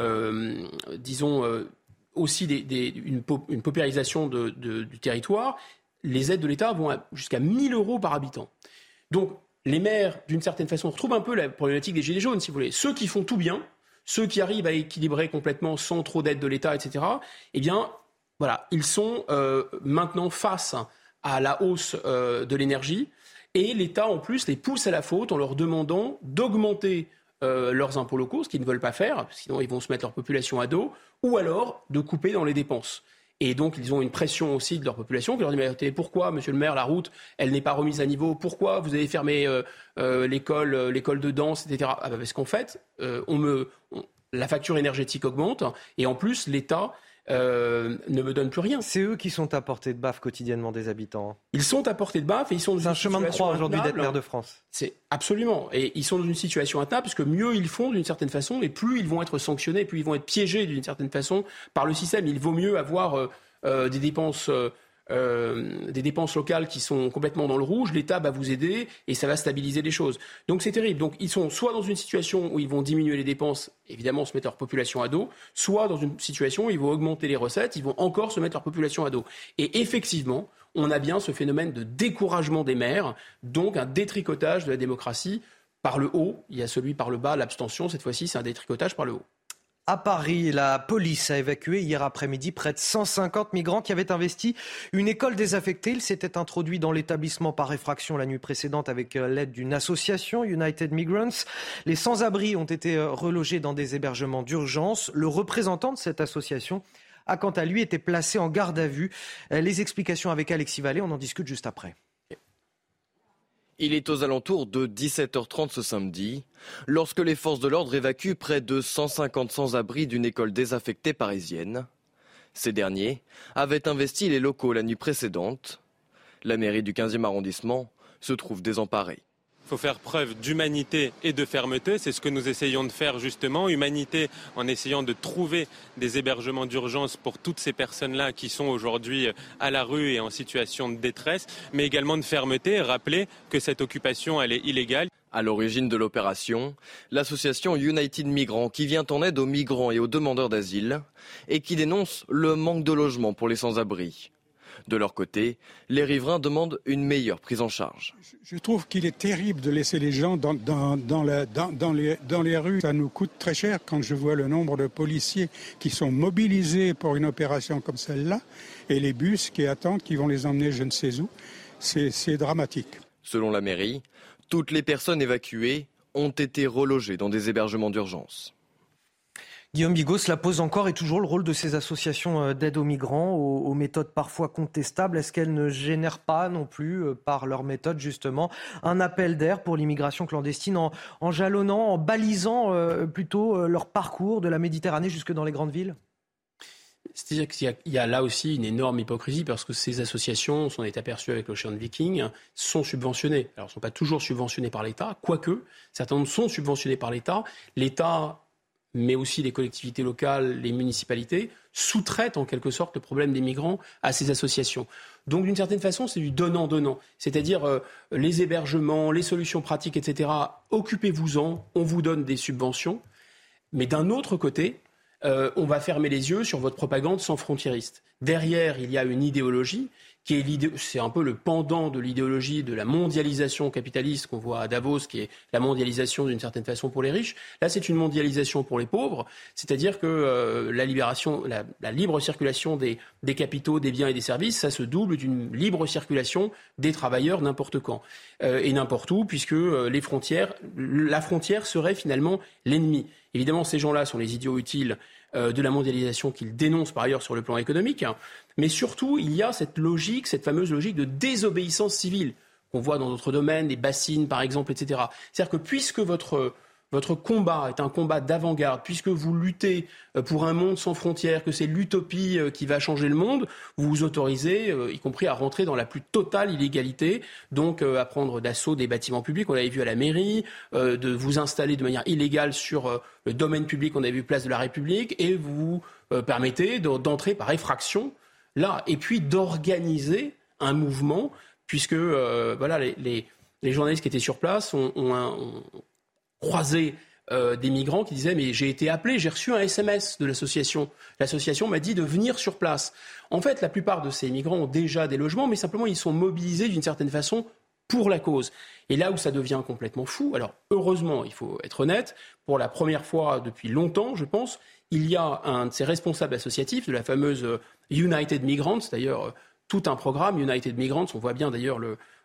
aussi une paupérisation du territoire, les aides de l'État vont jusqu'à 1 000 € par habitant. Donc les maires, d'une certaine façon, retrouvent un peu la problématique des gilets jaunes, si vous voulez. Ceux qui font tout bien, ceux qui arrivent à équilibrer complètement sans trop d'aide de l'État, etc., eh bien, voilà, ils sont maintenant face à la hausse de l'énergie. Et l'État, en plus, les pousse à la faute en leur demandant d'augmenter leurs impôts locaux, ce qu'ils ne veulent pas faire, sinon ils vont se mettre leur population à dos, ou alors de couper dans les dépenses. Et donc, ils ont une pression aussi de leur population qui leur dit « Mais pourquoi, monsieur le maire, la route, elle n'est pas remise à niveau ? Pourquoi vous avez fermé l'école de danse, etc. » Parce qu'en fait, la facture énergétique augmente, et en plus, l'État ne me donne plus rien. C'est eux qui sont à portée de baffe quotidiennement des habitants. Ils sont à portée de baffe et ils sont dans une situation chemin de croix aujourd'hui d'être maire de France. C'est absolument. Et ils sont dans une situation intenable parce que mieux ils font d'une certaine façon et plus ils vont être sanctionnés, plus ils vont être piégés d'une certaine façon par le système. Il vaut mieux avoir des dépenses locales qui sont complètement dans le rouge, l'État va vous aider et ça va stabiliser les choses. Donc c'est terrible. Donc ils sont soit dans une situation où ils vont diminuer les dépenses, évidemment se mettre leur population à dos, soit dans une situation où ils vont augmenter les recettes, ils vont encore se mettre leur population à dos. Et effectivement, on a bien ce phénomène de découragement des maires, donc un détricotage de la démocratie par le haut. Il y a celui par le bas, l'abstention, cette fois-ci c'est un détricotage par le haut. À Paris, la police a évacué hier après-midi près de 150 migrants qui avaient investi une école désaffectée. Ils s'étaient introduits dans l'établissement par effraction la nuit précédente avec l'aide d'une association, United Migrants. Les sans-abri ont été relogés dans des hébergements d'urgence. Le représentant de cette association a quant à lui été placé en garde à vue. Les explications avec Alexis Vallée, on en discute juste après. Il est aux alentours de 17h30 ce samedi, lorsque les forces de l'ordre évacuent près de 150 sans-abri d'une école désaffectée parisienne. Ces derniers avaient investi les locaux la nuit précédente. La mairie du 15e arrondissement se trouve désemparée. Il faut faire preuve d'humanité et de fermeté. C'est ce que nous essayons de faire justement. Humanité en essayant de trouver des hébergements d'urgence pour toutes ces personnes-là qui sont aujourd'hui à la rue et en situation de détresse. Mais également de fermeté, rappeler que cette occupation, elle est illégale. À l'origine de l'opération, l'association United Migrants qui vient en aide aux migrants et aux demandeurs d'asile et qui dénonce le manque de logement pour les sans-abri. De leur côté, les riverains demandent une meilleure prise en charge. Je trouve qu'il est terrible de laisser les gens dans les rues. Ça nous coûte très cher quand je vois le nombre de policiers qui sont mobilisés pour une opération comme celle-là et les bus qui attendent, qui vont les emmener je ne sais où. C'est dramatique. Selon la mairie, toutes les personnes évacuées ont été relogées dans des hébergements d'urgence. Guillaume Bigot, cela pose encore et toujours le rôle de ces associations d'aide aux migrants, aux méthodes parfois contestables. Est-ce qu'elles ne génèrent pas non plus, par leur méthode justement, un appel d'air pour l'immigration clandestine en jalonnant, en balisant plutôt leur parcours de la Méditerranée jusque dans les grandes villes ? C'est-à-dire qu'il y a là aussi une énorme hypocrisie parce que ces associations, on s'en est aperçu avec l'Ocean Viking, sont subventionnées. Alors, elles ne sont pas toujours subventionnées par l'État, quoique certaines sont subventionnées par l'État. L'État, mais aussi les collectivités locales, les municipalités, sous-traitent en quelque sorte le problème des migrants à ces associations. Donc d'une certaine façon, c'est du donnant-donnant. C'est-à-dire les hébergements, les solutions pratiques, etc., occupez-vous-en, on vous donne des subventions. Mais d'un autre côté, on va fermer les yeux sur votre propagande sans frontiériste. Derrière, il y a une idéologie qui est c'est un peu le pendant de l'idéologie de la mondialisation capitaliste qu'on voit à Davos, qui est la mondialisation d'une certaine façon pour les riches. Là, c'est une mondialisation pour les pauvres, c'est-à-dire que la libre circulation des capitaux, des biens et des services, ça se double d'une libre circulation des travailleurs n'importe quand et n'importe où, puisque la frontière serait finalement l'ennemi. Évidemment, ces gens-là sont les idiots utiles de la mondialisation qu'ils dénoncent par ailleurs sur le plan économique. Mais surtout, il y a cette fameuse logique de désobéissance civile qu'on voit dans d'autres domaines, les bassines par exemple, etc. C'est-à-dire que puisque votre combat est un combat d'avant-garde, puisque vous luttez pour un monde sans frontières, que c'est l'utopie qui va changer le monde, vous vous autorisez, y compris à rentrer dans la plus totale illégalité, donc à prendre d'assaut des bâtiments publics, on l'avait vu à la mairie, de vous installer de manière illégale sur le domaine public, on avait vu Place de la République, et vous permettez d'entrer par effraction là, et puis d'organiser un mouvement, puisque les journalistes qui étaient sur place ont croisé des migrants qui disaient « mais j'ai été appelé, j'ai reçu un SMS de l'association. L'association m'a dit de venir sur place ». En fait, la plupart de ces migrants ont déjà des logements, mais simplement ils sont mobilisés d'une certaine façon pour la cause. Et là où ça devient complètement fou, alors heureusement, il faut être honnête, pour la première fois depuis longtemps, je pense, il y a un de ces responsables associatifs de la fameuse United Migrants, d'ailleurs tout un programme, United Migrants, on voit bien d'ailleurs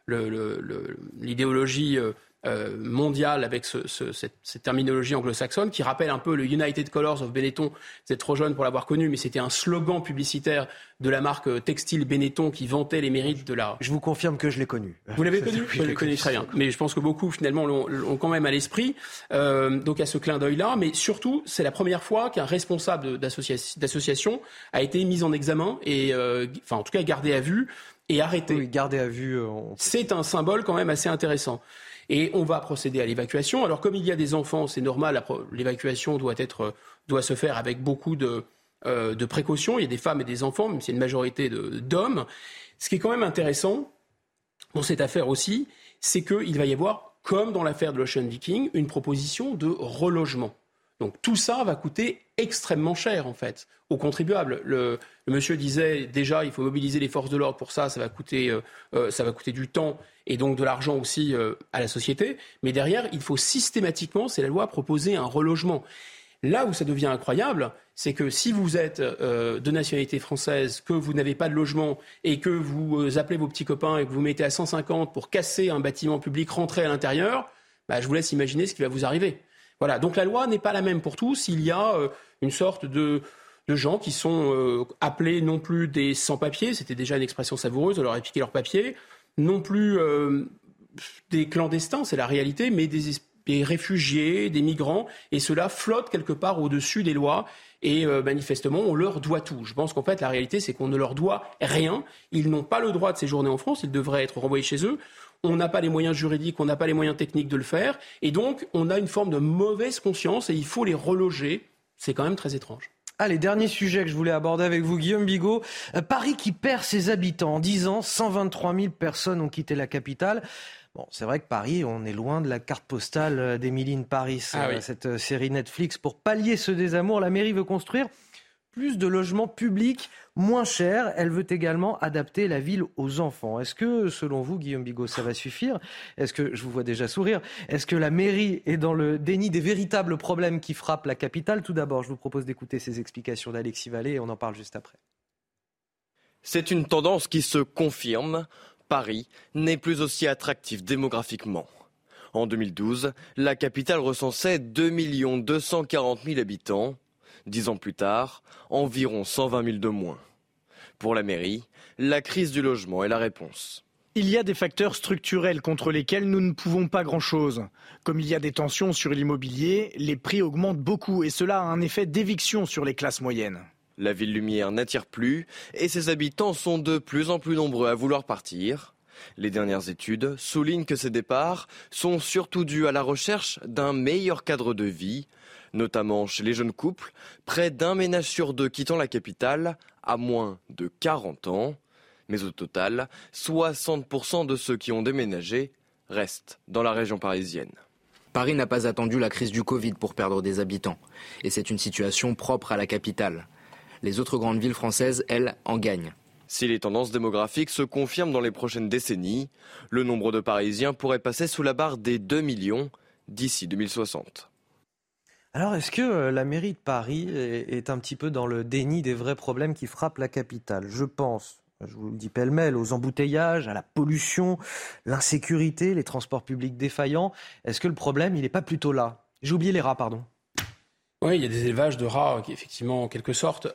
l'idéologie mondiale avec cette terminologie anglo-saxonne qui rappelle un peu le United Colors of Benetton. Vous êtes trop jeune pour l'avoir connu, mais c'était un slogan publicitaire de la marque textile Benetton qui vantait les mérites de la... Je vous confirme que je l'ai connu. Vous l'avez connu ? Je l'ai connu très bien. Mais je pense que beaucoup, finalement, l'ont quand même à l'esprit. Donc, à ce clin d'œil-là. Mais surtout, c'est la première fois qu'un responsable d'association a été mis en examen et, en tout cas, gardé à vue et arrêté. Oui, gardé à vue. C'est un symbole quand même assez intéressant. Et on va procéder à l'évacuation. Alors, comme il y a des enfants, c'est normal, l'évacuation doit se faire avec beaucoup de précautions. Il y a des femmes et des enfants, même s'il y a une majorité d'hommes. Ce qui est quand même intéressant dans cette affaire aussi, c'est qu'il va y avoir, comme dans l'affaire de l'Ocean Viking, une proposition de relogement. Donc tout ça va coûter extrêmement cher, en fait, aux contribuables. Le monsieur disait, déjà, il faut mobiliser les forces de l'ordre pour ça, ça va coûter du temps et donc de l'argent aussi à la société. Mais derrière, il faut systématiquement, c'est la loi, proposer un relogement. Là où ça devient incroyable, c'est que si vous êtes de nationalité française, que vous n'avez pas de logement et que vous appelez vos petits copains et que vous mettez à 150 pour casser un bâtiment public, rentrer à l'intérieur, je vous laisse imaginer ce qui va vous arriver. Voilà, donc la loi n'est pas la même pour tous. Il y a une sorte de gens qui sont appelés non plus des sans-papiers, c'était déjà une expression savoureuse, on leur a piqué leurs papiers, non plus des clandestins, c'est la réalité, mais des réfugiés, des migrants, et cela flotte quelque part au-dessus des lois, et manifestement, on leur doit tout. Je pense qu'en fait, la réalité, c'est qu'on ne leur doit rien. Ils n'ont pas le droit de séjourner en France, ils devraient être renvoyés chez eux. On n'a pas les moyens juridiques, on n'a pas les moyens techniques de le faire, et donc on a une forme de mauvaise conscience, et il faut les reloger. C'est quand même très étrange. Allez, dernier sujet que je voulais aborder avec vous, Guillaume Bigot. Paris qui perd ses habitants. En 10 ans, 123 000 personnes ont quitté la capitale. Bon, c'est vrai que Paris, on est loin de la carte postale d'Emily in Paris, cette série Netflix. Pour pallier ce désamour, la mairie veut construire plus de logements publics moins chers. Elle veut également adapter la ville aux enfants. Est-ce que, selon vous, Guillaume Bigot, ça va suffire ? Est-ce que, je vous vois déjà sourire, est-ce que la mairie est dans le déni des véritables problèmes qui frappent la capitale ? Tout d'abord, je vous propose d'écouter ces explications d'Alexis Vallée et on en parle juste après. C'est une tendance qui se confirme. Paris n'est plus aussi attractif démographiquement. En 2012, la capitale recensait 2 240 000 habitants. 10 ans plus tard, environ 120 000 de moins. Pour la mairie, la crise du logement est la réponse. Il y a des facteurs structurels contre lesquels nous ne pouvons pas grand-chose. Comme il y a des tensions sur l'immobilier, les prix augmentent beaucoup et cela a un effet d'éviction sur les classes moyennes. La ville lumière n'attire plus et ses habitants sont de plus en plus nombreux à vouloir partir. Les dernières études soulignent que ces départs sont surtout dus à la recherche d'un meilleur cadre de vie, notamment chez les jeunes couples, près d'un ménage sur 2 quittant la capitale à moins de 40 ans. Mais au total, 60% de ceux qui ont déménagé restent dans la région parisienne. Paris n'a pas attendu la crise du Covid pour perdre des habitants. Et c'est une situation propre à la capitale. Les autres grandes villes françaises, elles, en gagnent. Si les tendances démographiques se confirment dans les prochaines décennies, le nombre de Parisiens pourrait passer sous la barre des 2 millions d'ici 2060. Alors, est-ce que la mairie de Paris est un petit peu dans le déni des vrais problèmes qui frappent la capitale ? Je pense, je vous le dis pêle-mêle, aux embouteillages, à la pollution, l'insécurité, les transports publics défaillants. Est-ce que le problème, il n'est pas plutôt là ? J'ai oublié les rats, pardon. Oui, il y a des élevages de rats, effectivement, en quelque sorte.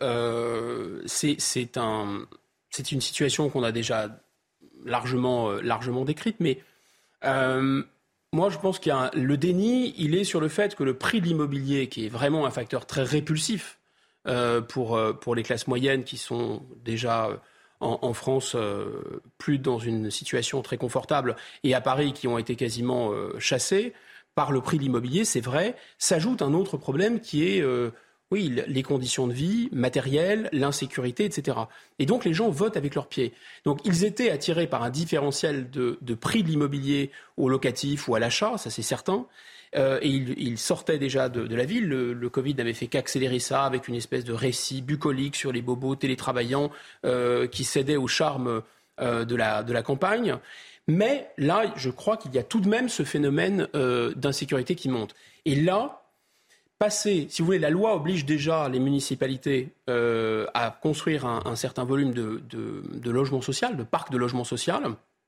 C'est une situation qu'on a déjà largement décrite, mais moi, je pense qu'il y a le déni, il est sur le fait que le prix de l'immobilier, qui est vraiment un facteur très répulsif pour les classes moyennes qui sont déjà en France plus dans une situation très confortable, et à Paris qui ont été quasiment chassées par le prix de l'immobilier, c'est vrai, s'ajoute un autre problème qui est les conditions de vie matérielles, l'insécurité, etc. Et donc les gens votent avec leurs pieds. Donc ils étaient attirés par un différentiel de prix de l'immobilier au locatif ou à l'achat, ça c'est certain. Et ils sortaient déjà de la ville. Le Covid n'avait fait qu'accélérer ça avec une espèce de récit bucolique sur les bobos télétravaillants qui cédaient au charme de la campagne. Mais là, je crois qu'il y a tout de même ce phénomène d'insécurité qui monte. Et là, si vous voulez, la loi oblige déjà les municipalités à construire un certain volume de logements sociaux, de parcs de logements sociaux.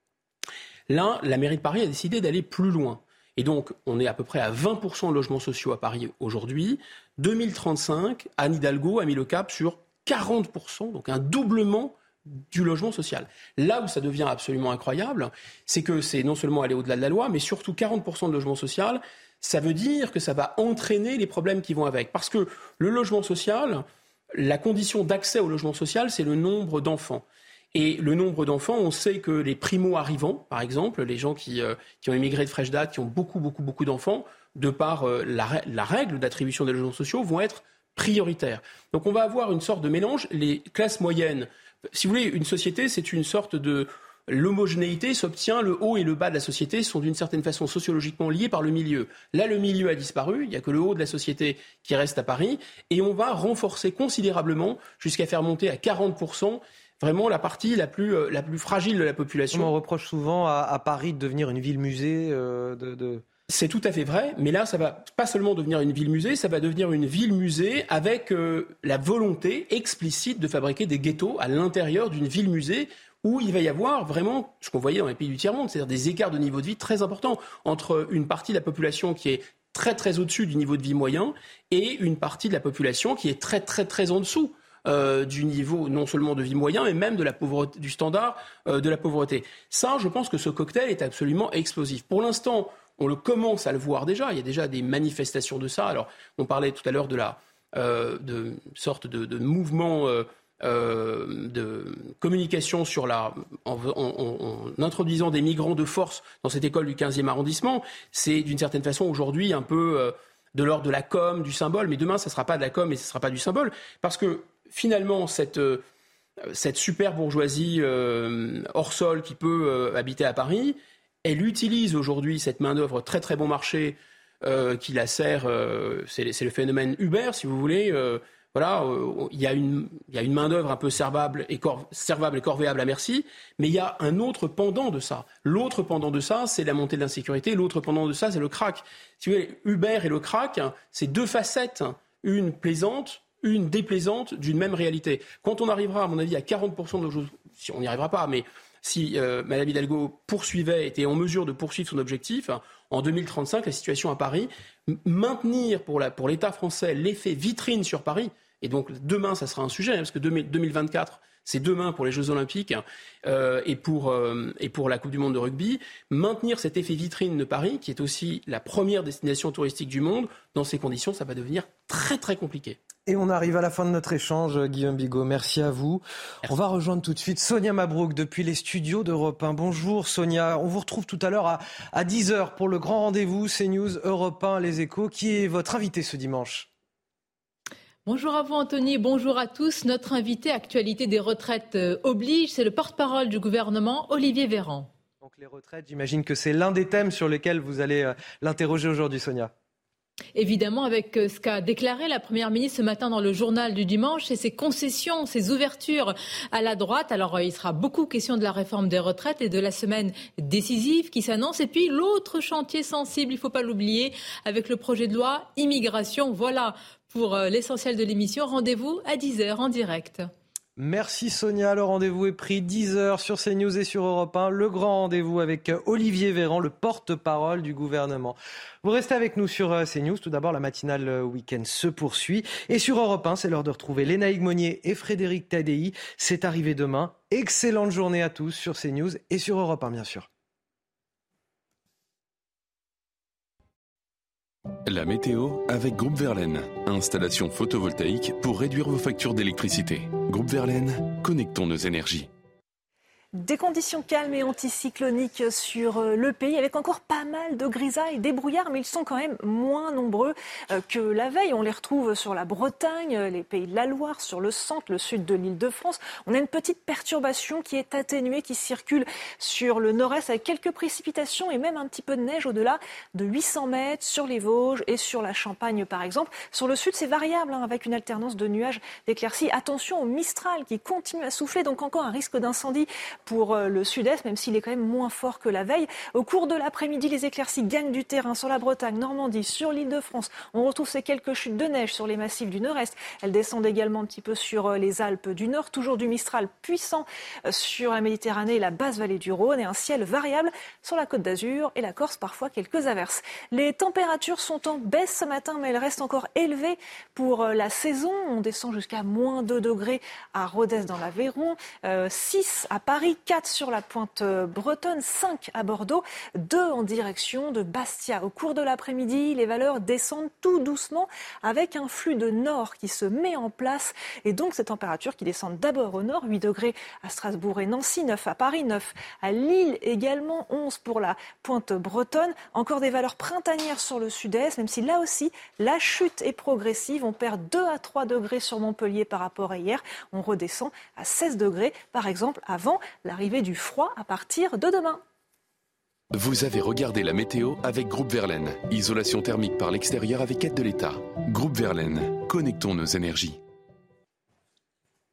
Là, la mairie de Paris a décidé d'aller plus loin. Et donc, on est à peu près à 20% de logements sociaux à Paris aujourd'hui. 2035, Anne Hidalgo a mis le cap sur 40%, donc un doublement du logement social. Là où ça devient absolument incroyable, c'est que c'est non seulement aller au-delà de la loi, mais surtout 40% de logement social, ça veut dire que ça va entraîner les problèmes qui vont avec. Parce que le logement social, la condition d'accès au logement social, c'est le nombre d'enfants. Et le nombre d'enfants, on sait que les primo-arrivants, par exemple, les gens qui ont émigré de fraîche date, qui ont beaucoup d'enfants, de par la règle d'attribution des logements sociaux, vont être prioritaires. Donc on va avoir une sorte de mélange. Les classes moyennes, si vous voulez, une société, c'est une sorte de... L'homogénéité s'obtient, le haut et le bas de la société sont d'une certaine façon sociologiquement liés par le milieu. Là, le milieu a disparu, il n'y a que le haut de la société qui reste à Paris, et on va renforcer considérablement, jusqu'à faire monter à 40%, vraiment la partie la plus fragile de la population. On reproche souvent à Paris de devenir une ville-musée, C'est tout à fait vrai, mais là, ça va pas seulement devenir une ville-musée, ça va devenir une ville-musée avec la volonté explicite de fabriquer des ghettos à l'intérieur d'une ville-musée où il va y avoir vraiment ce qu'on voyait dans les pays du tiers-monde, c'est-à-dire des écarts de niveau de vie très importants entre une partie de la population qui est très très au-dessus du niveau de vie moyen et une partie de la population qui est très très très en dessous du niveau non seulement de vie moyen, mais même de la pauvreté, du standard de la pauvreté. Ça, je pense que ce cocktail est absolument explosif. Pour l'instant, on le commence à le voir déjà. Il y a déjà des manifestations de ça. Alors, on parlait tout à l'heure de sorte de mouvement de communication sur en introduisant des migrants de force dans cette école du 15e arrondissement. C'est d'une certaine façon aujourd'hui un peu de l'ordre de la com, du symbole. Mais demain, ça ne sera pas de la com et ce ne sera pas du symbole. Parce que finalement, cette super bourgeoisie hors sol qui peut habiter à Paris, elle utilise aujourd'hui cette main-d'œuvre très très bon marché qui la sert. C'est le phénomène Uber, si vous voulez. Il y a une main-d'œuvre un peu servable et corvéable à merci, mais il y a un autre pendant de ça. L'autre pendant de ça, c'est la montée de l'insécurité. L'autre pendant de ça, c'est le crack. Si vous voulez, Uber et le crack, c'est deux facettes, une plaisante, une déplaisante d'une même réalité. Quand on arrivera, à mon avis, à 40% de nos... Si on n'y arrivera pas, mais si Mme Hidalgo était en mesure de poursuivre son objectif, en 2035, la situation à Paris, maintenir pour l'État français l'effet vitrine sur Paris, et donc demain, ça sera un sujet, parce que 2024, c'est demain pour les Jeux Olympiques et pour la Coupe du Monde de rugby, maintenir cet effet vitrine de Paris, qui est aussi la première destination touristique du monde, dans ces conditions, ça va devenir très très compliqué. Et on arrive à la fin de notre échange, Guillaume Bigot. Merci à vous. Merci. On va rejoindre tout de suite Sonia Mabrouk depuis les studios d'Europe 1. Bonjour Sonia. On vous retrouve tout à l'heure à 10h pour le grand rendez-vous CNews, Europe 1, Les Échos. Qui est votre invité ce dimanche ? Bonjour à vous Anthony, bonjour à tous. Notre invité actualité des retraites oblige, c'est le porte-parole du gouvernement, Olivier Véran. Donc les retraites, j'imagine que c'est l'un des thèmes sur lesquels vous allez l'interroger aujourd'hui, Sonia. Évidemment, avec ce qu'a déclaré la Première ministre ce matin dans le journal du dimanche et ses concessions, ses ouvertures à la droite. Alors, il sera beaucoup question de la réforme des retraites et de la semaine décisive qui s'annonce. Et puis, l'autre chantier sensible, il ne faut pas l'oublier, avec le projet de loi immigration. Voilà pour l'essentiel de l'émission. Rendez-vous à 10h en direct. Merci Sonia, le rendez-vous est pris 10h sur CNews et sur Europe 1. Le grand rendez-vous avec Olivier Véran, le porte-parole du gouvernement. Vous restez avec nous sur CNews. Tout d'abord, la matinale week-end se poursuit. Et sur Europe 1, c'est l'heure de retrouver Léna Higmonier et Frédéric Tadei. C'est arrivé demain. Excellente journée à tous sur CNews et sur Europe 1, bien sûr. La météo avec Groupe Verlaine. Installation photovoltaïque pour réduire vos factures d'électricité. Groupe Verlaine, connectons nos énergies. Des conditions calmes et anticycloniques sur le pays, avec encore pas mal de grisailles, des brouillards, mais ils sont quand même moins nombreux que la veille. On les retrouve sur la Bretagne, les pays de la Loire, sur le centre, le sud de l'Île-de-France. On a une petite perturbation qui est atténuée, qui circule sur le nord-est, avec quelques précipitations et même un petit peu de neige au-delà de 800 mètres sur les Vosges et sur la Champagne, par exemple. Sur le sud, c'est variable, avec une alternance de nuages, d'éclaircies. Attention au Mistral qui continue à souffler, donc encore un risque d'incendie pour le sud-est, même s'il est quand même moins fort que la veille. Au cours de l'après-midi, les éclaircies gagnent du terrain sur la Bretagne, Normandie, sur l'Île-de-France. On retrouve ces quelques chutes de neige sur les massifs du nord-est. Elles descendent également un petit peu sur les Alpes du Nord. Toujours du Mistral puissant sur la Méditerranée et la basse vallée du Rhône. Et un ciel variable sur la Côte d'Azur et la Corse, parfois quelques averses. Les températures sont en baisse ce matin, mais elles restent encore élevées pour la saison. On descend jusqu'à moins 2 degrés à Rodez dans l'Aveyron, 6 à Paris, 4 sur la pointe bretonne, 5 à Bordeaux, 2 en direction de Bastia. Au cours de l'après-midi, les valeurs descendent tout doucement avec un flux de nord qui se met en place et donc ces températures qui descendent d'abord au nord, 8 degrés à Strasbourg et Nancy, 9 à Paris, 9 à Lille également, 11 pour la pointe bretonne. Encore des valeurs printanières sur le sud-est, même si là aussi la chute est progressive. On perd 2 à 3 degrés sur Montpellier par rapport à hier. On redescend à 16 degrés par exemple avant l'arrivée du froid à partir de demain. Vous avez regardé la météo avec Groupe Verlaine. Isolation thermique par l'extérieur avec aide de l'État. Groupe Verlaine, connectons nos énergies.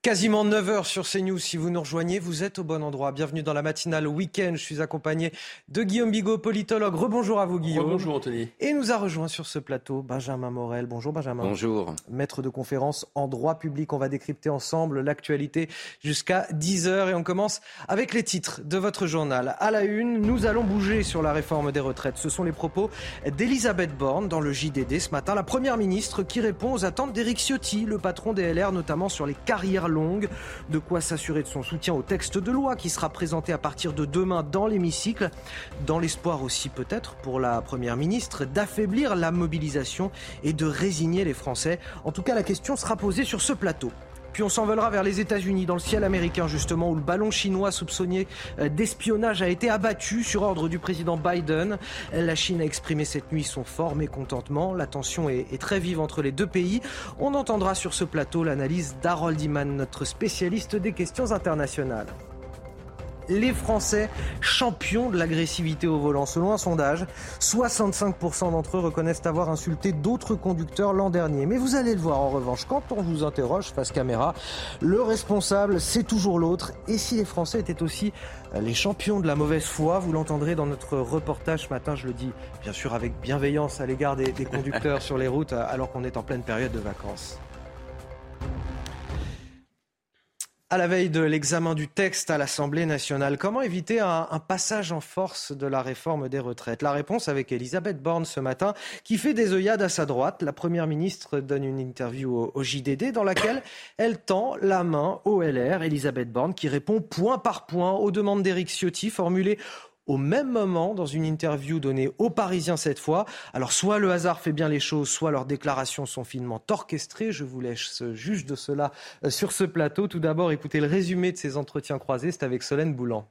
quasiment 9h sur CNews. Si vous nous rejoignez, vous êtes au bon endroit. Bienvenue dans la matinale week-end. Je suis accompagné de Guillaume Bigot, politologue. Rebonjour à vous, Guillaume. Rebonjour, Anthony. Et nous a rejoint sur ce plateau Benjamin Morel. Bonjour, Benjamin. Bonjour. Maître de conférence en droit public. On va décrypter ensemble l'actualité jusqu'à 10h. Et on commence avec les titres de votre journal. À la une, nous allons bouger sur la réforme des retraites. Ce sont les propos d'Elisabeth Borne dans le JDD ce matin. La première ministre qui répond aux attentes d'Éric Ciotti, le patron des LR, notamment sur les carrières longues. De quoi s'assurer de son soutien au texte de loi qui sera présenté à partir de demain dans l'hémicycle. Dans l'espoir aussi peut-être pour la première ministre d'affaiblir la mobilisation et de résigner les Français. En tout cas, la question sera posée sur ce plateau. Puis on s'envolera vers les États-Unis, dans le ciel américain justement, où le ballon chinois soupçonné d'espionnage a été abattu sur ordre du président Biden. La Chine a exprimé cette nuit son fort mécontentement. La tension est très vive entre les deux pays. On entendra sur ce plateau l'analyse d'Harold Iman, notre spécialiste des questions internationales. Les Français champions de l'agressivité au volant. Selon un sondage, 65% d'entre eux reconnaissent avoir insulté d'autres conducteurs l'an dernier. Mais vous allez le voir en revanche, quand on vous interroge face caméra, le responsable, c'est toujours l'autre. Et si les Français étaient aussi les champions de la mauvaise foi, vous l'entendrez dans notre reportage ce matin, je le dis bien sûr avec bienveillance à l'égard des conducteurs sur les routes alors qu'on est en pleine période de vacances. À la veille de l'examen du texte à l'Assemblée nationale, comment éviter un passage en force de la réforme des retraites ? La réponse avec Elisabeth Borne ce matin, qui fait des œillades à sa droite. La Première ministre donne une interview au JDD dans laquelle elle tend la main au LR. Elisabeth Borne qui répond point par point aux demandes d'Éric Ciotti formulées au même moment, dans une interview donnée aux Parisiens cette fois. Alors, soit le hasard fait bien les choses, soit leurs déclarations sont finement orchestrées. Je vous laisse juge de cela sur ce plateau. Tout d'abord, écoutez le résumé de ces entretiens croisés. C'est avec Solène Boulan.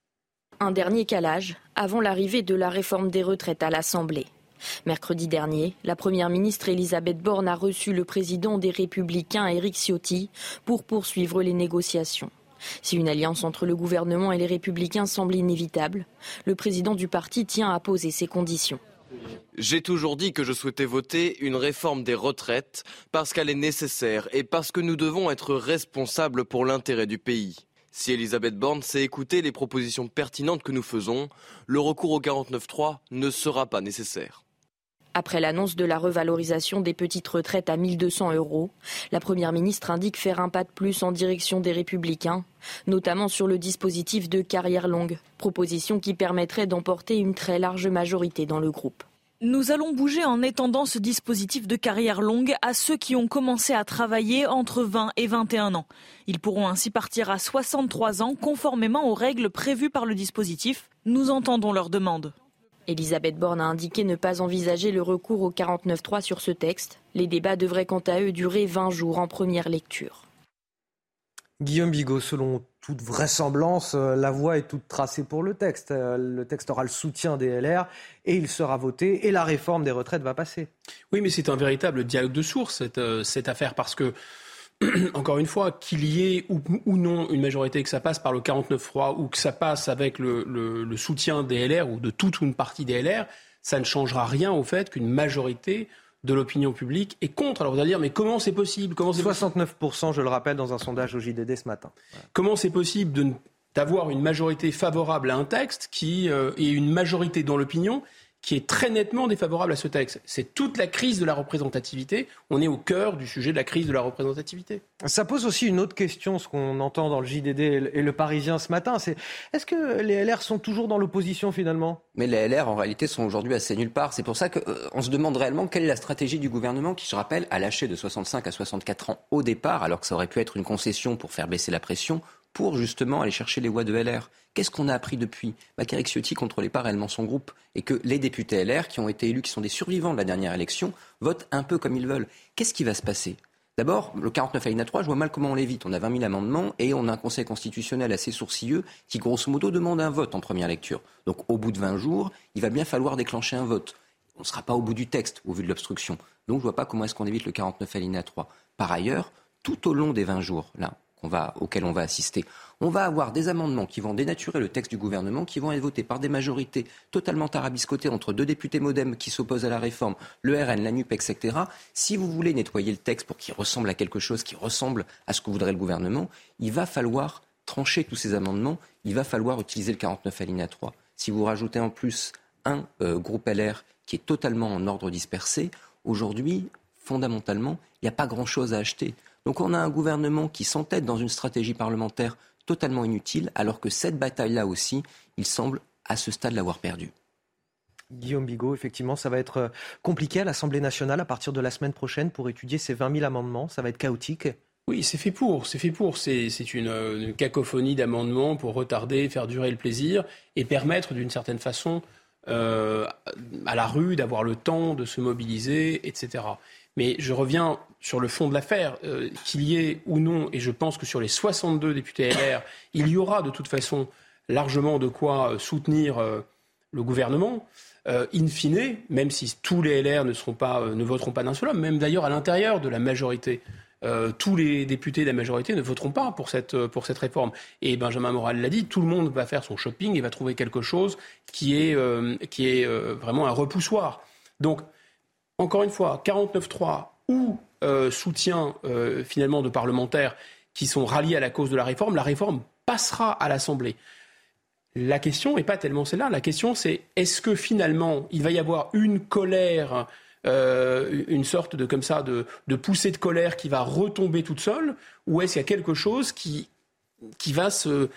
Un dernier calage avant l'arrivée de la réforme des retraites à l'Assemblée. Mercredi dernier, la Première ministre Elisabeth Borne a reçu le président des Républicains, Éric Ciotti, pour poursuivre les négociations. Si une alliance entre le gouvernement et les Républicains semble inévitable, le président du parti tient à poser ses conditions. J'ai toujours dit que je souhaitais voter une réforme des retraites parce qu'elle est nécessaire et parce que nous devons être responsables pour l'intérêt du pays. Si Elisabeth Borne sait écouter les propositions pertinentes que nous faisons, le recours au 49.3 ne sera pas nécessaire. Après l'annonce de la revalorisation des petites retraites à 1 200 €, la Première ministre indique faire un pas de plus en direction des Républicains, notamment sur le dispositif de carrière longue, proposition qui permettrait d'emporter une très large majorité dans le groupe. Nous allons bouger en étendant ce dispositif de carrière longue à ceux qui ont commencé à travailler entre 20 et 21 ans. Ils pourront ainsi partir à 63 ans, conformément aux règles prévues par le dispositif. Nous entendons leurs demandes. Elisabeth Borne a indiqué ne pas envisager le recours au 49.3 sur ce texte. Les débats devraient quant à eux durer 20 jours en première lecture. Guillaume Bigot, selon toute vraisemblance, la voie est toute tracée pour le texte. Le texte aura le soutien des LR et il sera voté et la réforme des retraites va passer. Oui, mais c'est un véritable dialogue de sourds, cette affaire, parce que encore une fois, qu'il y ait ou non une majorité, que ça passe par le 49.3 ou que ça passe avec le soutien des LR ou de toute ou une partie des LR, ça ne changera rien au fait qu'une majorité de l'opinion publique est contre. Alors vous allez dire, mais comment c'est possible ? 69%, je le rappelle, dans un sondage au JDD ce matin. Comment c'est possible d'avoir une majorité favorable à un texte et une majorité dans l'opinion qui est très nettement défavorable à ce texte. C'est toute la crise de la représentativité. On est au cœur du sujet de la crise de la représentativité. Ça pose aussi une autre question, ce qu'on entend dans le JDD et le Parisien ce matin, c'est est-ce que les LR sont toujours dans l'opposition finalement ? Mais les LR, en réalité, sont aujourd'hui assez nulle part. C'est pour ça qu'on se demande réellement quelle est la stratégie du gouvernement qui, je rappelle, a lâché de 65 à 64 ans au départ, alors que ça aurait pu être une concession pour faire baisser la pression, pour justement aller chercher les voix de LR. Qu'est-ce qu'on a appris depuis ? Qu'Éric Ciotti ne contrôlait pas réellement son groupe et que les députés LR qui ont été élus, qui sont des survivants de la dernière élection, votent un peu comme ils veulent. Qu'est-ce qui va se passer ? D'abord, le 49-3, je vois mal comment on l'évite. On a 20 000 amendements et on a un conseil constitutionnel assez sourcilleux qui, grosso modo, demande un vote en première lecture. Donc, au bout de 20 jours, il va bien falloir déclencher un vote. On ne sera pas au bout du texte, au vu de l'obstruction. Donc, je ne vois pas comment est-ce qu'on évite le 49-3. Par ailleurs, tout au long des 20 jours, là, auquel on va assister. On va avoir des amendements qui vont dénaturer le texte du gouvernement, qui vont être votés par des majorités totalement tarabiscotées entre 2 députés MoDem qui s'opposent à la réforme, le RN, la NUP, etc. Si vous voulez nettoyer le texte pour qu'il ressemble à quelque chose qui ressemble à ce que voudrait le gouvernement, il va falloir trancher tous ces amendements, il va falloir utiliser le 49 alinéa 3. Si vous rajoutez en plus un groupe LR qui est totalement en ordre dispersé, aujourd'hui, fondamentalement, il n'y a pas grand-chose à acheter. Donc on a un gouvernement qui s'entête dans une stratégie parlementaire totalement inutile, alors que cette bataille-là aussi, il semble à ce stade l'avoir perdue. Guillaume Bigot, effectivement, ça va être compliqué à l'Assemblée nationale à partir de la semaine prochaine pour étudier ces 20 000 amendements. Ça va être chaotique. Oui, c'est fait pour. C'est une cacophonie d'amendements pour retarder, faire durer le plaisir et permettre d'une certaine façon à la rue d'avoir le temps de se mobiliser, etc. Mais je reviens sur le fond de l'affaire, qu'il y ait ou non, et je pense que sur les 62 députés LR, il y aura de toute façon largement de quoi soutenir le gouvernement. In fine, même si tous les LR ne voteront pas d'un seul homme, même d'ailleurs à l'intérieur de la majorité, tous les députés de la majorité ne voteront pas pour cette réforme. Et Benjamin Morel l'a dit, tout le monde va faire son shopping et va trouver quelque chose qui est vraiment un repoussoir. Donc, encore une fois, 49.3 ou soutien finalement de parlementaires qui sont ralliés à la cause de la réforme passera à l'Assemblée. La question n'est pas tellement celle-là. La question, c'est est-ce que finalement il va y avoir une colère, une sorte de poussée de colère qui va retomber toute seule, ou est-ce qu'il y a quelque chose qui va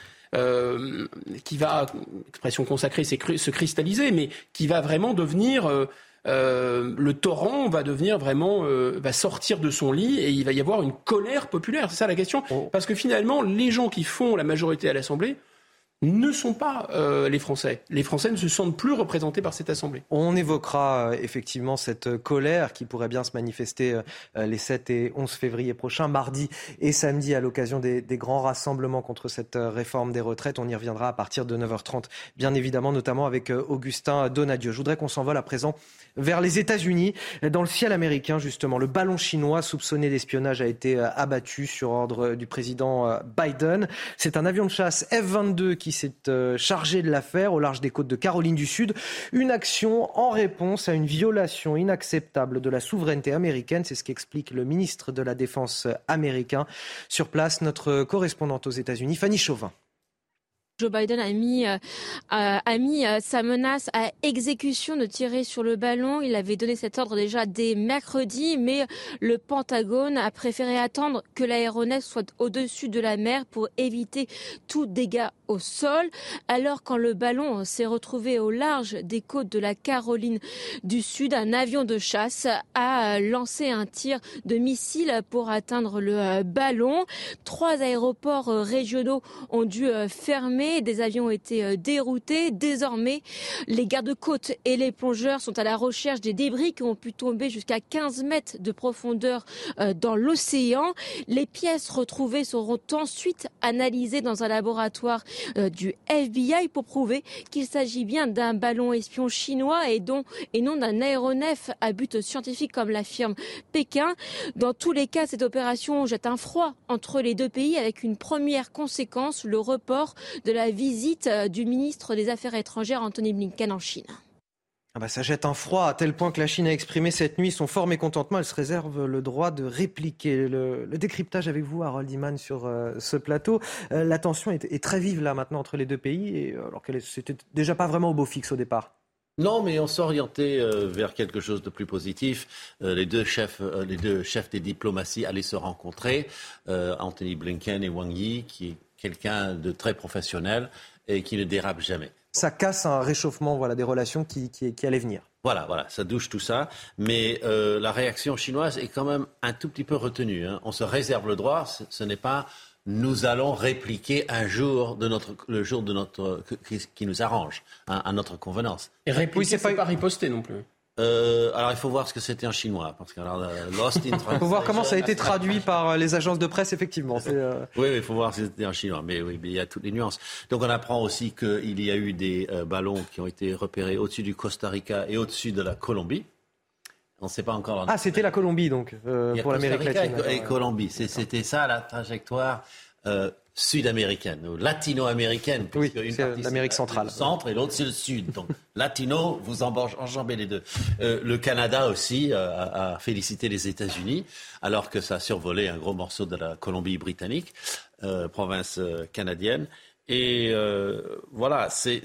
expression consacrée, se cristalliser, mais qui va vraiment devenir le torrent va devenir vraiment va sortir de son lit et il va y avoir une colère populaire. C'est ça la question. Parce que finalement, les gens qui font la majorité à l'Assemblée ne sont pas les Français. Les Français ne se sentent plus représentés par cette Assemblée. On évoquera effectivement cette colère qui pourrait bien se manifester les 7 et 11 février prochains, mardi et samedi, à l'occasion des grands rassemblements contre cette réforme des retraites. On y reviendra à partir de 9h30, bien évidemment, notamment avec Augustin Donadieu. Je voudrais qu'on s'envole à présent vers les États-Unis. Dans le ciel américain, justement, le ballon chinois soupçonné d'espionnage a été abattu sur ordre du président Biden. C'est un avion de chasse F-22 qui s'est chargé de l'affaire au large des côtes de Caroline du Sud. Une action en réponse à une violation inacceptable de la souveraineté américaine. C'est ce qu'explique le ministre de la Défense américain. Sur place, notre correspondante aux États-Unis, Fanny Chauvin. Joe Biden a mis sa menace à exécution de tirer sur le ballon. Il avait donné cet ordre déjà dès mercredi, mais le Pentagone a préféré attendre que l'aéronef soit au-dessus de la mer pour éviter tout dégât au sol. Alors quand le ballon s'est retrouvé au large des côtes de la Caroline du Sud, un avion de chasse a lancé un tir de missile pour atteindre le ballon. 3 aéroports régionaux ont dû fermer. Des avions ont été déroutés. Désormais, les gardes-côtes et les plongeurs sont à la recherche des débris qui ont pu tomber jusqu'à 15 mètres de profondeur dans l'océan. Les pièces retrouvées seront ensuite analysées dans un laboratoire du FBI pour prouver qu'il s'agit bien d'un ballon espion chinois et non d'un aéronef à but scientifique comme l'affirme Pékin. Dans tous les cas, cette opération jette un froid entre les deux pays avec une première conséquence, le report de la visite du ministre des Affaires étrangères Antony Blinken en Chine. Ça jette un froid à tel point que la Chine a exprimé cette nuit son fort mécontentement. Elle se réserve le droit de répliquer. Le décryptage avec vous, Harold Iman, sur ce plateau. La tension est très vive là maintenant entre les deux pays, alors qu'elle c'était déjà pas vraiment au beau fixe au départ. Non, mais on s'est orienté vers quelque chose de plus positif. Les deux chefs des diplomaties allaient se rencontrer, Antony Blinken et Wang Yi, qui est quelqu'un de très professionnel et qui ne dérape jamais. Ça casse un réchauffement des relations qui allait venir. Voilà, ça douche tout ça. Mais la réaction chinoise est quand même un tout petit peu retenue. On se réserve le droit, ce n'est pas nous allons répliquer le jour qui nous arrange, à notre convenance. Et répliquer, c'est pas riposter non plus. Alors il faut voir ce que c'était en chinois, parce que Lost in Translation. Il faut voir comment ça a été traduit par les agences de presse, effectivement. Oui, il faut voir si c'était en chinois, mais oui, il y a toutes les nuances. Donc on apprend aussi qu'il y a eu des ballons qui ont été repérés au-dessus du Costa Rica et au-dessus de la Colombie. On ne sait pas encore. C'était la Colombie donc pour l'Amérique latine. Et Colombie, c'était ça la trajectoire sud-américaine ou latino-américaine. Oui, c'est l'Amérique centrale. Le centre et l'autre c'est le sud. Donc latino, vous enjambez les deux. Le Canada aussi a félicité les États-Unis alors que ça a survolé un gros morceau de la Colombie-Britannique, province canadienne. Et voilà,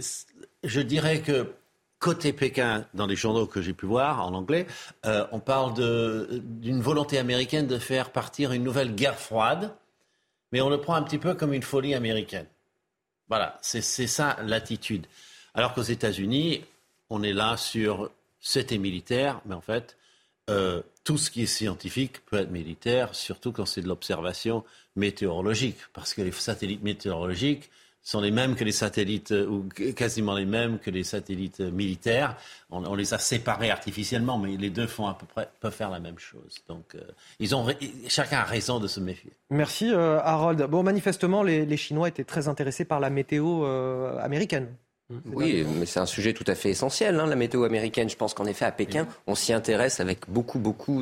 je dirais que côté Pékin, dans les journaux que j'ai pu voir en anglais, on parle d'une volonté américaine de faire partir une nouvelle guerre froide, mais on le prend un petit peu comme une folie américaine. Voilà, c'est ça l'attitude. Alors qu'aux États-Unis, on est là sur c'était militaire, mais en fait, tout ce qui est scientifique peut être militaire, surtout quand c'est de l'observation météorologique, parce que les satellites météorologiques sont les mêmes que les satellites, ou quasiment les mêmes que les satellites militaires. On les a séparés artificiellement, mais les deux peuvent faire la même chose. Donc, chacun a raison de se méfier. Merci Harold. Bon, manifestement, les Chinois étaient très intéressés par la météo américaine. Oui, mais c'est un sujet tout à fait essentiel, la météo américaine. Je pense qu'en effet, à Pékin, on s'y intéresse avec beaucoup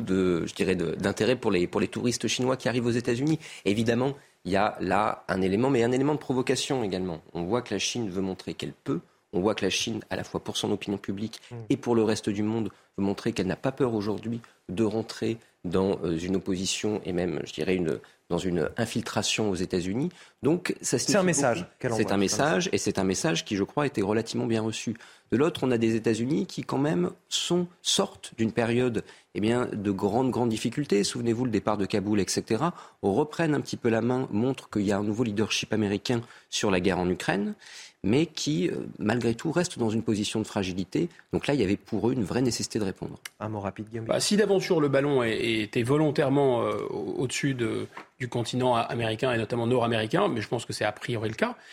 d'intérêt pour les touristes chinois qui arrivent aux États-Unis. Évidemment, il y a là un élément, mais un élément de provocation également. On voit que la Chine veut montrer qu'elle peut. On voit que la Chine, à la fois pour son opinion publique et pour le reste du monde, veut montrer qu'elle n'a pas peur aujourd'hui de rentrer dans une opposition et même, dans une infiltration aux États-Unis. Donc, c'est un message qu'elle envoie. C'est un message, et c'est un message qui, je crois, a été relativement bien reçu. De l'autre, on a des États-Unis qui, quand même, sortent d'une période de grandes difficultés. Souvenez-vous, le départ de Kaboul, etc. Reprennent un petit peu la main, montrent qu'il y a un nouveau leadership américain sur la guerre en Ukraine, mais qui, malgré tout, reste dans une position de fragilité. Donc là, il y avait pour eux une vraie nécessité de répondre. Un mot rapide, Guillaume. Si d'aventure le ballon était volontairement au-dessus du continent américain et notamment nord-américain, mais je pense que c'est a priori le cas,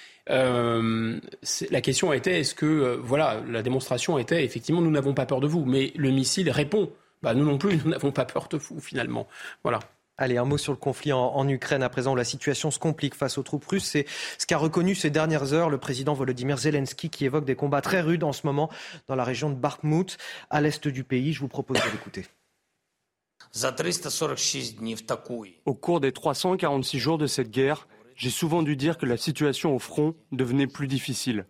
la question était, est-ce que, la démonstration était, effectivement, nous n'avons pas peur de vous, mais le missile répond, nous non plus, nous n'avons pas peur de vous, finalement. Voilà. Allez, un mot sur le conflit en Ukraine à présent où la situation se complique face aux troupes russes. C'est ce qu'a reconnu ces dernières heures le président Volodymyr Zelensky qui évoque des combats très rudes en ce moment dans la région de Bakhmout, à l'est du pays. Je vous propose de l'écouter. Au cours des 346 jours de cette guerre, j'ai souvent dû dire que la situation au front devenait plus difficile.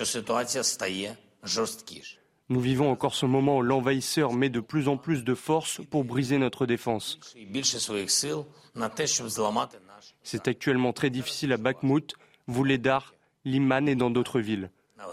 Nous vivons encore ce moment où l'envahisseur met de plus en plus de force pour briser notre défense. C'est actuellement très difficile à Bakhmout, Vuhledar, Liman et dans d'autres villes.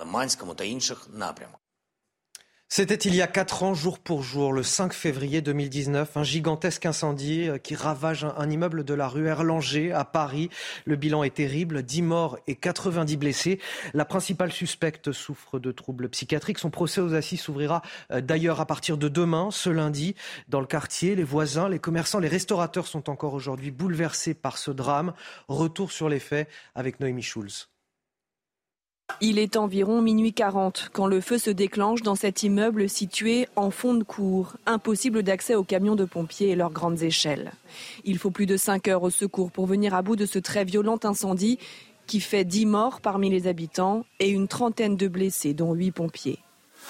C'était il y a 4 ans, jour pour jour, le 5 février 2019, un gigantesque incendie qui ravage un immeuble de la rue Erlanger à Paris. Le bilan est terrible, 10 morts et 90 blessés. La principale suspecte souffre de troubles psychiatriques. Son procès aux assises s'ouvrira d'ailleurs à partir de demain, ce lundi. Dans le quartier, les voisins, les commerçants, les restaurateurs sont encore aujourd'hui bouleversés par ce drame. Retour sur les faits avec Noémie Schulz. Il est environ minuit 40 quand le feu se déclenche dans cet immeuble situé en fond de cour. Impossible d'accès aux camions de pompiers et leurs grandes échelles. Il faut plus de 5 heures au secours pour venir à bout de ce très violent incendie qui fait 10 morts parmi les habitants et une trentaine de blessés, dont 8 pompiers.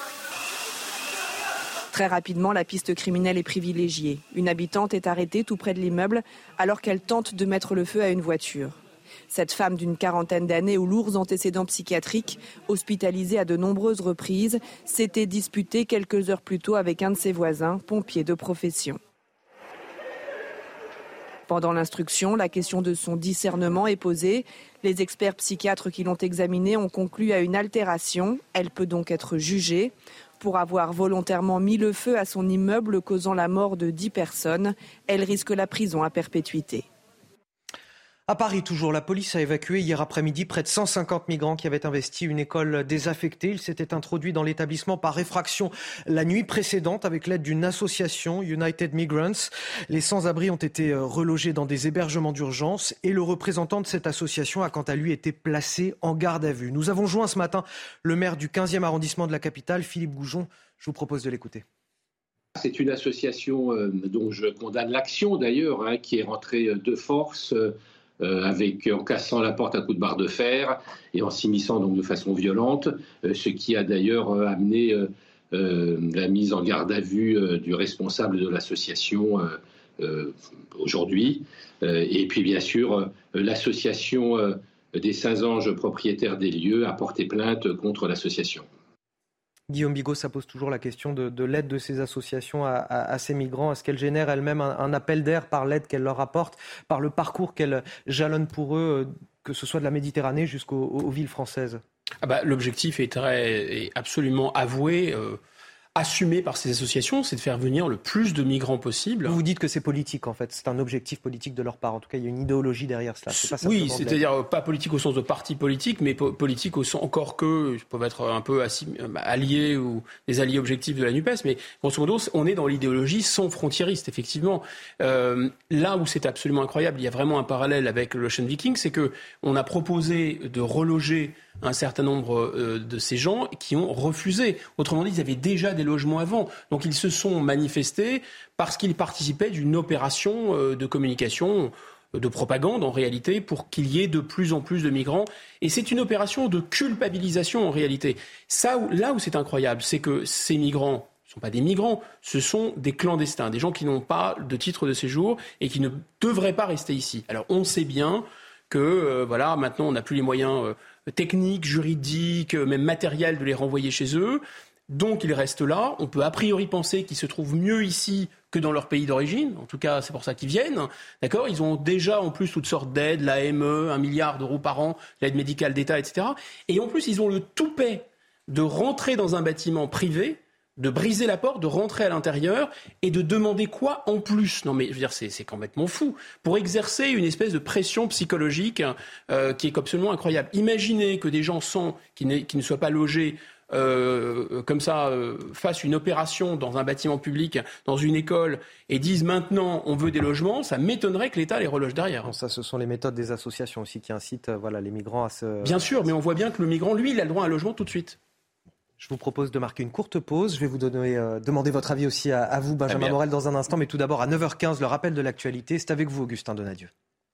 Très rapidement, la piste criminelle est privilégiée. Une habitante est arrêtée tout près de l'immeuble alors qu'elle tente de mettre le feu à une voiture. Cette femme d'une quarantaine d'années aux lourds antécédents psychiatriques, hospitalisée à de nombreuses reprises, s'était disputée quelques heures plus tôt avec un de ses voisins, pompier de profession. Pendant l'instruction, la question de son discernement est posée. Les experts psychiatres qui l'ont examinée ont conclu à une altération. Elle peut donc être jugée pour avoir volontairement mis le feu à son immeuble causant la mort de 10 personnes. Elle risque la prison à perpétuité. À Paris, toujours, la police a évacué hier après-midi près de 150 migrants qui avaient investi une école désaffectée. Ils s'étaient introduits dans l'établissement par effraction la nuit précédente avec l'aide d'une association, United Migrants. Les sans-abri ont été relogés dans des hébergements d'urgence et le représentant de cette association a quant à lui été placé en garde à vue. Nous avons joint ce matin le maire du 15e arrondissement de la capitale, Philippe Goujon. Je vous propose de l'écouter. C'est une association dont je condamne l'action d'ailleurs, qui est rentrée de force en cassant la porte à coups de barre de fer et en s'immisçant donc de façon violente, ce qui a d'ailleurs amené la mise en garde à vue du responsable de l'association aujourd'hui. Et puis bien sûr, l'association des Saint-Anges propriétaires des lieux a porté plainte contre l'association. Guillaume Bigot, ça pose toujours la question de l'aide de ces associations à ces migrants. Est-ce qu'elles génèrent elles-mêmes un appel d'air par l'aide qu'elles leur apportent, par le parcours qu'elles jalonnent pour eux, que ce soit de la Méditerranée jusqu'aux villes françaises ? L'objectif est absolument avoué, assumé par ces associations, c'est de faire venir le plus de migrants possible. Vous dites que c'est politique en fait, c'est un objectif politique de leur part. En tout cas, il y a une idéologie derrière cela. Oui, c'est-à-dire pas politique au sens de parti politique, mais politique au sens, encore que ils peuvent être un peu alliés ou des alliés objectifs de la NUPES, mais grosso modo, on est dans l'idéologie sans frontiériste, effectivement. Là où c'est absolument incroyable, il y a vraiment un parallèle avec l'Ocean Viking, c'est que on a proposé de reloger un certain nombre de ces gens qui ont refusé. Autrement dit, ils avaient déjà des logements avant. Donc ils se sont manifestés parce qu'ils participaient d'une opération de communication, de propagande en réalité, pour qu'il y ait de plus en plus de migrants. Et c'est une opération de culpabilisation en réalité. Là où c'est incroyable, c'est que ces migrants ne sont pas des migrants, ce sont des clandestins, des gens qui n'ont pas de titre de séjour et qui ne devraient pas rester ici. Alors on sait bien que maintenant on n'a plus les moyens techniques, juridiques, même matériels de les renvoyer chez eux. Donc ils restent là. On peut a priori penser qu'ils se trouvent mieux ici que dans leur pays d'origine. En tout cas, c'est pour ça qu'ils viennent. D'accord ? Ils ont déjà en plus toutes sortes d'aides, l'AME, 1 milliard d'euros par an, l'aide médicale d'État, etc. Et en plus, ils ont le toupet de rentrer dans un bâtiment privé, de briser la porte, de rentrer à l'intérieur et de demander quoi en plus ? Non mais je veux dire, c'est complètement fou. Pour exercer une espèce de pression psychologique qui est absolument incroyable. Imaginez que des gens qui ne soient pas logés comme ça fassent une opération dans un bâtiment public, dans une école et disent maintenant on veut des logements, ça m'étonnerait que l'État les reloge derrière. Bon, ça, ce sont les méthodes des associations aussi qui incitent les migrants à se... Bien sûr, mais on voit bien que le migrant, lui, il a le droit à un logement tout de suite. Je vous propose de marquer une courte pause. Je vais vous demander votre avis aussi à vous, Benjamin Morel, dans un instant. Mais tout d'abord, à 9h15, le rappel de l'actualité. C'est avec vous, Augustin Donadieu.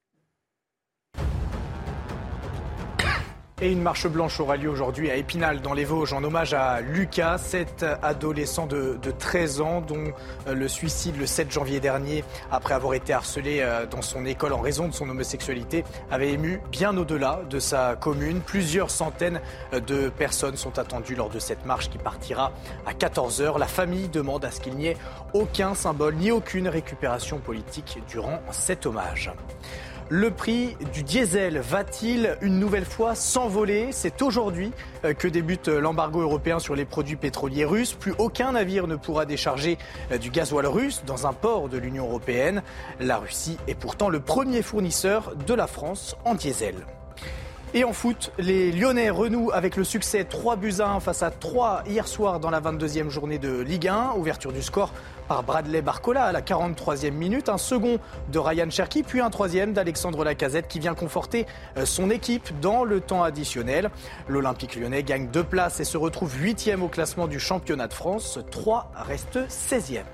Et une marche blanche aura lieu aujourd'hui à Épinal, dans les Vosges, en hommage à Lucas, cet adolescent de 13 ans dont le suicide le 7 janvier dernier, après avoir été harcelé dans son école en raison de son homosexualité, avait ému bien au-delà de sa commune. Plusieurs centaines de personnes sont attendues lors de cette marche qui partira à 14h. La famille demande à ce qu'il n'y ait aucun symbole ni aucune récupération politique durant cet hommage. Le prix du diesel va-t-il une nouvelle fois s'envoler ? C'est aujourd'hui que débute l'embargo européen sur les produits pétroliers russes. Plus aucun navire ne pourra décharger du gasoil russe dans un port de l'Union européenne. La Russie est pourtant le premier fournisseur de la France en diesel. Et en foot, les Lyonnais renouent avec le succès 3-1 face à 3 hier soir dans la 22e journée de Ligue 1. Ouverture du score par Bradley Barcola à la 43e minute. Un second de Ryan Cherki, puis un troisième d'Alexandre Lacazette qui vient conforter son équipe dans le temps additionnel. L'Olympique lyonnais gagne 2 places et se retrouve 8e au classement du championnat de France. 3 restent 16e.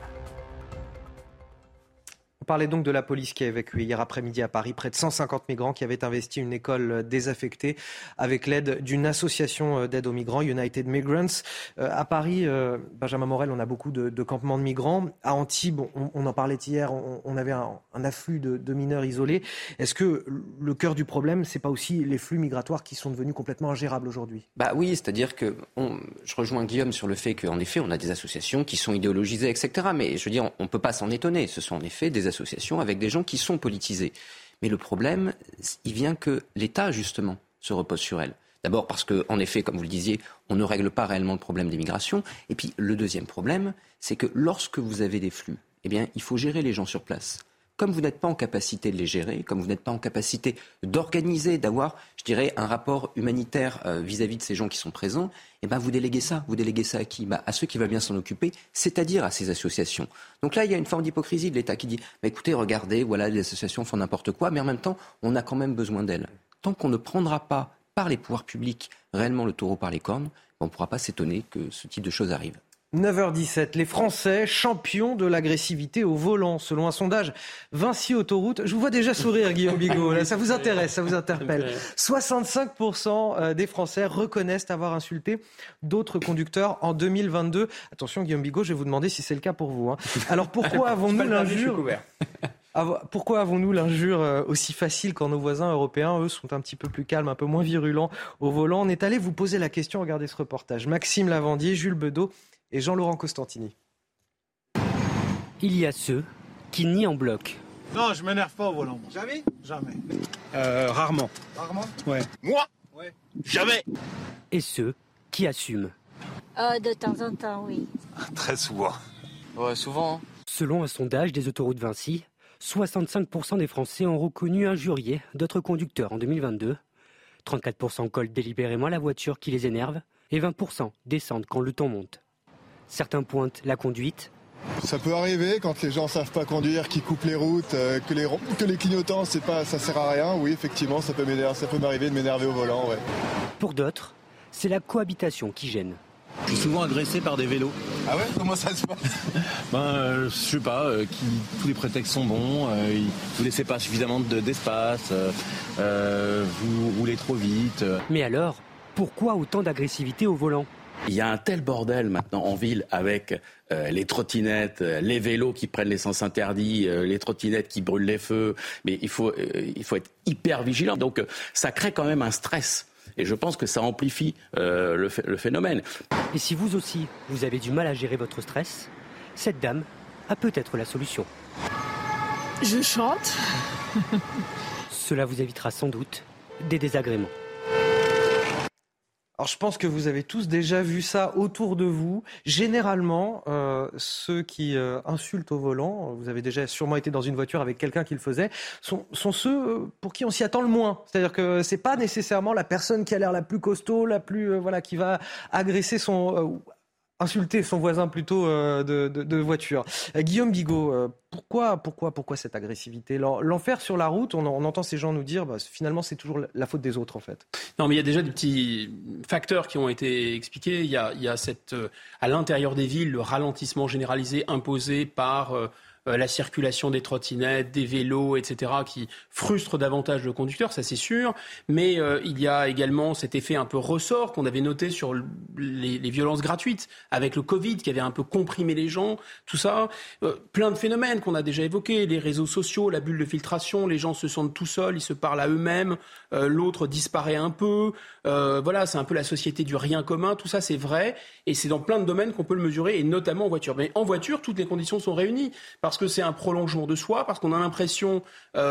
On parlait donc de la police qui a évacué hier après-midi à Paris près de 150 migrants qui avaient investi une école désaffectée avec l'aide d'une association d'aide aux migrants, United Migrants. À Paris, Benjamin Morel, on a beaucoup de campements de migrants. À Antibes, on en parlait hier, on avait un afflux de mineurs isolés. Est-ce que le cœur du problème, c'est pas aussi les flux migratoires qui sont devenus complètement ingérables aujourd'hui ? Oui, c'est-à-dire que je rejoins Guillaume sur le fait qu'en effet, on a des associations qui sont idéologisées, etc. Mais je veux dire, on ne peut pas s'en étonner. Ce sont en effet des associations avec des gens qui sont politisés. Mais le problème, il vient que l'État, justement, se repose sur elles. D'abord parce que, en effet, comme vous le disiez, on ne règle pas réellement le problème des migrations. Et puis, le deuxième problème, c'est que lorsque vous avez des flux, il faut gérer les gens sur place. Comme vous n'êtes pas en capacité de les gérer, comme vous n'êtes pas en capacité d'organiser, d'avoir, je dirais, un rapport humanitaire vis-à-vis de ces gens qui sont présents, vous déléguez ça. Vous déléguez ça à qui ? À ceux qui veulent bien s'en occuper, c'est-à-dire à ces associations. Donc là, il y a une forme d'hypocrisie de l'État qui dit écoutez, regardez, les associations font n'importe quoi, mais en même temps, on a quand même besoin d'elles. Tant qu'on ne prendra pas par les pouvoirs publics réellement le taureau par les cornes, on ne pourra pas s'étonner que ce type de choses arrive. 9h17, les Français champions de l'agressivité au volant, selon un sondage Vinci Autoroute. Je vous vois déjà sourire, Guillaume Bigot, là, ça vous intéresse, ça vous interpelle. 65% des Français reconnaissent avoir insulté d'autres conducteurs en 2022. Attention, Guillaume Bigot, je vais vous demander si c'est le cas pour vous. Alors pourquoi avons-nous l'injure aussi facile quand nos voisins européens, eux, sont un petit peu plus calmes, un peu moins virulents au volant? On est allé vous poser la question, regardez ce reportage. Maxime Lavandier, Jules Bedeau et Jean-Laurent Costantini. Il y a ceux qui nient en bloc. Non, je m'énerve pas au volant. Jamais ? Jamais. Rarement. Rarement ? Ouais. Moi ? Ouais. Jamais. Et ceux qui assument. De temps en temps, oui. Très souvent. Ouais, souvent. Hein. Selon un sondage des autoroutes Vinci, 65% des Français ont reconnu injurier d'autres conducteurs en 2022. 34% collent délibérément la voiture qui les énerve et 20% descendent quand le ton monte. Certains pointent la conduite. Ça peut arriver quand les gens ne savent pas conduire, qu'ils coupent les routes, que les clignotants, ça sert à rien. Oui, effectivement, ça peut m'arriver de m'énerver au volant. Ouais. Pour d'autres, c'est la cohabitation qui gêne. Je suis souvent agressé par des vélos. Ah ouais ? Comment ça se passe ? Je sais pas, tous les prétextes sont bons, vous laissez pas suffisamment d'espace, vous roulez trop vite. Mais alors, pourquoi autant d'agressivité au volant ? Il y a un tel bordel maintenant en ville avec les trottinettes, les vélos qui prennent les sens interdits, les trottinettes qui brûlent les feux. Mais il faut être hyper vigilant. Donc ça crée quand même un stress. Et je pense que ça amplifie le phénomène. Et si vous aussi, vous avez du mal à gérer votre stress, cette dame a peut-être la solution. Je chante. Cela vous évitera sans doute des désagréments. Alors je pense que vous avez tous déjà vu ça autour de vous. Généralement, ceux qui insultent au volant, vous avez déjà sûrement été dans une voiture avec quelqu'un qui le faisait, sont ceux pour qui on s'y attend le moins. C'est-à-dire que c'est pas nécessairement la personne qui a l'air la plus costaud, la plus qui va agresser insulter son voisin plutôt de voiture. Guillaume Bigot, pourquoi cette agressivité ? L'enfer sur la route, on entend ces gens nous dire finalement c'est toujours la faute des autres en fait. Non mais il y a déjà des petits facteurs qui ont été expliqués. Il y a à l'intérieur des villes le ralentissement généralisé imposé par la circulation des trottinettes, des vélos, etc., qui frustre davantage le conducteur, ça c'est sûr. Mais il y a également cet effet un peu ressort qu'on avait noté sur les violences gratuites, avec le Covid qui avait un peu comprimé les gens, tout ça. Plein de phénomènes qu'on a déjà évoqués, les réseaux sociaux, la bulle de filtration, les gens se sentent tout seuls, ils se parlent à eux-mêmes, l'autre disparaît un peu. C'est un peu la société du rien commun, tout ça c'est vrai. Et c'est dans plein de domaines qu'on peut le mesurer, et notamment en voiture. Mais en voiture, toutes les conditions sont réunies, parce que c'est un prolongement de soi, parce qu'on a l'impression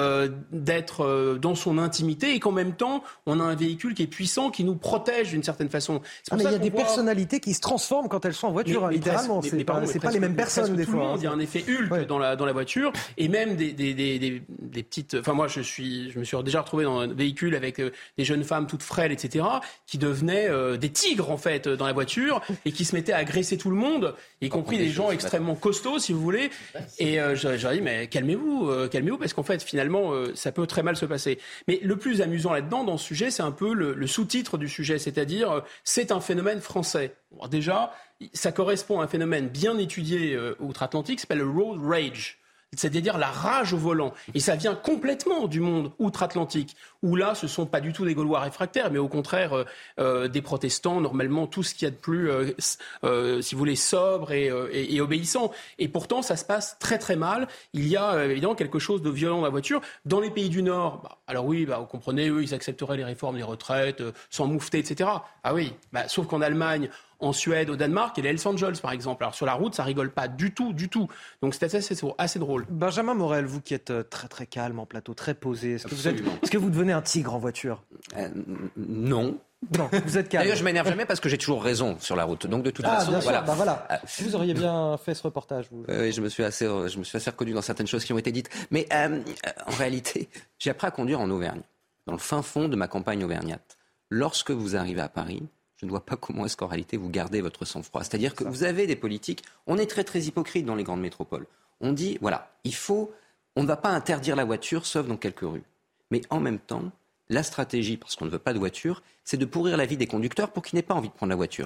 d'être dans son intimité et qu'en même temps, on a un véhicule qui est puissant, qui nous protège d'une certaine façon. Il y a des personnalités qui se transforment quand elles sont en voiture, littéralement. C'est pas les mêmes personnes des fois. Il y a un effet Hulk dans la voiture, et même des petites... Enfin, moi, je me suis déjà retrouvé dans un véhicule avec des jeunes femmes toutes frêles, etc., qui devenaient des tigres, en fait, dans la voiture, et qui se mettaient à agresser tout le monde, y compris des gens extrêmement costauds, si vous voulez. Et j'aurais dit, mais calmez-vous, parce qu'en fait, finalement, ça peut très mal se passer. Mais le plus amusant là-dedans, dans ce sujet, c'est un peu le sous-titre du sujet, c'est-à-dire, c'est un phénomène français. Alors déjà, ça correspond à un phénomène bien étudié outre-Atlantique, qui s'appelle le road rage. C'est-à-dire la rage au volant. Et ça vient complètement du monde outre-Atlantique, où là, ce ne sont pas du tout des Gaulois réfractaires, mais au contraire des protestants, normalement tout ce qu'il y a de plus, si vous voulez, sobre et obéissant. Et pourtant, ça se passe très très mal. Il y a évidemment quelque chose de violent dans la voiture. Dans les pays du Nord, alors oui, vous comprenez, eux, ils accepteraient les réformes des retraites, sans moufter, etc. Ah oui, sauf qu'en Allemagne, en Suède, au Danemark et les Hells Angels, par exemple. Alors sur la route, ça rigole pas du tout. Donc c'est assez drôle. Benjamin Morel, vous qui êtes très très calme en plateau, très posé, est-ce que vous devenez un tigre en voiture ? Non. Non, vous êtes calme. D'ailleurs, je m'énerve jamais parce que j'ai toujours raison sur la route. Donc de toute façon, bien sûr, voilà. Vous auriez bien fait ce reportage. Vous. Oui, je me suis assez reconnu dans certaines choses qui ont été dites. Mais en réalité, j'ai appris à conduire en Auvergne, dans le fin fond de ma campagne auvergnate. Lorsque vous arrivez à Paris, je ne vois pas comment est-ce qu'en réalité vous gardez votre sang-froid. C'est-à-dire que vous avez des politiques, on est très très hypocrite dans les grandes métropoles. On dit, voilà, on ne va pas interdire la voiture sauf dans quelques rues. Mais en même temps, la stratégie, parce qu'on ne veut pas de voiture, c'est de pourrir la vie des conducteurs pour qu'ils n'aient pas envie de prendre la voiture.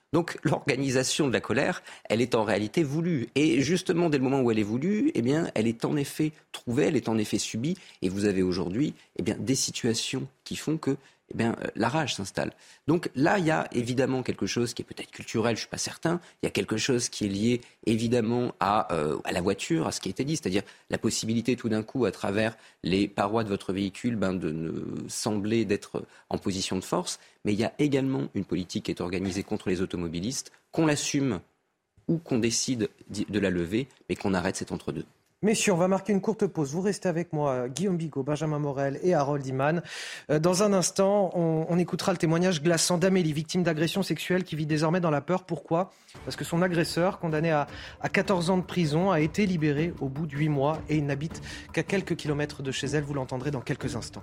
Donc l'organisation de la colère, elle est en réalité voulue. Et justement, dès le moment où elle est voulue, eh bien, elle est en effet trouvée, elle est en effet subie. Et vous avez aujourd'hui des situations qui font que la rage s'installe. Donc là, il y a évidemment quelque chose qui est peut-être culturel, je ne suis pas certain. Il y a quelque chose qui est lié évidemment à la voiture, à ce qui a été dit, c'est-à-dire la possibilité tout d'un coup, à travers les parois de votre véhicule, de sembler d'être en position de force. Mais il y a également une politique qui est organisée contre les automobilistes, qu'on l'assume ou qu'on décide de la lever, mais qu'on arrête cet entre-deux. Messieurs, on va marquer une courte pause. Vous restez avec moi, Guillaume Bigot, Benjamin Morel et Harold Iman. Dans un instant, on écoutera le témoignage glaçant d'Amélie, victime d'agression sexuelle qui vit désormais dans la peur. Pourquoi ? Parce que son agresseur, condamné à 14 ans de prison, a été libéré au bout de 8 mois et il n'habite qu'à quelques kilomètres de chez elle. Vous l'entendrez dans quelques instants.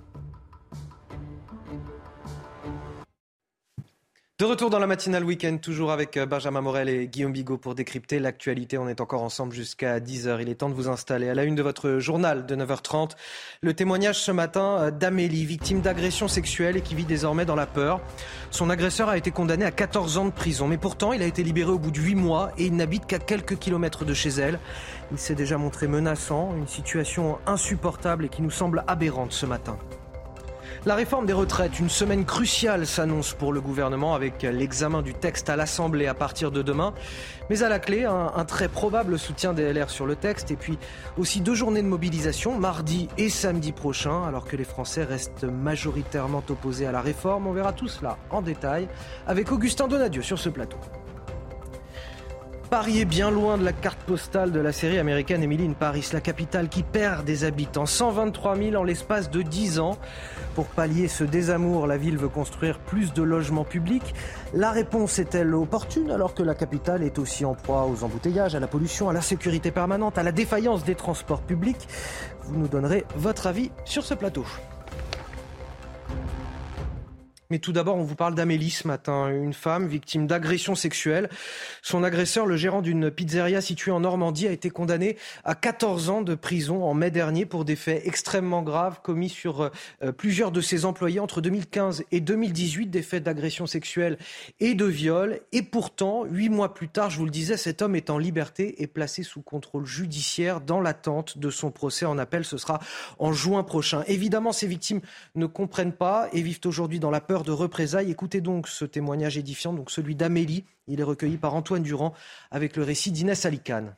De retour dans la matinale week-end, toujours avec Benjamin Morel et Guillaume Bigot pour décrypter l'actualité. On est encore ensemble jusqu'à 10h. Il est temps de vous installer. À la une de votre journal de 9h30, le témoignage ce matin d'Amélie, victime d'agression sexuelle et qui vit désormais dans la peur. Son agresseur a été condamné à 14 ans de prison. Mais pourtant, il a été libéré au bout de 8 mois et il n'habite qu'à quelques kilomètres de chez elle. Il s'est déjà montré menaçant, une situation insupportable et qui nous semble aberrante ce matin. La réforme des retraites, une semaine cruciale s'annonce pour le gouvernement avec l'examen du texte à l'Assemblée à partir de demain. Mais à la clé, un très probable soutien des LR sur le texte et puis aussi 2 journées de mobilisation, mardi et samedi prochain, alors que les Français restent majoritairement opposés à la réforme. On verra tout cela en détail avec Augustin Donadieu sur ce plateau. Paris est bien loin de la carte postale de la série américaine Emily in Paris, la capitale qui perd des habitants, 123 000 en l'espace de 10 ans. Pour pallier ce désamour, la ville veut construire plus de logements publics. La réponse est-elle opportune alors que la capitale est aussi en proie aux embouteillages, à la pollution, à l'insécurité permanente, à la défaillance des transports publics ? Vous nous donnerez votre avis sur ce plateau. Mais tout d'abord, on vous parle d'Amélie ce matin, une femme victime d'agression sexuelle. Son agresseur, le gérant d'une pizzeria située en Normandie, a été condamné à 14 ans de prison en mai dernier pour des faits extrêmement graves commis sur plusieurs de ses employés entre 2015 et 2018, des faits d'agression sexuelle et de viol. Et pourtant, 8 mois plus tard, je vous le disais, cet homme est en liberté et placé sous contrôle judiciaire dans l'attente de son procès en appel. Ce sera en juin prochain. Évidemment, ces victimes ne comprennent pas et vivent aujourd'hui dans la peur de représailles. Écoutez donc ce témoignage édifiant, donc celui d'Amélie. Il est recueilli par Antoine Durand avec le récit d'Inès Alicane.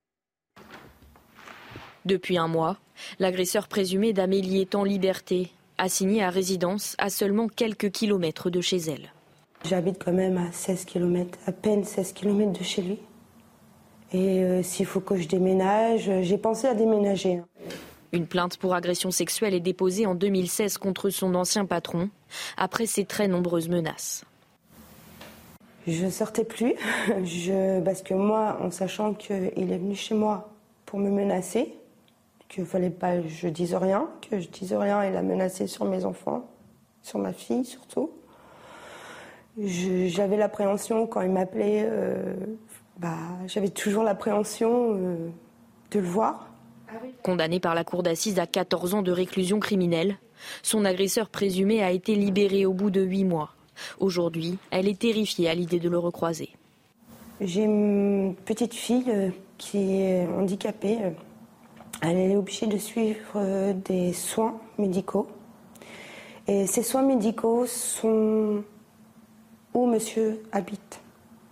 Depuis un mois, l'agresseur présumé d'Amélie est en liberté, assigné à résidence à seulement quelques kilomètres de chez elle. J'habite quand même à 16 km, à peine 16 km de chez lui. Et s'il faut que je déménage, j'ai pensé à déménager. Une plainte pour agression sexuelle est déposée en 2016 contre son ancien patron, après ses très nombreuses menaces. Je ne sortais plus, parce que moi, en sachant qu'il est venu chez moi pour me menacer, qu'il ne fallait pas que je dise rien, il a menacé sur mes enfants, sur ma fille surtout. J'avais l'appréhension quand il m'appelait, j'avais toujours l'appréhension de le voir. Condamné par la cour d'assises à 14 ans de réclusion criminelle, son agresseur présumé a été libéré au bout de 8 mois. Aujourd'hui, elle est terrifiée à l'idée de le recroiser. J'ai une petite fille qui est handicapée. Elle est obligée de suivre des soins médicaux. Et ces soins médicaux sont où monsieur habite.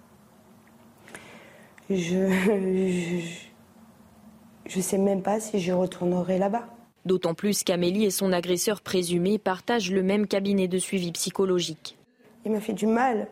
Je ne sais même pas si je retournerai là-bas. D'autant plus qu'Amélie et son agresseur présumé partagent le même cabinet de suivi psychologique. Il m'a fait du mal.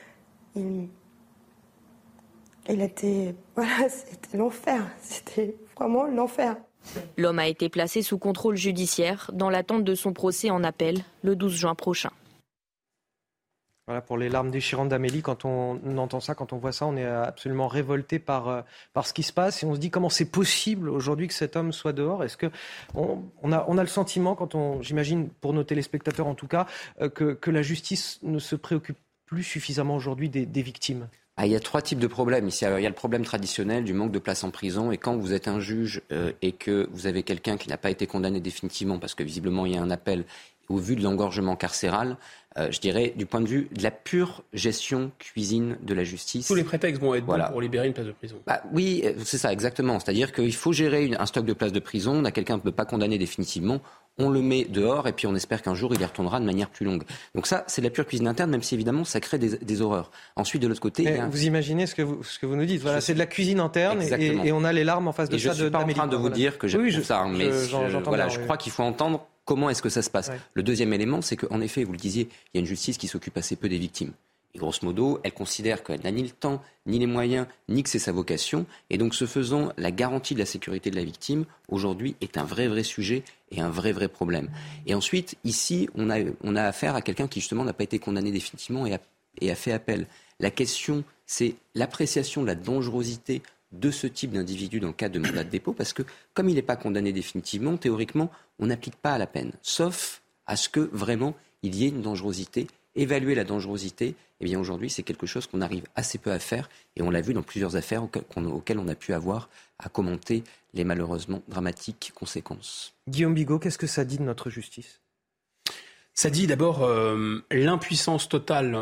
C'était l'enfer. C'était vraiment l'enfer. L'homme a été placé sous contrôle judiciaire dans l'attente de son procès en appel le 12 juin prochain. Voilà pour les larmes déchirantes d'Amélie. Quand on entend ça, quand on voit ça, on est absolument révolté par ce qui se passe et on se dit comment c'est possible aujourd'hui que cet homme soit dehors. Est-ce que on a le sentiment, j'imagine pour nos téléspectateurs en tout cas, que la justice ne se préoccupe plus suffisamment aujourd'hui des victimes? Il y a 3 types de problèmes. Ici, il y a le problème traditionnel du manque de place en prison. Et quand vous êtes un juge et que vous avez quelqu'un qui n'a pas été condamné définitivement parce que visiblement il y a un appel, au vu de l'engorgement carcéral, je dirais, du point de vue de la pure gestion cuisine de la justice. Tous les prétextes vont être bons pour libérer une place de prison. Oui, c'est ça, exactement. C'est-à-dire qu'il faut gérer un stock de places de prison. On a quelqu'un qu'on ne peut pas condamner définitivement. On le met dehors et puis on espère qu'un jour il y retournera de manière plus longue. Donc ça, c'est de la pure cuisine interne, même si évidemment ça crée des horreurs. Ensuite, de l'autre côté... Vous imaginez ce que vous nous dites. Voilà, c'est de la cuisine interne et on a les larmes en face de ça. Je ne suis pas en train de vous dire que j'aime ça, mais je crois qu'il faut entendre comment est-ce que ça se passe. Ouais. Le deuxième élément, c'est qu'en effet, vous le disiez, il y a une justice qui s'occupe assez peu des victimes. Et grosso modo, elle considère qu'elle n'a ni le temps, ni les moyens, ni que c'est sa vocation. Et donc, ce faisant, la garantie de la sécurité de la victime, aujourd'hui, est un vrai sujet et un vrai problème. Et ensuite, ici, on a affaire à quelqu'un qui, justement, n'a pas été condamné définitivement et a fait appel. La question, c'est l'appréciation de la dangerosité de ce type d'individu dans le cadre de mandat de dépôt, parce que comme il n'est pas condamné définitivement, théoriquement, on n'applique pas à la peine, sauf à ce que vraiment il y ait une dangerosité. Évaluer la dangerosité, eh bien aujourd'hui, c'est quelque chose qu'on arrive assez peu à faire, et on l'a vu dans plusieurs affaires auxquelles on a pu avoir à commenter les malheureusement dramatiques conséquences. Guillaume Bigot, qu'est-ce que ça dit de notre justice ? Ça dit d'abord l'impuissance totale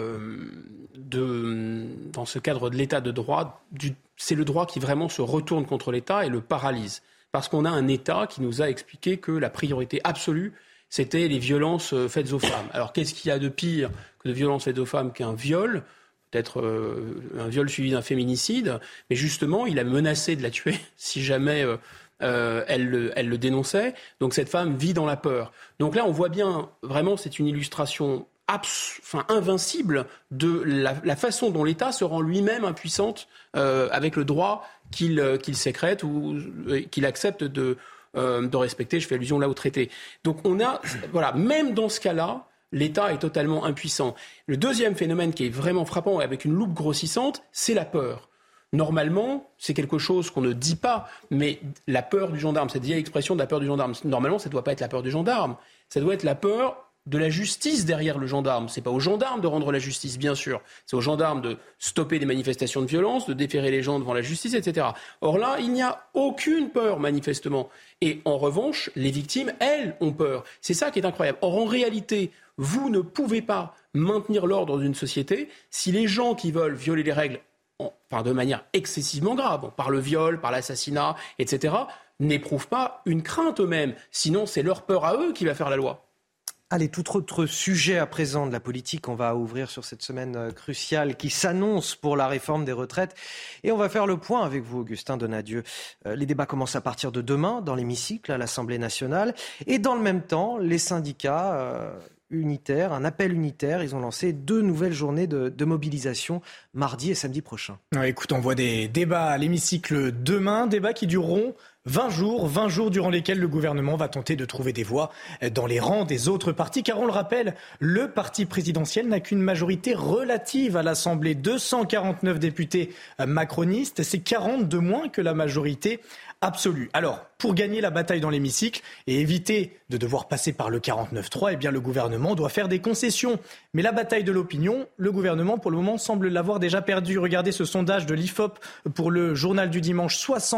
dans ce cadre de l'état de droit. C'est le droit qui vraiment se retourne contre l'État et le paralyse. Parce qu'on a un État qui nous a expliqué que la priorité absolue, c'était les violences faites aux femmes. Alors qu'est-ce qu'il y a de pire que de violences faites aux femmes qu'un viol ? Peut-être un viol suivi d'un féminicide. Mais justement, il a menacé de la tuer si jamais... elle le dénonçait. Donc cette femme vit dans la peur. Donc là, on voit bien, vraiment, c'est une illustration invincible de la façon dont l'État se rend lui-même impuissante avec le droit qu'il sécrète ou qu'il accepte de respecter. Je fais allusion là au traité. Donc même dans ce cas-là, l'État est totalement impuissant. Le deuxième phénomène qui est vraiment frappant, avec une loupe grossissante, c'est la peur. Normalement, c'est quelque chose qu'on ne dit pas, mais la peur du gendarme, cette vieille expression de la peur du gendarme, normalement, ça ne doit pas être la peur du gendarme, ça doit être la peur de la justice derrière le gendarme. C'est pas aux gendarmes de rendre la justice, bien sûr, c'est aux gendarmes de stopper des manifestations de violence, de déférer les gens devant la justice, etc. Or là, il n'y a aucune peur, manifestement. Et en revanche, les victimes, elles, ont peur. C'est ça qui est incroyable. Or, en réalité, vous ne pouvez pas maintenir l'ordre dans une société si les gens qui veulent violer les règles de manière excessivement grave, par le viol, par l'assassinat, etc., n'éprouvent pas une crainte eux-mêmes. Sinon, c'est leur peur à eux qui va faire la loi. Allez, tout autre sujet à présent de la politique, on va ouvrir sur cette semaine cruciale qui s'annonce pour la réforme des retraites. Et on va faire le point avec vous, Augustin Donadieu. Les débats commencent à partir de demain dans l'hémicycle à l'Assemblée nationale. Et dans le même temps, les syndicats... unitaire, un appel unitaire. Ils ont lancé 2 nouvelles journées de mobilisation mardi et samedi prochain. Écoute, on voit des débats à l'hémicycle demain, débats qui dureront 20 jours durant lesquels le gouvernement va tenter de trouver des voix dans les rangs des autres partis. Car on le rappelle, le parti présidentiel n'a qu'une majorité relative à l'Assemblée. 249 députés macronistes, c'est 40 de moins que la majorité absolue. Alors, pour gagner la bataille dans l'hémicycle et éviter de devoir passer par le 49-3, eh bien, le gouvernement doit faire des concessions. Mais la bataille de l'opinion, le gouvernement, pour le moment, semble l'avoir déjà perdue. Regardez ce sondage de l'IFOP pour le journal du dimanche.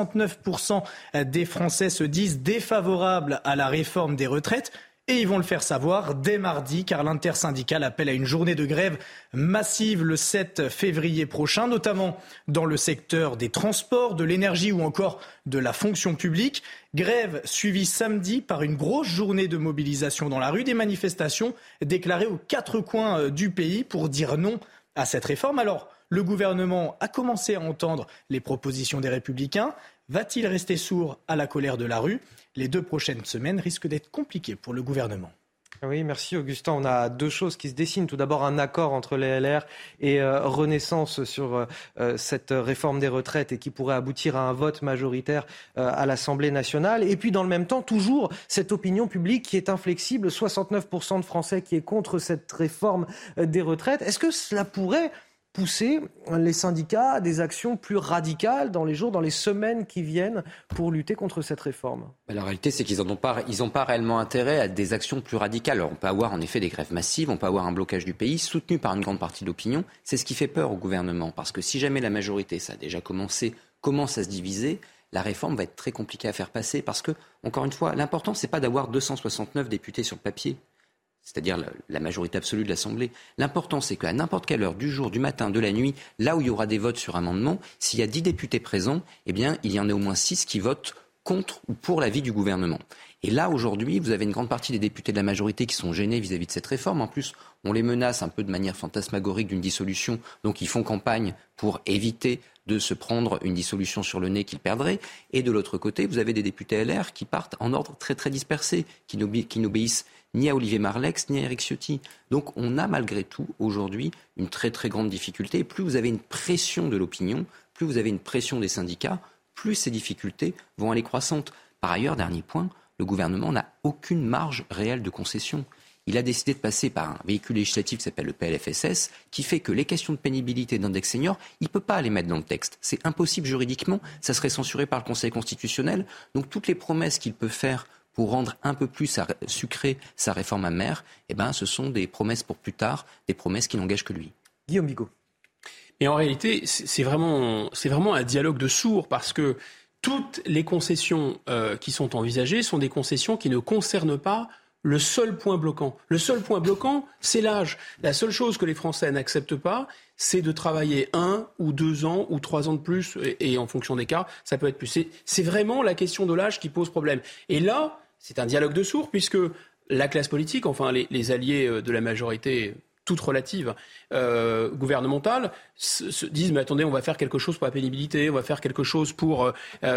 69% des Français se disent défavorables à la réforme des retraites. Et ils vont le faire savoir dès mardi, car l'intersyndicale appelle à une journée de grève massive le 7 février prochain, notamment dans le secteur des transports, de l'énergie ou encore de la fonction publique. Grève suivie samedi par une grosse journée de mobilisation dans la rue, des manifestations déclarées aux 4 coins du pays pour dire non à cette réforme. Alors, le gouvernement a commencé à entendre les propositions des Républicains. Va-t-il rester sourd à la colère de la rue ? Les 2 prochaines semaines risquent d'être compliquées pour le gouvernement. Oui, merci Augustin. On a 2 choses qui se dessinent. Tout d'abord, un accord entre les LR et Renaissance sur cette réforme des retraites et qui pourrait aboutir à un vote majoritaire à l'Assemblée nationale. Et puis, dans le même temps, toujours cette opinion publique qui est inflexible. 69% de Français qui est contre cette réforme des retraites. Est-ce que cela pourrait pousser les syndicats à des actions plus radicales dans les jours, dans les semaines qui viennent pour lutter contre cette réforme ? La réalité, c'est qu'ils n'ont pas réellement intérêt à des actions plus radicales. Alors, on peut avoir en effet des grèves massives, on peut avoir un blocage du pays soutenu par une grande partie de l'opinion. C'est ce qui fait peur au gouvernement, parce que si jamais la majorité, ça a déjà commencé, commence à se diviser, la réforme va être très compliquée à faire passer, parce que, encore une fois, l'important, c'est pas d'avoir 269 députés sur le papier. c'est-à-dire la majorité absolue de l'Assemblée. L'important, c'est qu'à n'importe quelle heure du jour, du matin, de la nuit, là où il y aura des votes sur amendement, s'il y a 10 députés présents, eh bien, il y en a au moins 6 qui votent contre ou pour l'avis du gouvernement. Et là, aujourd'hui, vous avez une grande partie des députés de la majorité qui sont gênés vis-à-vis de cette réforme. En plus, on les menace un peu de manière fantasmagorique d'une dissolution. Donc, ils font campagne pour éviter de se prendre une dissolution sur le nez qu'ils perdraient. Et de l'autre côté, vous avez des députés LR qui partent en ordre très très dispersé, qui n'obéissent ni à Olivier Marleix, ni à Éric Ciotti. Donc, on a malgré tout, aujourd'hui, une très très grande difficulté. Et plus vous avez une pression de l'opinion, plus vous avez une pression des syndicats, plus ces difficultés vont aller croissantes. Par ailleurs, dernier point, le gouvernement n'a aucune marge réelle de concession. Il a décidé de passer par un véhicule législatif qui s'appelle le PLFSS, qui fait que les questions de pénibilité d'index senior, il ne peut pas les mettre dans le texte. C'est impossible juridiquement, ça serait censuré par le Conseil constitutionnel. Donc toutes les promesses qu'il peut faire pour rendre un peu plus sucrée sa réforme amère, eh ben, ce sont des promesses pour plus tard, des promesses qui n'engagent que lui. Guillaume Bigot. Et en réalité, c'est vraiment un dialogue de sourds parce que toutes les concessions qui sont envisagées sont des concessions qui ne concernent pas le seul point bloquant. Le seul point bloquant, c'est l'âge. La seule chose que les Français n'acceptent pas, c'est de travailler 1 ou 2 ans ou 3 ans de plus, et en fonction des cas, ça peut être plus. C'est vraiment la question de l'âge qui pose problème. Et là, c'est un dialogue de sourds, puisque la classe politique, enfin les alliés de la majorité toute relative gouvernementale, se disent mais attendez, on va faire quelque chose pour la pénibilité, on va faire quelque chose pour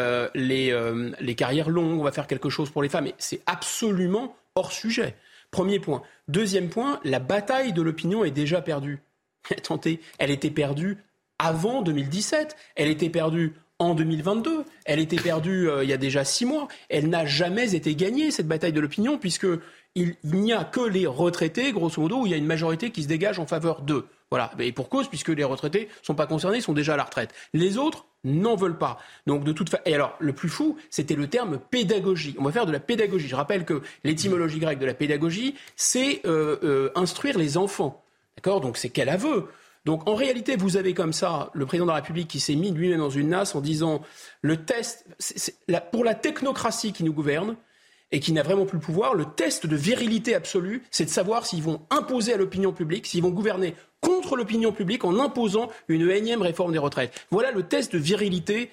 les carrières longues, on va faire quelque chose pour les femmes. Et c'est absolument hors sujet. Premier point. Deuxième point, la bataille de l'opinion est déjà perdue. Attendez, elle était perdue avant 2017, elle était perdue en 2022, elle était perdue il y a déjà 6 mois. Elle n'a jamais été gagnée, cette bataille de l'opinion, puisque il n'y a que les retraités, grosso modo, où il y a une majorité qui se dégage en faveur d'eux. Voilà. Et pour cause, puisque les retraités ne sont pas concernés, ils sont déjà à la retraite. Les autres n'en veulent pas. Donc, de toute façon. Et alors, le plus fou, c'était le terme pédagogie. On va faire de la pédagogie. Je rappelle que l'étymologie grecque de la pédagogie, c'est instruire les enfants. D'accord ? Donc, c'est quel aveu ? Donc, en réalité, vous avez comme ça le président de la République qui s'est mis lui-même dans une nasse en disant le test, pour la technocratie qui nous gouverne, et qui n'a vraiment plus le pouvoir, le test de virilité absolue, c'est de savoir s'ils vont imposer à l'opinion publique, s'ils vont gouverner contre l'opinion publique en imposant une énième réforme des retraites. Voilà le test de virilité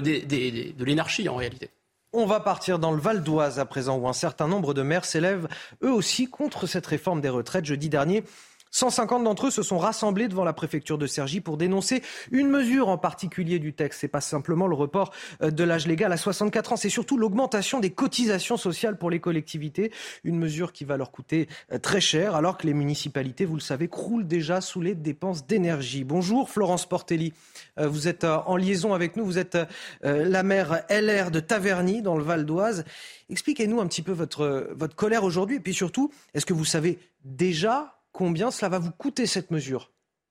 de l'énarchie en réalité. On va partir dans le Val d'Oise à présent, où un certain nombre de maires s'élèvent eux aussi contre cette réforme des retraites. Jeudi dernier, 150 d'entre eux se sont rassemblés devant la préfecture de Cergy pour dénoncer une mesure en particulier du texte. C'est pas simplement le report de l'âge légal à 64 ans, c'est surtout l'augmentation des cotisations sociales pour les collectivités. Une mesure qui va leur coûter très cher, alors que les municipalités, vous le savez, croulent déjà sous les dépenses d'énergie. Bonjour Florence Portelli, vous êtes en liaison avec nous, vous êtes la maire LR de Taverny dans le Val d'Oise. Expliquez-nous un petit peu votre colère aujourd'hui, et puis surtout, est-ce que vous savez déjà combien cela va vous coûter cette mesure ?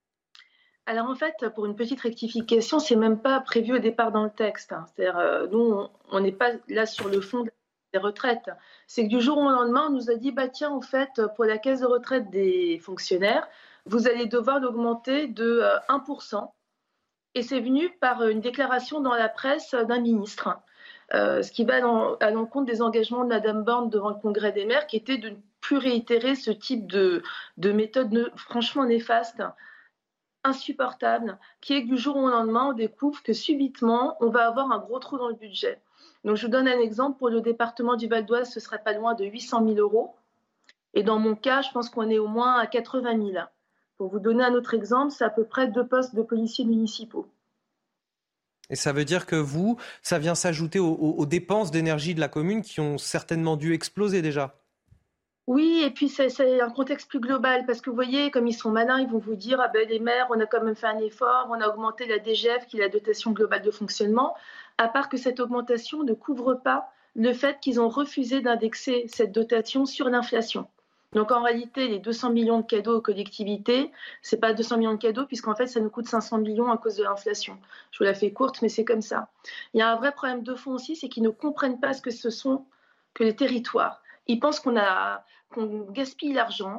Alors en fait, pour une petite rectification, c'est même pas prévu au départ dans le texte. C'est-à-dire, nous, on n'est pas là sur le fond des retraites. C'est que du jour au lendemain, on nous a dit, bah tiens, en fait, pour la caisse de retraite des fonctionnaires, vous allez devoir l'augmenter de 1%. Et c'est venu par une déclaration dans la presse d'un ministre. Ce qui va à l'encontre des engagements de Mme Borne devant le Congrès des maires, qui était de ne plus réitérer ce type de méthode franchement néfaste, insupportable, qui est que du jour au lendemain, on découvre que subitement, on va avoir un gros trou dans le budget. Donc, je vous donne un exemple. Pour le département du Val d'Oise, ce serait pas loin de 800 000 €. Et dans mon cas, je pense qu'on est au moins à 80 000. Pour vous donner un autre exemple, c'est à peu près 2 postes de policiers municipaux. Et ça veut dire que vous, ça vient s'ajouter aux dépenses d'énergie de la commune qui ont certainement dû exploser déjà. Oui, et puis c'est un contexte plus global, parce que vous voyez, comme ils sont malins, ils vont vous dire, ah ben les maires, on a quand même fait un effort, on a augmenté la DGF, qui est la dotation globale de fonctionnement, à part que cette augmentation ne couvre pas le fait qu'ils ont refusé d'indexer cette dotation sur l'inflation. Donc en réalité, les 200 millions de cadeaux aux collectivités, c'est pas 200 millions de cadeaux, puisqu'en fait, ça nous coûte 500 millions à cause de l'inflation. Je vous la fais courte, mais c'est comme ça. Il y a un vrai problème de fond aussi, c'est qu'ils ne comprennent pas ce que ce sont que les territoires. Ils pensent qu'on gaspille l'argent.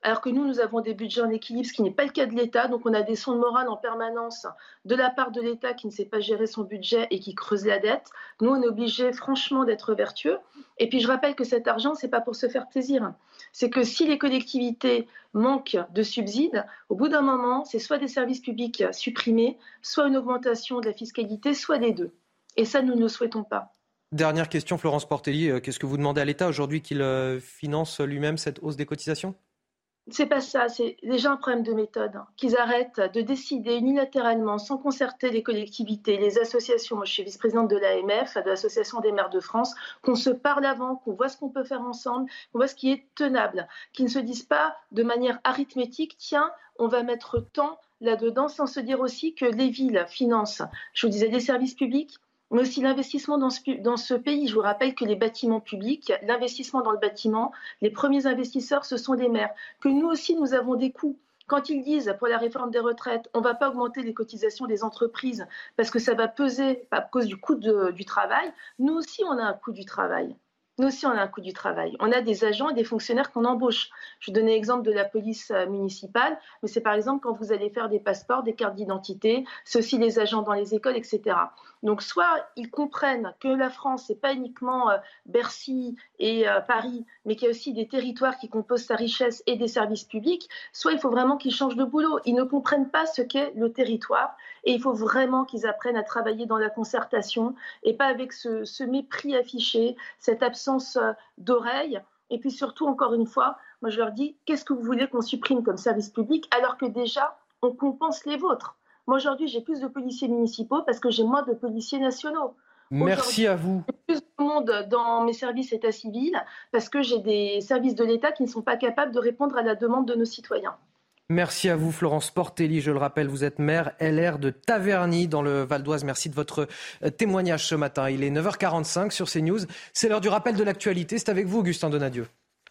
alors que nous avons des budgets en équilibre, ce qui n'est pas le cas de l'État. Donc on a des sons de morale en permanence de la part de l'État qui ne sait pas gérer son budget et qui creuse la dette. Nous, on est obligés franchement d'être vertueux. Et puis je rappelle que cet argent, ce n'est pas pour se faire plaisir. C'est que si les collectivités manquent de subsides, au bout d'un moment, c'est soit des services publics supprimés, soit une augmentation de la fiscalité, soit les deux. Et ça, nous ne le souhaitons pas. Dernière question, Florence Portelli. Qu'est-ce que vous demandez à l'État aujourd'hui qu'il finance lui-même cette hausse des cotisations ? C'est pas ça, c'est déjà un problème de méthode. Qu'ils arrêtent de décider unilatéralement, sans concerter les collectivités, les associations. Moi, je suis vice-présidente de l'AMF, de l'Association des maires de France, qu'on se parle avant, qu'on voit ce qu'on peut faire ensemble, qu'on voit ce qui est tenable. Qu'ils ne se disent pas de manière arithmétique, tiens, on va mettre tant là-dedans, sans se dire aussi que les villes financent, je vous disais, des services publics, mais aussi l'investissement dans ce pays. Je vous rappelle que les bâtiments publics, l'investissement dans le bâtiment, les premiers investisseurs, ce sont les maires. Que nous aussi, nous avons des coûts. Quand ils disent, pour la réforme des retraites, on ne va pas augmenter les cotisations des entreprises parce que ça va peser à cause du coût du travail, nous aussi, on a un coût du travail. Nous aussi, on a un coût du travail. On a des agents et des fonctionnaires qu'on embauche. Je vais donner l'exemple de la police municipale, mais c'est par exemple quand vous allez faire des passeports, des cartes d'identité, c'est aussi les agents dans les écoles, etc. Donc soit ils comprennent que la France, ce n'est pas uniquement Bercy et Paris, mais qu'il y a aussi des territoires qui composent sa richesse et des services publics, soit il faut vraiment qu'ils changent de boulot. Ils ne comprennent pas ce qu'est le territoire et il faut vraiment qu'ils apprennent à travailler dans la concertation et pas avec ce mépris affiché, cette absence d'oreille. Et puis surtout, encore une fois, moi je leur dis, qu'est-ce que vous voulez qu'on supprime comme service public alors que déjà, on compense les vôtres. Moi aujourd'hui, j'ai plus de policiers municipaux parce que j'ai moins de policiers nationaux. Merci à vous. J'ai plus de monde dans mes services état civil parce que j'ai des services de l'État qui ne sont pas capables de répondre à la demande de nos citoyens. Merci à vous, Florence Portelli. Je le rappelle, vous êtes maire LR de Taverny dans le Val d'Oise. Merci de votre témoignage ce matin. Il est 9h45 sur CNews. C'est l'heure du rappel de l'actualité. C'est avec vous, Augustin Donadieu.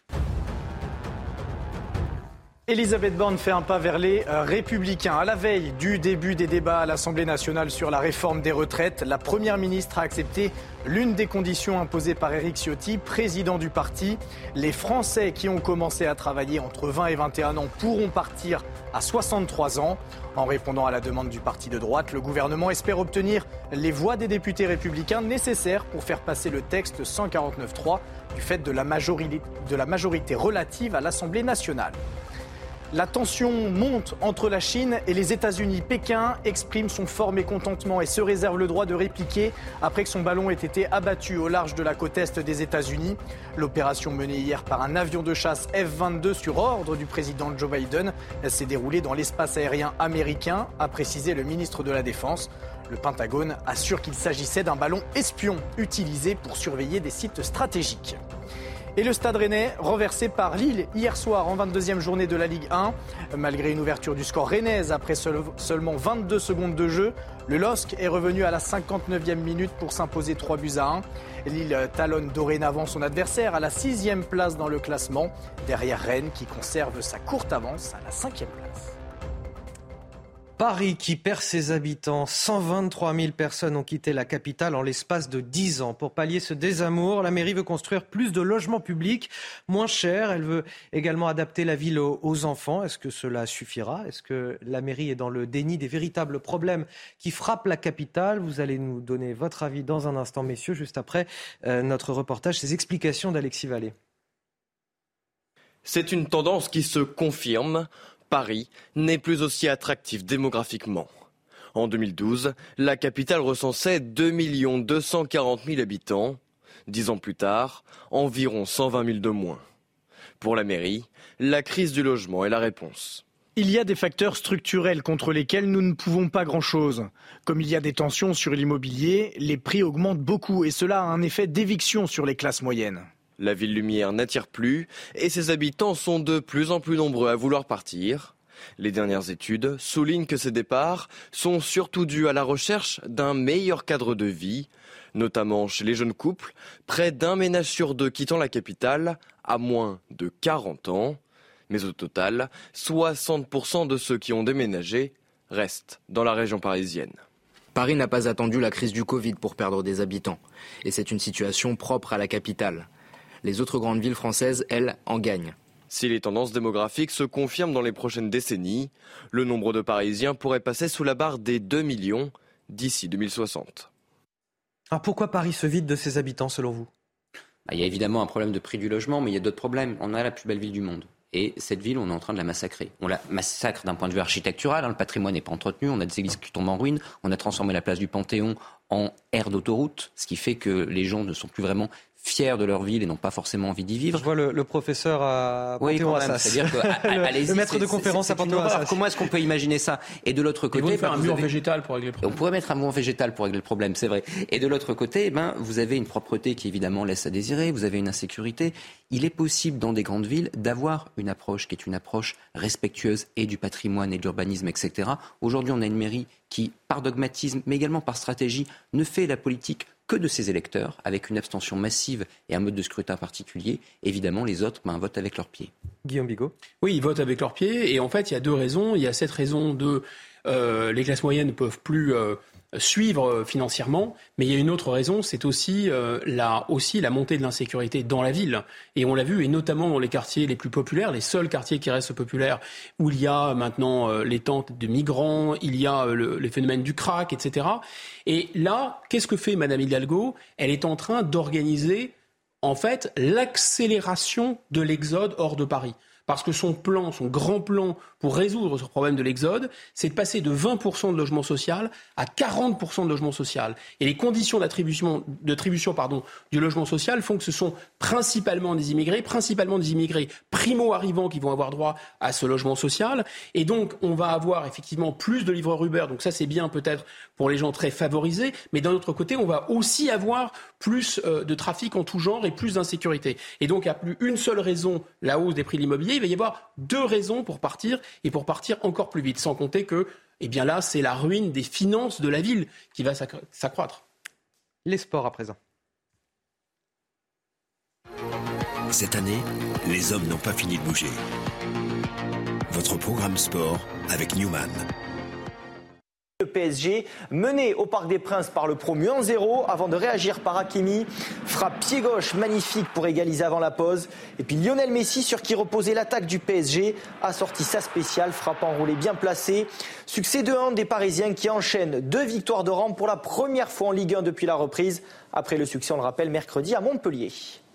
Elisabeth Borne fait un pas vers les Républicains. À la veille du début des débats à l'Assemblée nationale sur la réforme des retraites, la Première ministre a accepté l'une des conditions imposées par Éric Ciotti, président du parti. Les Français qui ont commencé à travailler entre 20 et 21 ans pourront partir à 63 ans. En répondant à la demande du parti de droite, le gouvernement espère obtenir les voix des députés républicains nécessaires pour faire passer le texte 149.3 du fait de la majorité relative à l'Assemblée nationale. La tension monte entre la Chine et les États-Unis. Pékin exprime son fort mécontentement et se réserve le droit de répliquer après que son ballon ait été abattu au large de la côte est des États-Unis. L'opération menée hier par un avion de chasse F-22 sur ordre du président Joe Biden s'est déroulée dans l'espace aérien américain, a précisé le ministre de la Défense. Le Pentagone assure qu'il s'agissait d'un ballon espion utilisé pour surveiller des sites stratégiques. Et le Stade Rennais, renversé par Lille hier soir en 22e journée de la Ligue 1. Malgré une ouverture du score rennaise après seulement 22 secondes de jeu, le LOSC est revenu à la 59e minute pour s'imposer 3-1. Lille talonne dorénavant son adversaire à la 6e place dans le classement, derrière Rennes qui conserve sa courte avance à la 5e place. Paris qui perd ses habitants. 123 000 personnes ont quitté la capitale en l'espace de 10 ans. Pour pallier ce désamour, la mairie veut construire plus de logements publics, moins chers. Elle veut également adapter la ville aux enfants. Est-ce que cela suffira ? Est-ce que la mairie est dans le déni des véritables problèmes qui frappent la capitale ? Vous allez nous donner votre avis dans un instant, messieurs, juste après notre reportage, ces explications d'Alexis Vallée. C'est une tendance qui se confirme. Paris n'est plus aussi attractif démographiquement. En 2012, la capitale recensait 2 240 000 habitants. 10 ans plus tard, environ 120 000 de moins. Pour la mairie, la crise du logement est la réponse. Il y a des facteurs structurels contre lesquels nous ne pouvons pas grand-chose. Comme il y a des tensions sur l'immobilier, les prix augmentent beaucoup et cela a un effet d'éviction sur les classes moyennes. La ville lumière n'attire plus et ses habitants sont de plus en plus nombreux à vouloir partir. Les dernières études soulignent que ces départs sont surtout dus à la recherche d'un meilleur cadre de vie, notamment chez les jeunes couples, près d'un ménage sur deux quittant la capitale à moins de 40 ans. Mais au total, 60% de ceux qui ont déménagé restent dans la région parisienne. Paris n'a pas attendu la crise du Covid pour perdre des habitants. Et c'est une situation propre à la capitale. Les autres grandes villes françaises, elles, en gagnent. Si les tendances démographiques se confirment dans les prochaines décennies, le nombre de Parisiens pourrait passer sous la barre des 2 millions d'ici 2060. Alors pourquoi Paris se vide de ses habitants selon vous ? Il y a évidemment un problème de prix du logement, mais il y a d'autres problèmes. On a la plus belle ville du monde. Et cette ville, on est en train de la massacrer. On la massacre d'un point de vue architectural. Le patrimoine n'est pas entretenu. On a des églises qui tombent en ruine. On a transformé la place du Panthéon en aire d'autoroute, ce qui fait que les gens ne sont plus vraiment fiers de leur ville et n'ont pas forcément envie d'y vivre. Je vois le professeur à Panthéon-Assas. C'est-à-dire que, allez-y, le maître de conférence à Panthéon-Assas. Comment est-ce qu'on peut imaginer ça ? Et de l'autre côté, ils vont faire un mur végétal pour régler le problème. On pourrait mettre un mur végétal pour régler le problème, c'est vrai. Et de l'autre côté, vous avez une propreté qui évidemment laisse à désirer. Vous avez une insécurité. Il est possible dans des grandes villes d'avoir une approche qui est une approche respectueuse et du patrimoine et de l'urbanisme, etc. Aujourd'hui, on a une mairie qui, par dogmatisme, mais également par stratégie, ne fait la politique que de ses électeurs, avec une abstention massive et un mode de scrutin particulier. Évidemment, les autres votent avec leurs pieds. Guillaume Bigot. Oui, ils votent avec leurs pieds. Et en fait, il y a deux raisons. Il y a cette raison de les classes moyennes ne peuvent plus suivre financièrement, mais il y a une autre raison, c'est aussi la montée de l'insécurité dans la ville. Et on l'a vu, et notamment dans les quartiers les plus populaires, les seuls quartiers qui restent populaires, où il y a maintenant les tentes de migrants, il y a les phénomènes du crack, etc. Et là, qu'est-ce que fait Madame Hidalgo ? Elle est en train d'organiser, en fait, l'accélération de l'exode hors de Paris. Parce que son grand plan pour résoudre ce problème de l'exode, c'est de passer de 20% de logement social à 40% de logement social. Et les conditions d'attribution du logement social font que ce sont principalement des immigrés primo-arrivants qui vont avoir droit à ce logement social. Et donc, on va avoir effectivement plus de livreurs Uber. Donc ça, c'est bien peut-être pour les gens très favorisés. Mais d'un autre côté, on va aussi avoir plus de trafic en tout genre et plus d'insécurité. Et donc, il n'y a plus une seule raison, la hausse des prix de l'immobilier. Il va y avoir deux raisons pour partir, et pour partir encore plus vite. Sans compter que, là, c'est la ruine des finances de la ville qui va s'accroître. Les sports à présent. Cette année, les hommes n'ont pas fini de bouger. Votre programme sport avec Newman. Le PSG mené au Parc des Princes par le promu 1-0 avant de réagir par Hakimi. Frappe pied gauche magnifique pour égaliser avant la pause. Et puis Lionel Messi, sur qui reposait l'attaque du PSG, a sorti sa spéciale, frappe enroulée bien placée. Succès 2-1 des Parisiens qui enchaînent 2 victoires de rang pour la première fois en Ligue 1 depuis la reprise. Après le succès, on le rappelle, mercredi à Montpellier.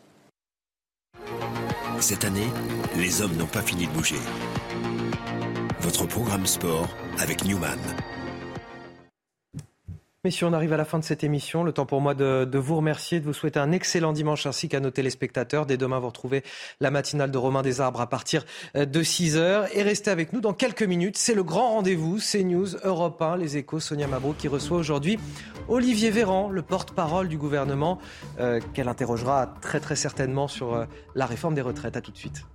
Cette année, les hommes n'ont pas fini de bouger. Votre programme sport avec Newman. Messieurs, on arrive à la fin de cette émission. Le temps pour moi de vous remercier, de vous souhaiter un excellent dimanche ainsi qu'à nos téléspectateurs. Dès demain, vous retrouvez la matinale de Romain Desarbres à partir de 6h. Et restez avec nous dans quelques minutes. C'est le grand rendez-vous, CNews, Europe 1, Les Échos, Sonia Mabrouk qui reçoit aujourd'hui Olivier Véran, le porte-parole du gouvernement, qu'elle interrogera très très certainement sur la réforme des retraites. À tout de suite.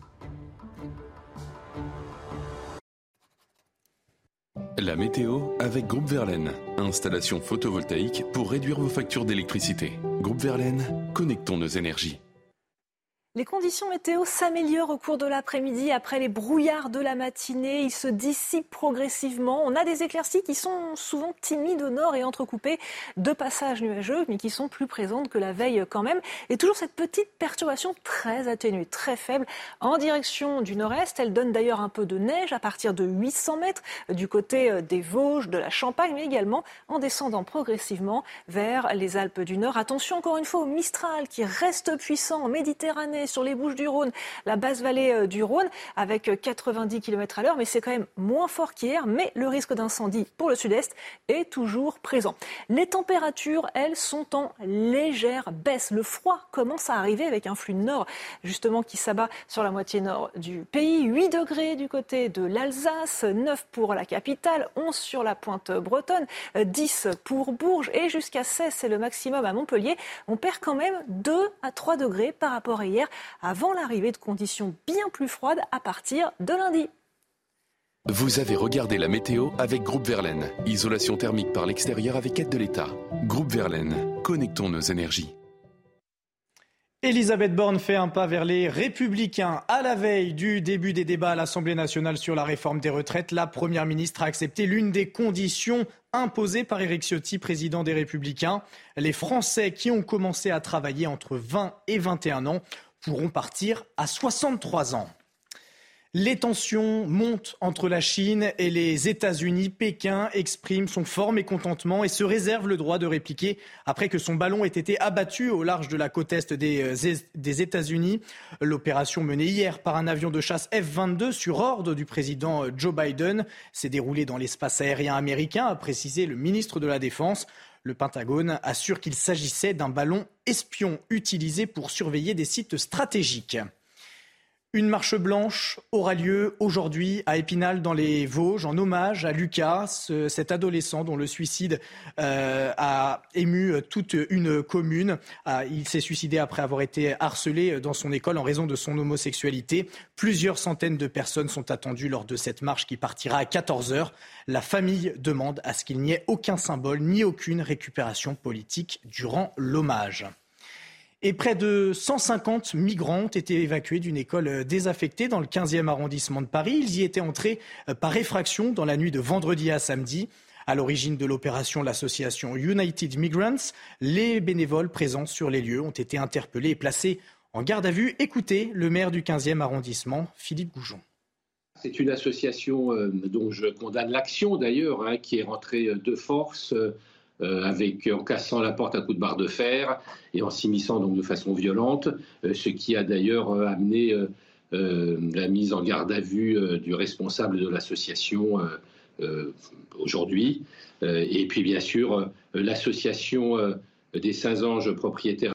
La météo avec Groupe Verlaine. Installation photovoltaïque pour réduire vos factures d'électricité. Groupe Verlaine, connectons nos énergies. Les conditions météo s'améliorent au cours de l'après-midi. Après les brouillards de la matinée, ils se dissipent progressivement. On a des éclaircies qui sont souvent timides au nord et entrecoupées de passages nuageux, mais qui sont plus présentes que la veille quand même. Et toujours cette petite perturbation très atténuée, très faible, en direction du nord-est. Elle donne d'ailleurs un peu de neige à partir de 800 mètres du côté des Vosges, de la Champagne, mais également en descendant progressivement vers les Alpes du Nord. Attention encore une fois au Mistral qui reste puissant en Méditerranée, sur les Bouches-du-Rhône, la basse vallée du Rhône, avec 90 km à l'heure, mais c'est quand même moins fort qu'hier, mais le risque d'incendie pour le sud-est est toujours présent. Les températures, elles, sont en légère baisse. Le froid commence à arriver avec un flux nord, justement, qui s'abat sur la moitié nord du pays. 8 degrés du côté de l'Alsace, 9 pour la capitale, 11 sur la pointe bretonne, 10 pour Bourges et jusqu'à 16, c'est le maximum à Montpellier. On perd quand même 2 à 3 degrés par rapport à hier, avant l'arrivée de conditions bien plus froides à partir de lundi. Vous avez regardé la météo avec Groupe Verlaine. Isolation thermique par l'extérieur avec aide de l'État. Groupe Verlaine, connectons nos énergies. Elisabeth Borne fait un pas vers les Républicains. À la veille du début des débats à l'Assemblée nationale sur la réforme des retraites, la Première ministre a accepté l'une des conditions imposées par Éric Ciotti, président des Républicains. Les Français qui ont commencé à travailler entre 20 et 21 ans pourront partir à 63 ans. Les tensions montent entre la Chine et les États-Unis. Pékin exprime son fort mécontentement et se réserve le droit de répliquer après que son ballon ait été abattu au large de la côte est des États-Unis. L'opération menée hier par un avion de chasse F-22 sur ordre du président Joe Biden s'est déroulée dans l'espace aérien américain, a précisé le ministre de la Défense. Le Pentagone assure qu'il s'agissait d'un ballon espion utilisé pour surveiller des sites stratégiques. Une marche blanche aura lieu aujourd'hui à Épinal dans les Vosges en hommage à Lucas, cet adolescent dont le suicide a ému toute une commune. Il s'est suicidé après avoir été harcelé dans son école en raison de son homosexualité. Plusieurs centaines de personnes sont attendues lors de cette marche qui partira à 14h. La famille demande à ce qu'il n'y ait aucun symbole ni aucune récupération politique durant l'hommage. Et près de 150 migrants ont été évacués d'une école désaffectée dans le 15e arrondissement de Paris. Ils y étaient entrés par effraction dans la nuit de vendredi à samedi. À l'origine de l'opération, l'association United Migrants, les bénévoles présents sur les lieux ont été interpellés et placés en garde à vue. Écoutez le maire du 15e arrondissement, Philippe Goujon. C'est une association dont je condamne l'action d'ailleurs, qui est rentrée de force en cassant la porte à coups de barre de fer et en s'immisçant donc de façon violente, ce qui a d'ailleurs amené la mise en garde à vue du responsable de l'association aujourd'hui. Et puis bien sûr, l'association des Saint-Anges propriétaires